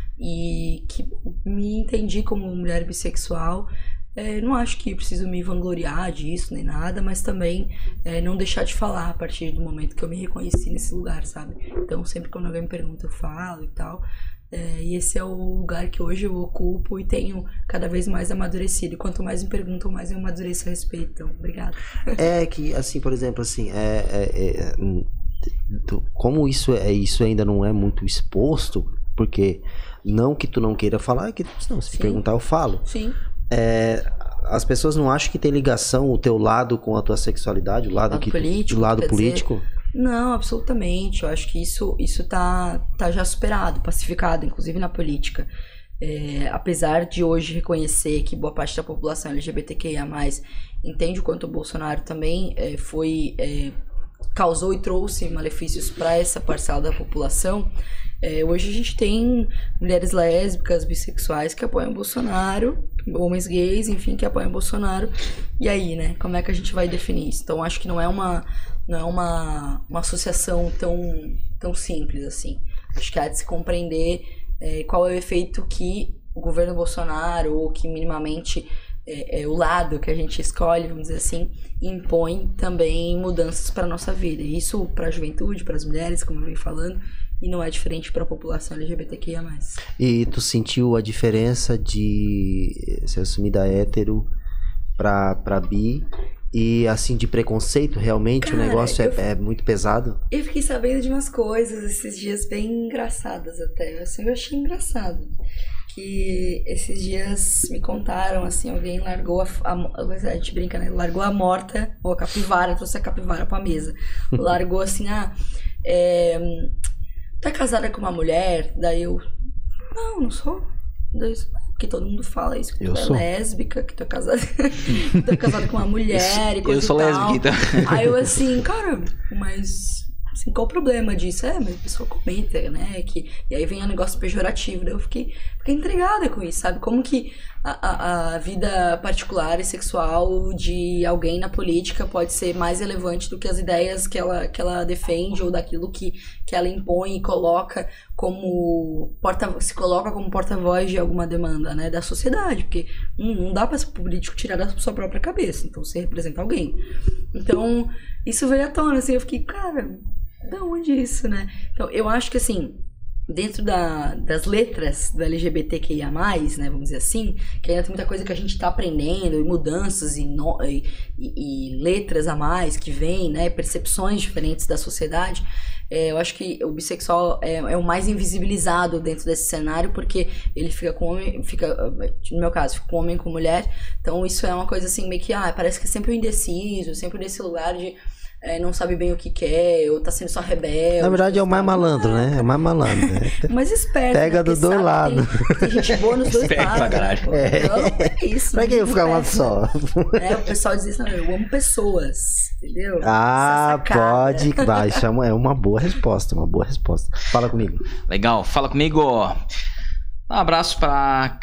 e que me entendi como mulher bissexual, é, não acho que preciso me vangloriar disso nem nada, mas também é, não deixar de falar a partir do momento que eu me reconheci nesse lugar, sabe? Então sempre quando alguém me pergunta eu falo e tal, é, e esse é o lugar que hoje eu ocupo e tenho cada vez mais amadurecido, e quanto mais me perguntam, mais eu amadureço a respeito, então obrigada. É que assim, por exemplo, assim, é, é, é, como isso, é, isso ainda não é muito exposto, porque não que tu não queira falar, que não, se me perguntar eu falo. Sim. É, as pessoas não acham que tem ligação o teu lado com a tua sexualidade, o lado, lado que político, do lado político? Dizer, não, absolutamente. Eu acho que isso, isso tá, tá já superado, pacificado, inclusive na política. É, apesar de hoje reconhecer que boa parte da população L G B T Q I A mais, entende o quanto o Bolsonaro também é, foi... É, causou e trouxe malefícios para essa parcela da população, é, hoje a gente tem mulheres lésbicas, bissexuais que apoiam o Bolsonaro, homens gays, enfim, que apoiam o Bolsonaro. E aí, né? Como é que a gente vai definir isso? Então, acho que não é uma, não é uma, uma associação tão, tão simples assim. Acho que há de se compreender é, qual é o efeito que o governo Bolsonaro, ou que minimamente é, é, o lado que a gente escolhe, vamos dizer assim, impõe também mudanças para a nossa vida. E isso para a juventude, para as mulheres, como eu venho falando, e não é diferente para a população L G B T Q I A mais. E tu sentiu a diferença de ser assumida hétero pra, pra bi? E assim, de preconceito, realmente? Cara, o negócio é, eu, é muito pesado? Eu fiquei sabendo de umas coisas esses dias bem engraçadas até. Assim, eu achei engraçado. que esses dias me contaram, assim, alguém largou a, a, a gente brinca, né? Largou a morta, ou a capivara, trouxe a capivara pra mesa. Largou assim, ah, é, tá casada com uma mulher? Daí eu, não, não sou. Daí eu, porque todo mundo fala isso, que eu tu sou. é lésbica, que tu é casada, que tu é casada com uma mulher e coisa Eu sou e tal. lésbica, então. Aí eu assim, cara, mas... Assim, qual o problema disso? É, mas a pessoa comenta, né? Que, e aí vem um negócio pejorativo. Daí eu fiquei, fiquei intrigada com isso, sabe? Como que a, a, a vida particular e sexual de alguém na política pode ser mais relevante do que as ideias que ela, que ela defende ou daquilo que, que ela impõe e coloca como porta, se coloca como porta-voz de alguma demanda, né? Da sociedade. Porque hum, não dá para o político tirar da sua própria cabeça. Então você representa alguém. Então, isso veio à tona, assim, eu fiquei, cara... Da onde isso, né? Então, eu acho que, assim, dentro da, das letras do L G B T Q I A mais, né, vamos dizer assim, que ainda tem muita coisa que a gente tá aprendendo, e mudanças, e, no, e, e, e letras a mais que vêm, né, percepções diferentes da sociedade, é, eu acho que o bissexual é, é o mais invisibilizado dentro desse cenário, porque ele fica com homem, fica, no meu caso, fica com homem e com mulher, então isso é uma coisa assim, meio que, ah, parece que é sempre um indeciso, sempre desse lugar de... É, não sabe bem o que quer, ou tá sendo só rebelde. Na verdade é o mais malandro, né? É o mais malandro. Né? Mas esperto. Pega né? dos dois lados. Tem, tem gente boa nos dois Esperto lados. pra caralho. Né? É. Então, é isso. Pra que eu ficar uma só? É, o pessoal diz isso, não, eu amo pessoas, entendeu? Ah, pode. Vai, chama, é uma boa resposta, uma boa resposta. Fala comigo. Legal, fala comigo. Um abraço pra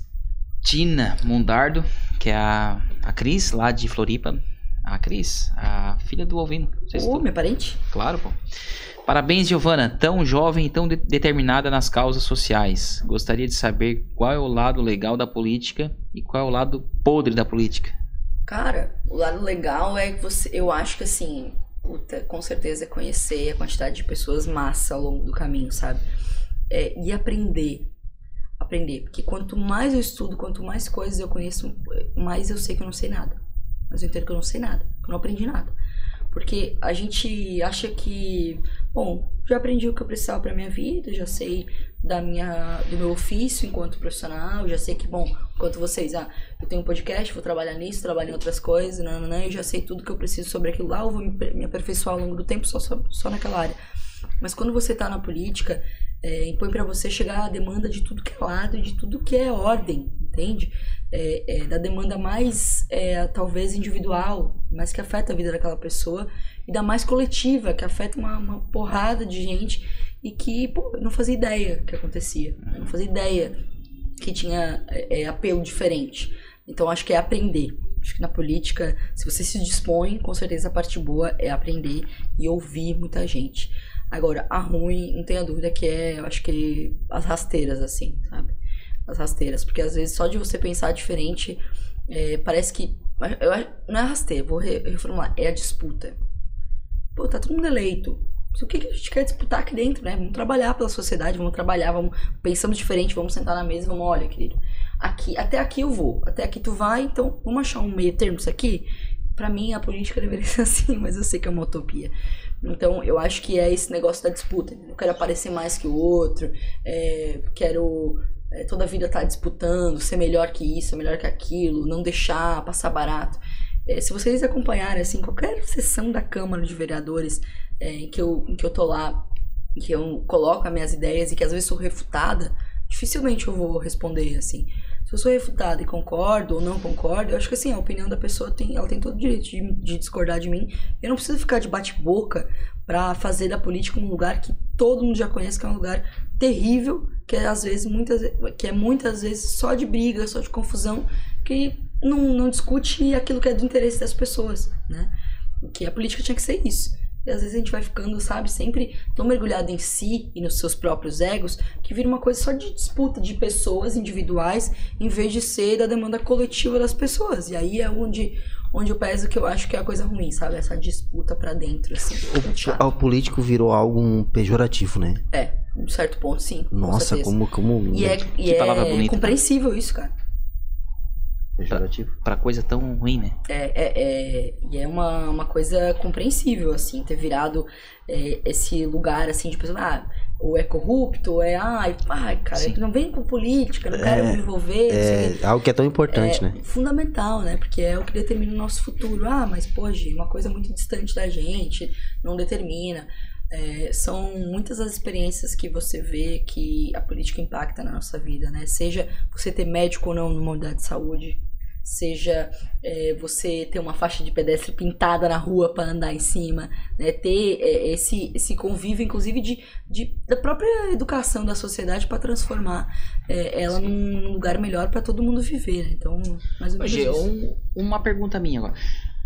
Cristina Mundardo, que é a, a Cris, lá de Floripa. A Cris, a filha do Alvino. Ô, oh, meu parente? Claro, pô. Parabéns, Giovana. Tão jovem e tão de determinada nas causas sociais. Gostaria de saber qual é o lado legal da política e qual é o lado podre da política. Cara, o lado legal é que você... Eu acho que, assim... Puta, com certeza é conhecer a quantidade de pessoas massa ao longo do caminho, sabe? É, e aprender. Aprender. Porque quanto mais eu estudo, quanto mais coisas eu conheço, mais eu sei que eu não sei nada. Mas eu entendo que eu não sei nada, que eu não aprendi nada. Porque a gente acha que, bom, já aprendi o que eu precisava pra minha vida, já sei da minha, do meu ofício enquanto profissional, já sei que, bom, enquanto vocês, ah, eu tenho um podcast, vou trabalhar nisso, trabalhar em outras coisas, não, não, não, eu já sei tudo que eu preciso sobre aquilo lá, eu vou me, me aperfeiçoar ao longo do tempo só, só, só naquela área. Mas quando você tá na política, é, impõe pra você chegar à demanda de tudo que é lado, de tudo que é ordem, entende? É, é, da demanda mais, é, talvez, individual, mas que afeta a vida daquela pessoa, e da mais coletiva, que afeta uma, uma porrada de gente e que, pô, não fazia ideia que acontecia, não fazia ideia que tinha é, apelo diferente. Então, acho que é aprender. Acho que na política, se você se dispõe, com certeza a parte boa é aprender e ouvir muita gente. Agora, a ruim, não tenha dúvida que é, eu acho que as rasteiras, assim, sabe? As rasteiras, porque às vezes só de você pensar diferente, é, parece que... Eu, não é rasteira, vou reformular, é a disputa. Pô, tá todo mundo eleito. O que, que a gente quer disputar aqui dentro, né? Vamos trabalhar pela sociedade, vamos trabalhar, vamos, pensamos diferente, vamos sentar na mesa e vamos, olha, querido, aqui, até aqui eu vou, até aqui tu vai, então vamos achar um meio termo isso aqui? Pra mim, a política deveria ser assim, mas eu sei que é uma utopia. Então, eu acho que é esse negócio da disputa. Eu quero aparecer mais que o outro, é, quero... É, toda a vida tá disputando, ser melhor que isso, melhor que aquilo, não deixar passar barato. É, se vocês acompanharem, assim, qualquer sessão da Câmara de Vereadores é, em, que eu, em que eu tô lá, em que eu coloco as minhas ideias e que às vezes sou refutada, dificilmente eu vou responder, assim. Se eu sou refutada e concordo ou não concordo, eu acho que, assim, a opinião da pessoa tem, ela tem todo o direito de, de discordar de mim. Eu não preciso ficar de bate-boca pra fazer da política um lugar que todo mundo já conhece, que é um lugar terrível, que é às vezes muitas, que é muitas vezes só de briga, só de confusão, que não, não discute aquilo que é do interesse das pessoas, né? Que a política tinha que ser isso. E às vezes a gente vai ficando, sabe, sempre tão mergulhado em si e nos seus próprios egos, que vira uma coisa só de disputa de pessoas individuais, em vez de ser da demanda coletiva das pessoas. E aí é onde, onde eu peso que eu acho que é a coisa ruim, sabe? Essa disputa pra dentro, assim. O, o político virou algo pejorativo, né? É, em certo ponto, sim. Nossa, com como, como... E é, e é compreensível isso, cara. Pejorativo. Pra, pra coisa tão ruim, né? É, é, é, e é uma, uma coisa compreensível, assim, ter virado é, esse lugar, assim, de pessoa, ah, ou é corrupto, ou é, ai, pai, cara, Sim. não vem com política, não quero me envolver. É algo que é tão importante, é né? fundamental, né? Porque é o que determina o nosso futuro. Ah, mas, pô, Gi, uma coisa muito distante da gente, não determina. É, são muitas as experiências que você vê que a política impacta na nossa vida, né? Seja você ter médico ou não numa unidade de saúde, seja é, você ter uma faixa de pedestre pintada na rua para andar em cima, né? Ter é, esse, esse convívio, inclusive, de, de, da própria educação da sociedade para transformar é, ela num, num lugar melhor para todo mundo viver, né? Então, mais ou menos Hoje, isso. um, uma pergunta minha agora.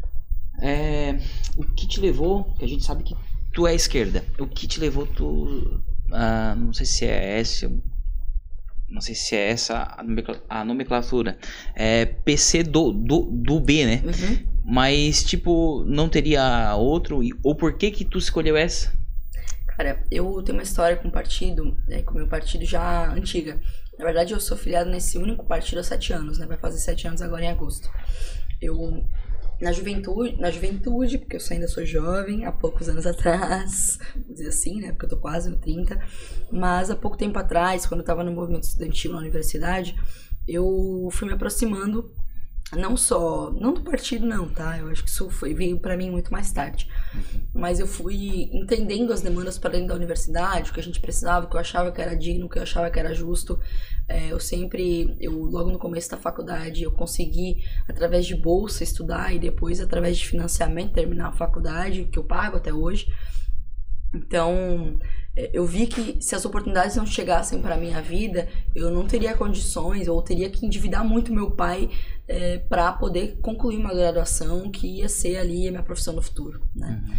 É, o que te levou, que a gente sabe que tu é esquerda, o que te levou tu, ah, não sei se é essa, não sei se é essa a nomenclatura, é P C do, do, do B, né? Uhum. Mas, tipo, não teria outro? Ou por que que tu escolheu essa? Cara, eu tenho uma história com o partido, né, com o meu partido já antiga. Na verdade, eu sou filiado nesse único partido há sete anos, né? Vai fazer sete anos agora em agosto. Eu, na juventude, na juventude, porque eu ainda sou jovem, há poucos anos atrás, vou dizer assim, né? Porque eu tô quase no trinta. Mas há pouco tempo atrás, quando eu tava no movimento estudantil na universidade, eu fui me aproximando, não só, não do partido não, tá? Eu acho que isso foi, veio pra mim muito mais tarde. Mas eu fui entendendo as demandas para dentro da universidade, o que a gente precisava, o que eu achava que era digno, o que eu achava que era justo. É, eu sempre, eu logo no começo da faculdade, eu consegui, através de bolsa, estudar e depois, através de financiamento, terminar a faculdade, que eu pago até hoje. Então, eu vi que se as oportunidades não chegassem para a minha vida, eu não teria condições, ou teria que endividar muito meu pai é, para poder concluir uma graduação que ia ser ali a minha profissão no futuro, né? Uhum.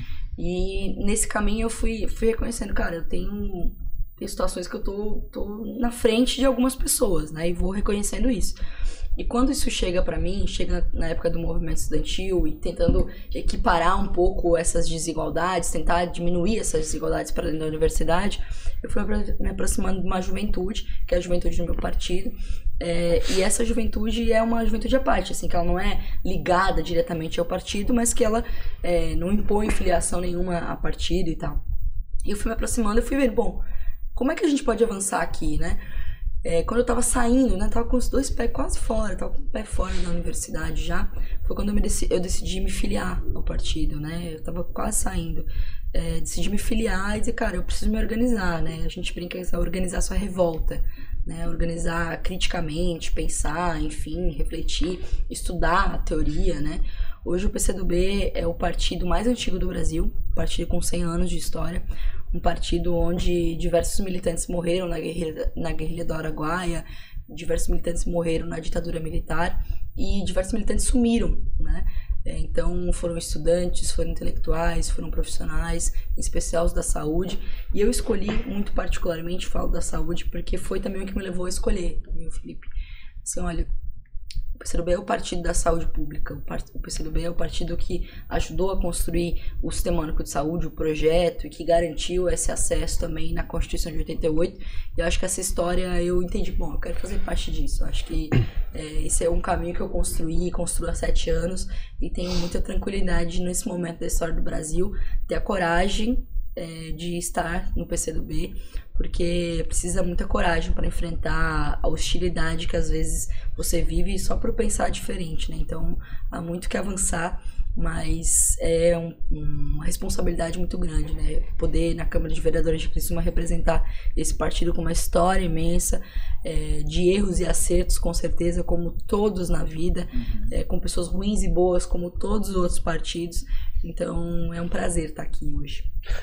E nesse caminho eu fui, fui reconhecendo, cara, eu tenho, tenho situações que eu tô, tô na frente de algumas pessoas, né? E vou reconhecendo isso. E quando isso chega pra mim, chega na época do movimento estudantil e tentando equiparar um pouco essas desigualdades, tentar diminuir essas desigualdades para dentro da universidade, eu fui me aproximando de uma juventude, que é a juventude do meu partido, é, e essa juventude é uma juventude à parte, assim, que ela não é ligada diretamente ao partido, mas que ela é, não impõe filiação nenhuma a partido e tal. E eu fui me aproximando e fui vendo, bom, como é que a gente pode avançar aqui, né? É, quando eu tava saindo, né, tava com os dois pés quase fora, tava com o pé fora da universidade já, foi quando eu, me decidi, eu decidi me filiar ao partido, né, eu tava quase saindo, é, decidi me filiar e dizer, cara, eu preciso me organizar, né, a gente brinca que é organizar sua revolta, né, organizar criticamente, pensar, enfim, refletir, estudar a teoria, né. Hoje o P C do B é o partido mais antigo do Brasil, partido com cem anos de história, um partido onde diversos militantes morreram na guerrilha, na guerrilha do Araguaia, diversos militantes morreram na ditadura militar e diversos militantes sumiram, né? Então foram estudantes, foram intelectuais, foram profissionais, em especial os da saúde, e eu escolhi muito particularmente, falo da saúde, porque foi também o que me levou a escolher, viu, Felipe? Assim, olha, o P C do B é o partido da saúde pública, o P C do B é o partido que ajudou a construir o Sistema Único de Saúde, o projeto, e que garantiu esse acesso também na Constituição de oitenta e oito, e eu acho que essa história eu entendi, bom, eu quero fazer parte disso, eu acho que é, esse é um caminho que eu construí, construo há sete anos, e tenho muita tranquilidade nesse momento da história do Brasil, ter a coragem é, de estar no P C do B, porque precisa muita coragem para enfrentar a hostilidade que às vezes você vive só por pensar diferente, né? Então há muito que avançar, mas é um, uma responsabilidade muito grande, né? Poder na Câmara de Vereadores de Criciúma representar esse partido com uma história imensa, é, de erros e acertos, com certeza, como todos na vida, uhum. é, com pessoas ruins e boas, como todos os outros partidos. Então é um prazer estar aqui hoje.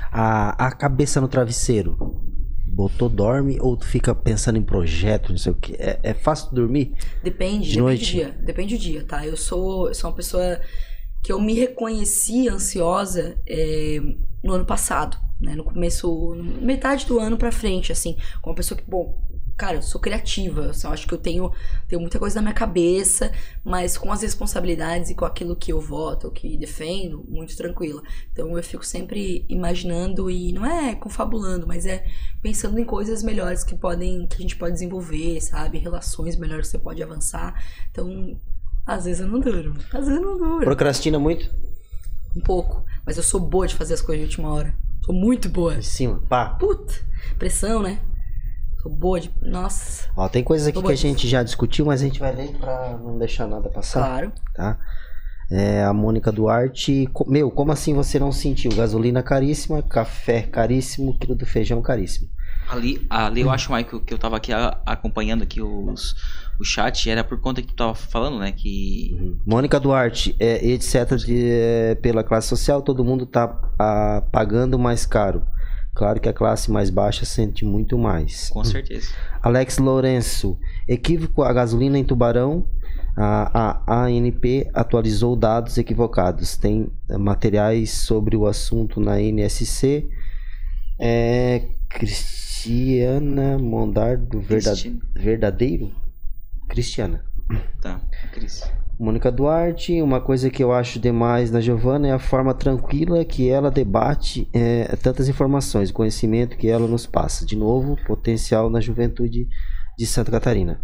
A, a cabeça no travesseiro, botou, dorme ou tu fica pensando em projeto, não sei o que? É, é fácil dormir? Depende, de depende noite? do dia. Depende do dia, tá? Eu sou, eu sou uma pessoa que eu me reconheci ansiosa é, no ano passado, né? No começo, metade do ano pra frente, assim, com uma pessoa que, bom, cara, eu sou criativa, assim, eu acho que eu tenho, tenho muita coisa na minha cabeça, mas com as responsabilidades e com aquilo que eu voto, que defendo, muito tranquila. Então eu fico sempre imaginando e não é confabulando, mas é pensando em coisas melhores que podem, que a gente pode desenvolver, sabe? Relações melhores que você pode avançar. Então, às vezes eu não durmo, às vezes eu não durmo. Procrastina muito? Um pouco, mas eu sou boa de fazer as coisas de última hora. Sou muito boa. Em cima, pá. Puta, pressão, né? Sou boa de... Nossa. Ó, tem coisa aqui Tô que a boa. gente já discutiu, mas a gente vai ler pra não deixar nada passar. Claro. Tá? É, a Mônica Duarte. co- Meu, como assim você não sentiu? Gasolina caríssima, café caríssimo, quilo do feijão caríssimo. Ali, ali eu acho, Michael, que eu tava aqui a- acompanhando aqui os, o chat, era por conta que tu tava falando, né? Que. Uhum. Mônica Duarte, é, etc. De, é, pela classe social, todo mundo tá ah, pagando mais caro. Claro que a classe mais baixa sente muito mais. Com certeza. Alex Lourenço, equívoco a gasolina em Tubarão. A, a ANP atualizou dados equivocados. Tem eh, materiais sobre o assunto na N S C. É, Cristiana Mondardo verda- Cristina. Verdadeiro? Cristiana. Tá, Cris. Mônica Duarte, uma coisa que eu acho demais na Giovana é a forma tranquila que ela debate é, tantas informações, o conhecimento que ela nos passa. De novo, potencial na juventude de Santa Catarina.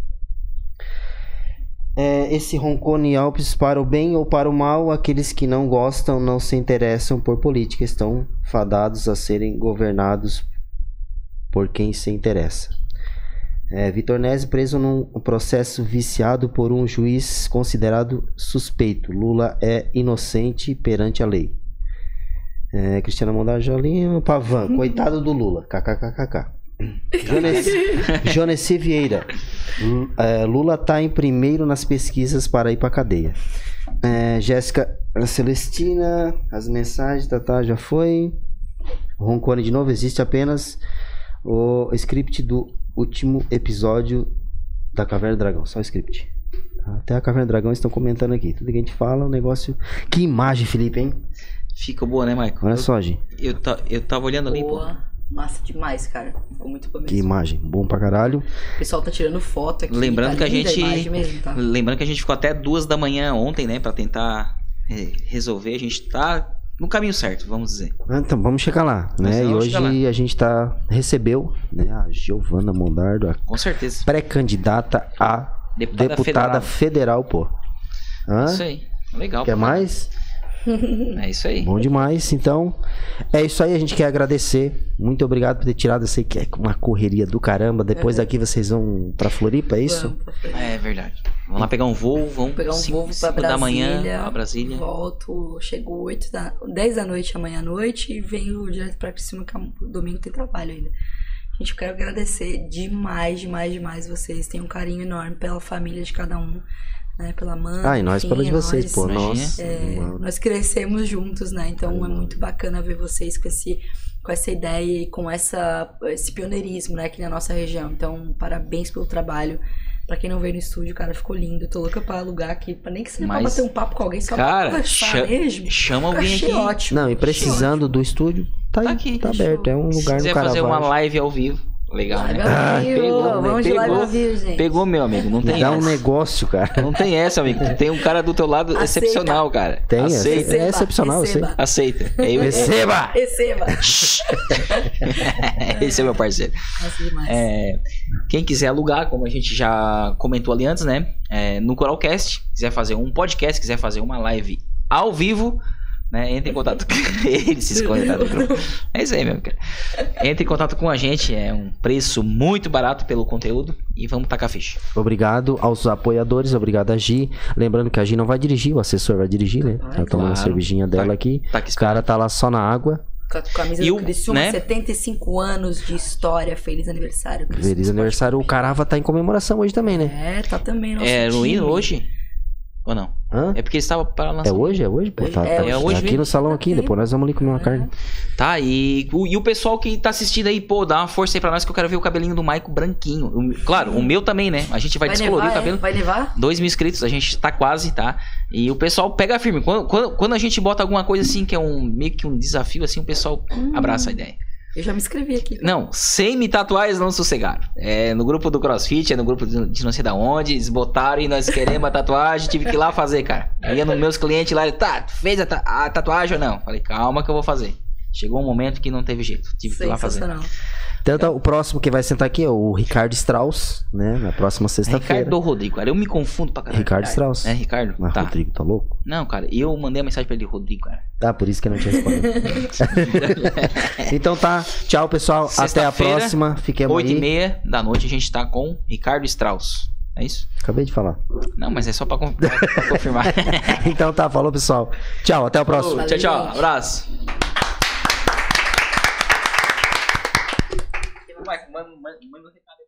É, esse Roncone Alpes, para o bem ou para o mal, aqueles que não gostam, não se interessam por política, estão fadados a serem governados por quem se interessa. É, Vitor Nesi preso num processo viciado por um juiz considerado suspeito. Lula é inocente perante a lei. É, Cristiana Mondarjolino, Pavan, coitado do Lula. KKKKK. Jones- Jonessi Vieira. Lu- é, Lula tá em primeiro nas pesquisas para ir pra cadeia. É, Jéssica Celestina, as mensagens, tá, tá, já foi. Roncone de novo, existe apenas o script do último episódio da Caverna do Dragão, só o script. Até a Caverna do Dragão estão comentando aqui. Tudo que a gente fala, o negócio. Que imagem, Felipe, hein? Fica boa, né, Michael? Olha só, gente. Eu, ta- eu tava olhando ali, pô. Boa. Massa demais, cara. Ficou muito bom mesmo. Que imagem. Bom pra caralho. O pessoal tá tirando foto aqui. Lembrando tá que a linda gente. imagem mesmo, tá? Lembrando que a gente ficou até duas da manhã ontem, né? Pra tentar é, resolver. A gente tá no caminho certo, vamos dizer. Então, vamos chegar lá, Mas né? E vamos hoje chegar lá. a gente tá recebeu, né, a Giovana Mondardo, a Com certeza. pré-candidata a Deputada, deputada federal, federal. pô. Hã? Isso aí. Legal. Quer pô. mais? É isso aí. Bom demais. Então, é isso aí. A gente quer agradecer. Muito obrigado por ter tirado. Eu sei que é uma correria do caramba. Depois daqui vocês vão pra Floripa, é isso? Vamos, vamos. É verdade. Vamos lá pegar um voo, vamos Pegar um cinco- voo pra cinco Brasília. da manhã a Brasília. Volto, chego oito da, dez da noite amanhã à noite e venho direto pra cima, que domingo tem trabalho ainda. Gente, eu quero agradecer demais, demais, demais vocês. Tem um carinho enorme pela família de cada um, né? Pela mãe. Ah, e nós enfim, pela de vocês, nós, pô. imagina. Nossa. é, mano. nós crescemos juntos, né? Então é muito bacana ver vocês com esse, com essa ideia e com essa, esse pioneirismo, né? Aqui na nossa região. Então, parabéns pelo trabalho. Pra quem não veio no estúdio, cara, ficou lindo. Tô louca pra alugar aqui, pra nem que seja pra Mas, bater um papo com alguém, só cara, pra conversar cha- mesmo. chama Eu alguém achei aqui. ótimo. Não, e precisando do estúdio, tá, Tá aí, aqui. tá aberto. É um Se lugar no quiser fazer uma Caravaggio. live ao vivo, legal, Live né? ao vivo, pegou, vamos de live pegou, ao vivo, gente. Pegou, meu amigo. Não tem Dá um essa. negócio, cara. Não tem essa, amigo. Tem um cara do teu lado Aceita. excepcional, cara. Tem, Aceita. é excepcional, eu sei. receba. Aceita. É eu- Receba! Receba. Esse é meu parceiro. Nossa, demais. É, quem quiser alugar, como a gente já comentou ali antes, né? É, no Coralcast, quiser fazer um podcast, quiser fazer uma live ao vivo, né? Entre em contato com ele, se esconde, tá? É isso aí mesmo, cara. Entre em contato com a gente, é um preço muito barato pelo conteúdo e vamos tacar ficha. Obrigado aos apoiadores, obrigado a Gi. Lembrando que a Gi não vai dirigir, o assessor vai dirigir, né? Tá tomando a claro. cervejinha dela Tá- aqui. tá aqui O cara tá lá só na água. Com a camisa E do o- Criciúma, né? setenta e cinco anos de história. Feliz aniversário. Criciúma Feliz Esporte aniversário. O Carava tá em comemoração hoje também, né? É, tá também nosso É no time. hino hoje? Ou não? Hã? É porque ele estava para lançar. É hoje? É hoje? Pô, tá, É tá- hoje. É hoje aqui mesmo. no salão aqui, depois nós vamos ali comer uma carne. Tá, e o, e o pessoal que tá assistindo aí, pô, dá uma força aí pra nós que eu quero ver o cabelinho do Maico branquinho. O- claro, o meu também, né? A gente vai, Vai descolorir levar, o cabelo. é? Vai levar? Dois mil inscritos, a gente tá quase, tá? E o pessoal pega firme. Quando, quando, quando a gente bota alguma coisa assim, que é um meio que um desafio, assim, o pessoal abraça a ideia. Eu já me inscrevi aqui. Não, sem me tatuar, eles não sossegaram. É no grupo do CrossFit, é no grupo de, de não sei da onde, eles botaram e nós queremos a tatuagem, tive que ir lá fazer, cara. Eu ia nos meus clientes lá, ele, tá, fez a, ta- a tatuagem ou não? Falei, calma que eu vou fazer. Chegou um momento que não teve jeito. Tive que ir lá fazer. Então, então, o próximo que vai sentar aqui é o Ricardo Strauss, né? Na próxima sexta-feira. Ricardo ou Rodrigo, cara. Eu me confundo pra caralho. Ricardo Strauss. É, Ricardo. Mas Tá. Rodrigo, tá louco? Não, cara, eu mandei a mensagem pra ele, Rodrigo, cara. Tá, por isso que eu não tinha respondido. Então tá, tchau, pessoal. Até a próxima. Fiquemos oito aí. e meia da noite a gente tá com Ricardo Strauss. É isso? Acabei de falar. Não, mas é só pra, pra, pra confirmar. Então tá, falou, pessoal. Tchau, até o próximo. Tchau, tchau. Abraço. Manda um recado.